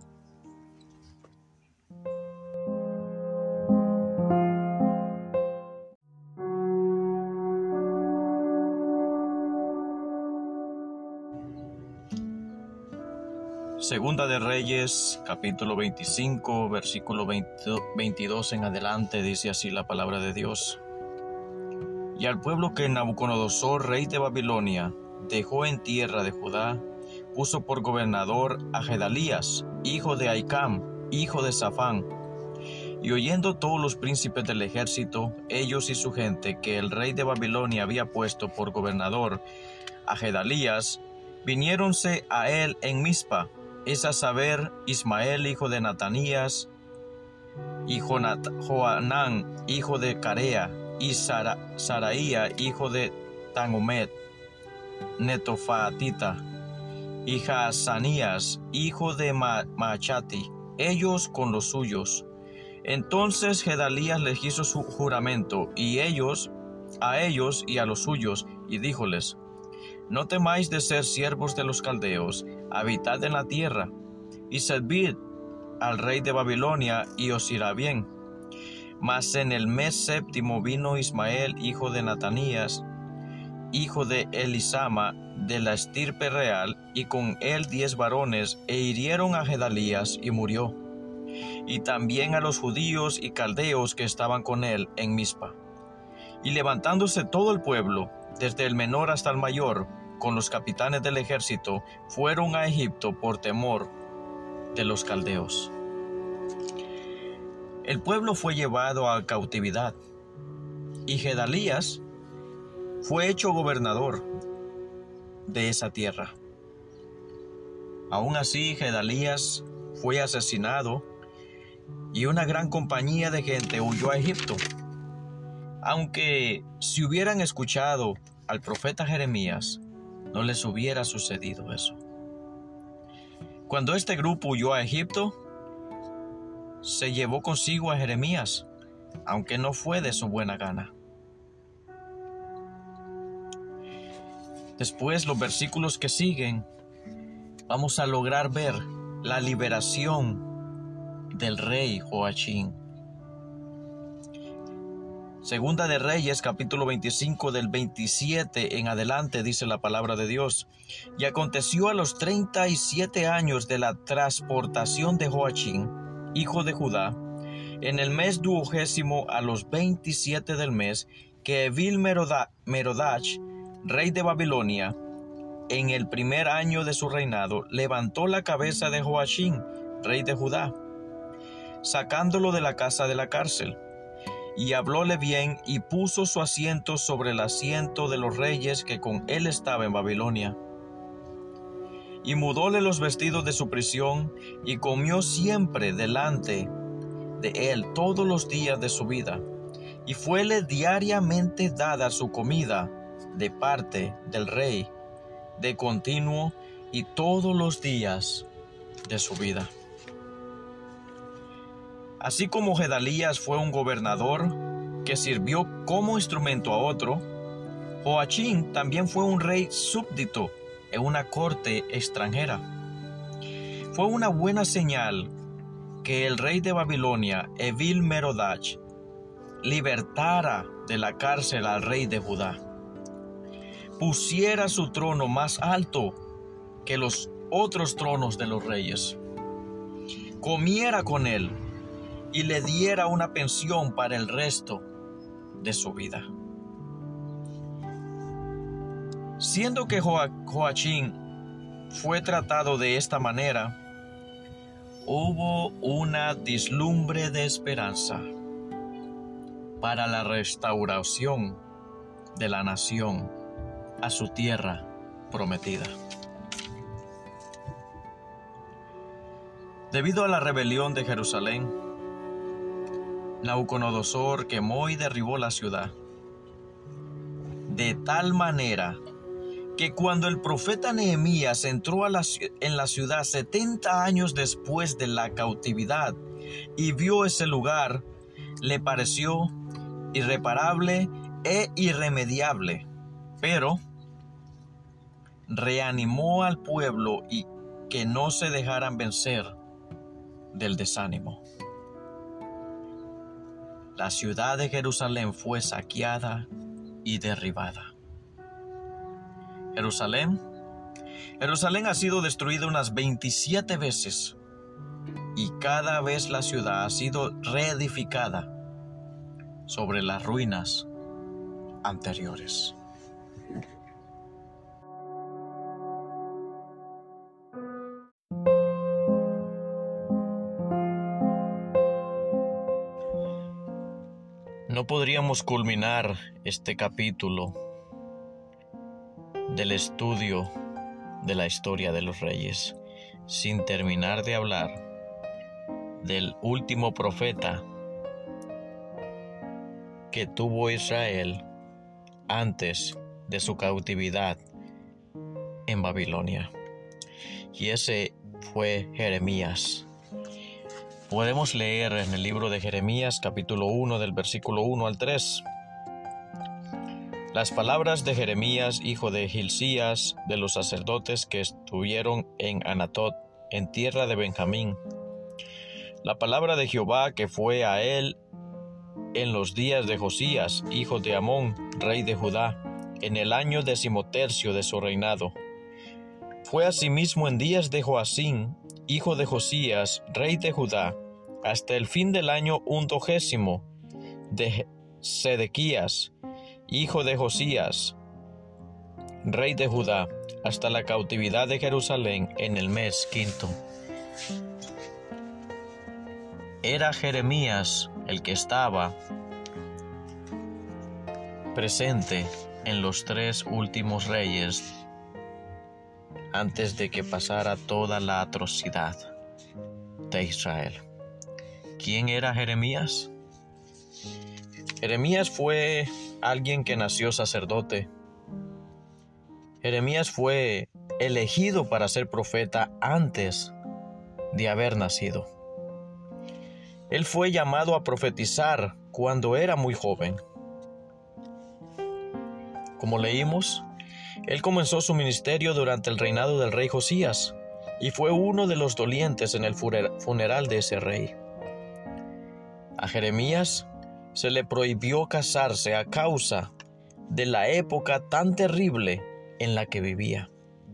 Segunda de Reyes, capítulo 25, versículo 22 en adelante, dice así la palabra de Dios. Y al pueblo que Nabucodonosor, rey de Babilonia, dejó en tierra de Judá, puso por gobernador a Gedalías, hijo de Ahicam, hijo de Safán. Y oyendo todos los príncipes del ejército, ellos y su gente, que el rey de Babilonia había puesto por gobernador a Gedalías, viniéronse a él en Mizpa, es a saber, Ismael, hijo de Natanías, y Joanán, hijo de Carea, y Saraía, hijo de Tanhumet, Netofatita, y Jaazanías, hijo de Maachati, ellos con los suyos. Entonces Gedalías les hizo su juramento, y ellos a ellos y a los suyos, y díjoles: No temáis de ser siervos de los caldeos, habitad en la tierra, y servid al rey de Babilonia, y os irá bien. Mas en el mes séptimo vino Ismael, hijo de Natanías, hijo de Elisama, de la estirpe real, y con él 10 varones, e hirieron a Gedalías, y murió, y también a los judíos y caldeos que estaban con él en Mizpa. Y levantándose todo el pueblo, desde el menor hasta el mayor, con los capitanes del ejército, fueron a Egipto por temor de los caldeos. El pueblo fue llevado a cautividad, y Gedalías fue hecho gobernador de esa tierra. Aún así, Gedalías fue asesinado, y una gran compañía de gente huyó a Egipto. Aunque si hubieran escuchado al profeta Jeremías, no les hubiera sucedido eso. Cuando este grupo huyó a Egipto, se llevó consigo a Jeremías, aunque no fue de su buena gana. Después, los versículos que siguen, vamos a lograr ver la liberación del rey Joachín. Segunda de Reyes, capítulo 25, del 27 en adelante, dice la palabra de Dios. Y aconteció a los 37 años de la transportación de Joachín, hijo de Judá, en el mes 20, a los 27 del mes, que Evil-Merodach, rey de Babilonia, en el primer año de su reinado, levantó la cabeza de Joachín, rey de Judá, sacándolo de la casa de la cárcel. Y hablóle bien y puso su asiento sobre el asiento de los reyes que con él estaba en Babilonia. Y mudóle los vestidos de su prisión y comió siempre delante de él todos los días de su vida. Y fuele diariamente dada su comida de parte del rey de continuo y todos los días de su vida. Así como Gedalías fue un gobernador que sirvió como instrumento a otro, Joachín también fue un rey súbdito en una corte extranjera. Fue una buena señal que el rey de Babilonia, Evil-Merodach, libertara de la cárcel al rey de Judá, pusiera su trono más alto que los otros tronos de los reyes, comiera con él y le diera una pensión para el resto de su vida. Siendo que Joachín fue tratado de esta manera, hubo una vislumbre de esperanza para la restauración de la nación a su tierra prometida. Debido a la rebelión de Jerusalén, Nabucodonosor quemó y derribó la ciudad, de tal manera que cuando el profeta Nehemías entró en la ciudad 70 años después de la cautividad y vio ese lugar, le pareció irreparable e irremediable, pero reanimó al pueblo y que no se dejaran vencer del desánimo. La ciudad de Jerusalén fue saqueada y derribada. Jerusalén ha sido destruida unas 27 veces y cada vez la ciudad ha sido reedificada sobre las ruinas anteriores. No podríamos culminar este capítulo del estudio de la historia de los reyes sin terminar de hablar del último profeta que tuvo Israel antes de su cautividad en Babilonia. Y ese fue Jeremías. Podemos leer en el libro de Jeremías, capítulo 1, del versículo 1 al 3. Las palabras de Jeremías, hijo de Hilcías, de los sacerdotes que estuvieron en Anatot, en tierra de Benjamín. La palabra de Jehová que fue a él en los días de Josías, hijo de Amón, rey de Judá, en el año 13º de su reinado. Fue asimismo en días de Joacim, hijo de Josías, rey de Judá, hasta el fin del año 12º de Sedequías, hijo de Josías, rey de Judá, hasta la cautividad de Jerusalén en el mes 5. Era Jeremías el que estaba presente en los 3 últimos reyes antes de que pasara toda la atrocidad de Israel. ¿Quién era Jeremías? Jeremías fue alguien que nació sacerdote. Jeremías fue elegido para ser profeta antes de haber nacido. Él fue llamado a profetizar cuando era muy joven. Como leímos, Él comenzó su ministerio durante el reinado del rey Josías y fue uno de los dolientes en el funeral de ese rey. A Jeremías se le prohibió casarse a causa de la época tan terrible en la que vivía.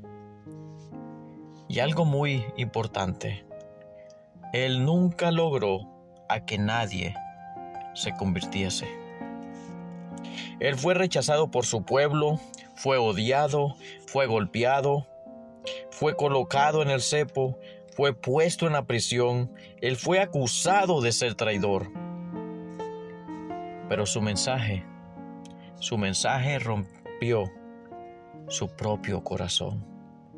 Y algo muy importante, él nunca logró a que nadie se convirtiese. Él fue rechazado por su pueblo, fue odiado, fue golpeado, fue colocado en el cepo, fue puesto en la prisión, él fue acusado de ser traidor. Pero su mensaje rompió su propio corazón.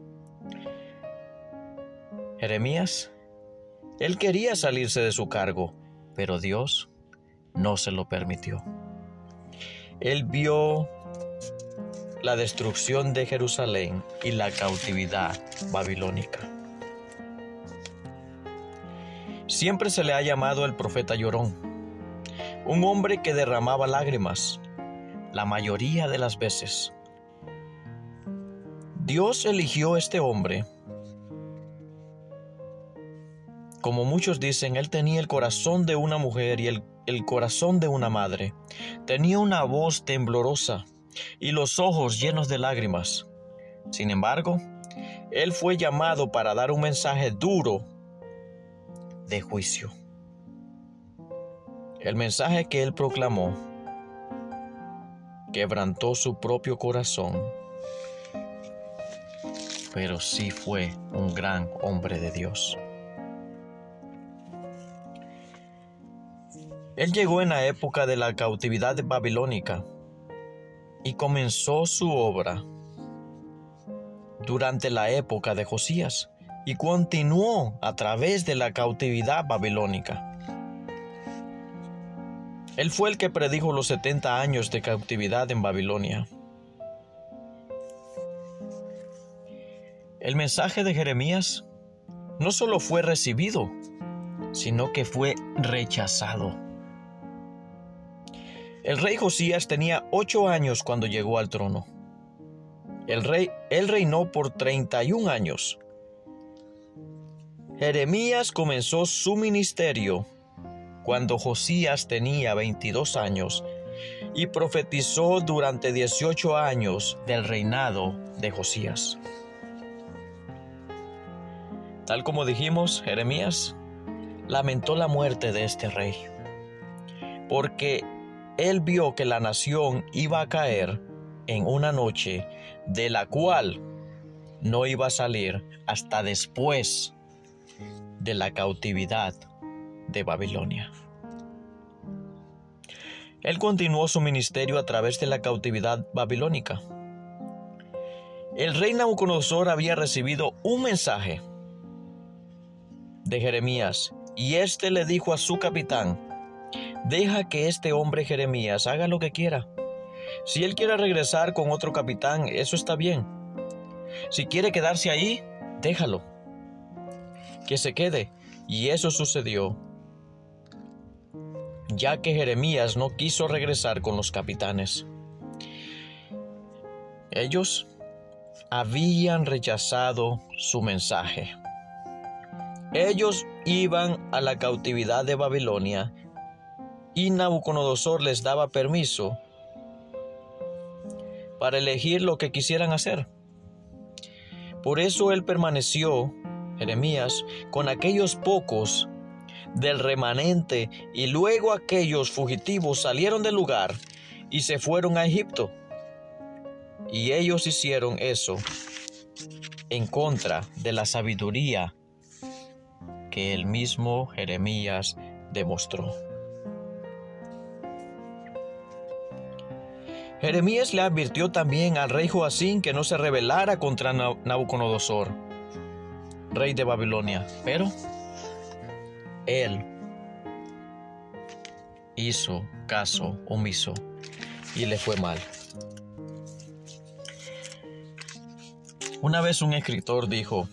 Jeremías, él quería salirse de su cargo, pero Dios no se lo permitió. Él vio la destrucción de Jerusalén y la cautividad babilónica. Siempre se le ha llamado el profeta llorón, un hombre que derramaba lágrimas la mayoría de las veces. Dios eligió a este hombre. Como muchos dicen, él tenía el corazón de una mujer y el corazón de una madre. Tenía una voz temblorosa y los ojos llenos de lágrimas. Sin embargo, él fue llamado para dar un mensaje duro de juicio. El mensaje que él proclamó quebrantó su propio corazón, pero sí fue un gran hombre de Dios. Él llegó en la época de la cautividad babilónica y comenzó su obra durante la época de Josías y continuó a través de la cautividad babilónica. Él fue el que predijo los 70 años de cautividad en Babilonia. El mensaje de Jeremías no solo fue recibido, sino que fue rechazado. El rey Josías tenía 8 años cuando llegó al trono. Él reinó por 31 años. Jeremías comenzó su ministerio cuando Josías tenía 22 años y profetizó durante 18 años del reinado de Josías. Tal como dijimos, Jeremías lamentó la muerte de este rey, porque él vio que la nación iba a caer en una noche de la cual no iba a salir hasta después de la cautividad de Babilonia. Él continuó su ministerio a través de la cautividad babilónica. El rey Nabucodonosor había recibido un mensaje de Jeremías y éste le dijo a su capitán: deja que este hombre Jeremías haga lo que quiera. Si él quiere regresar con otro capitán, eso está bien. Si quiere quedarse ahí, déjalo, que se quede. Y eso sucedió, ya que Jeremías no quiso regresar con los capitanes. Ellos habían rechazado su mensaje. Ellos iban a la cautividad de Babilonia y Nabucodonosor les daba permiso para elegir lo que quisieran hacer. Por eso él permaneció, Jeremías, con aquellos pocos del remanente, y luego aquellos fugitivos salieron del lugar y se fueron a Egipto. Y ellos hicieron eso en contra de la sabiduría que el mismo Jeremías demostró. Jeremías le advirtió también al rey Joacín que no se rebelara contra Nabucodonosor, rey de Babilonia, pero él hizo caso omiso y le fue mal. Una vez un escritor dijo: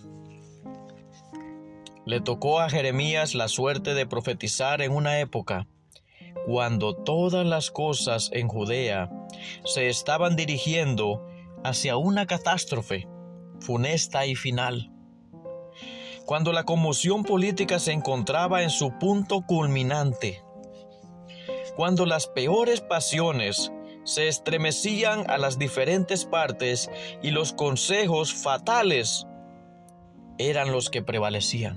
le tocó a Jeremías la suerte de profetizar en una época cuando todas las cosas en Judea se estaban dirigiendo hacia una catástrofe funesta y final. Cuando la conmoción política se encontraba en su punto culminante, cuando las peores pasiones se estremecían a las diferentes partes y los consejos fatales eran los que prevalecían.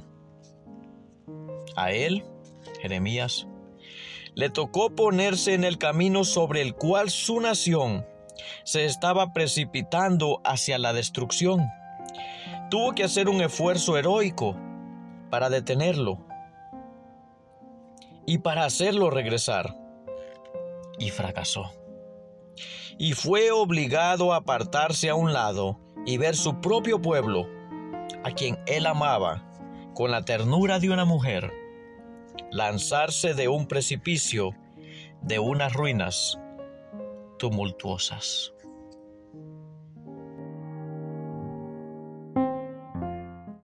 A él, Jeremías, le tocó ponerse en el camino sobre el cual su nación se estaba precipitando hacia la destrucción. Tuvo que hacer un esfuerzo heroico para detenerlo y para hacerlo regresar, y fracasó. Y fue obligado a apartarse a un lado y ver su propio pueblo, a quien él amaba con la ternura de una mujer, lanzarse de un precipicio, de unas ruinas tumultuosas.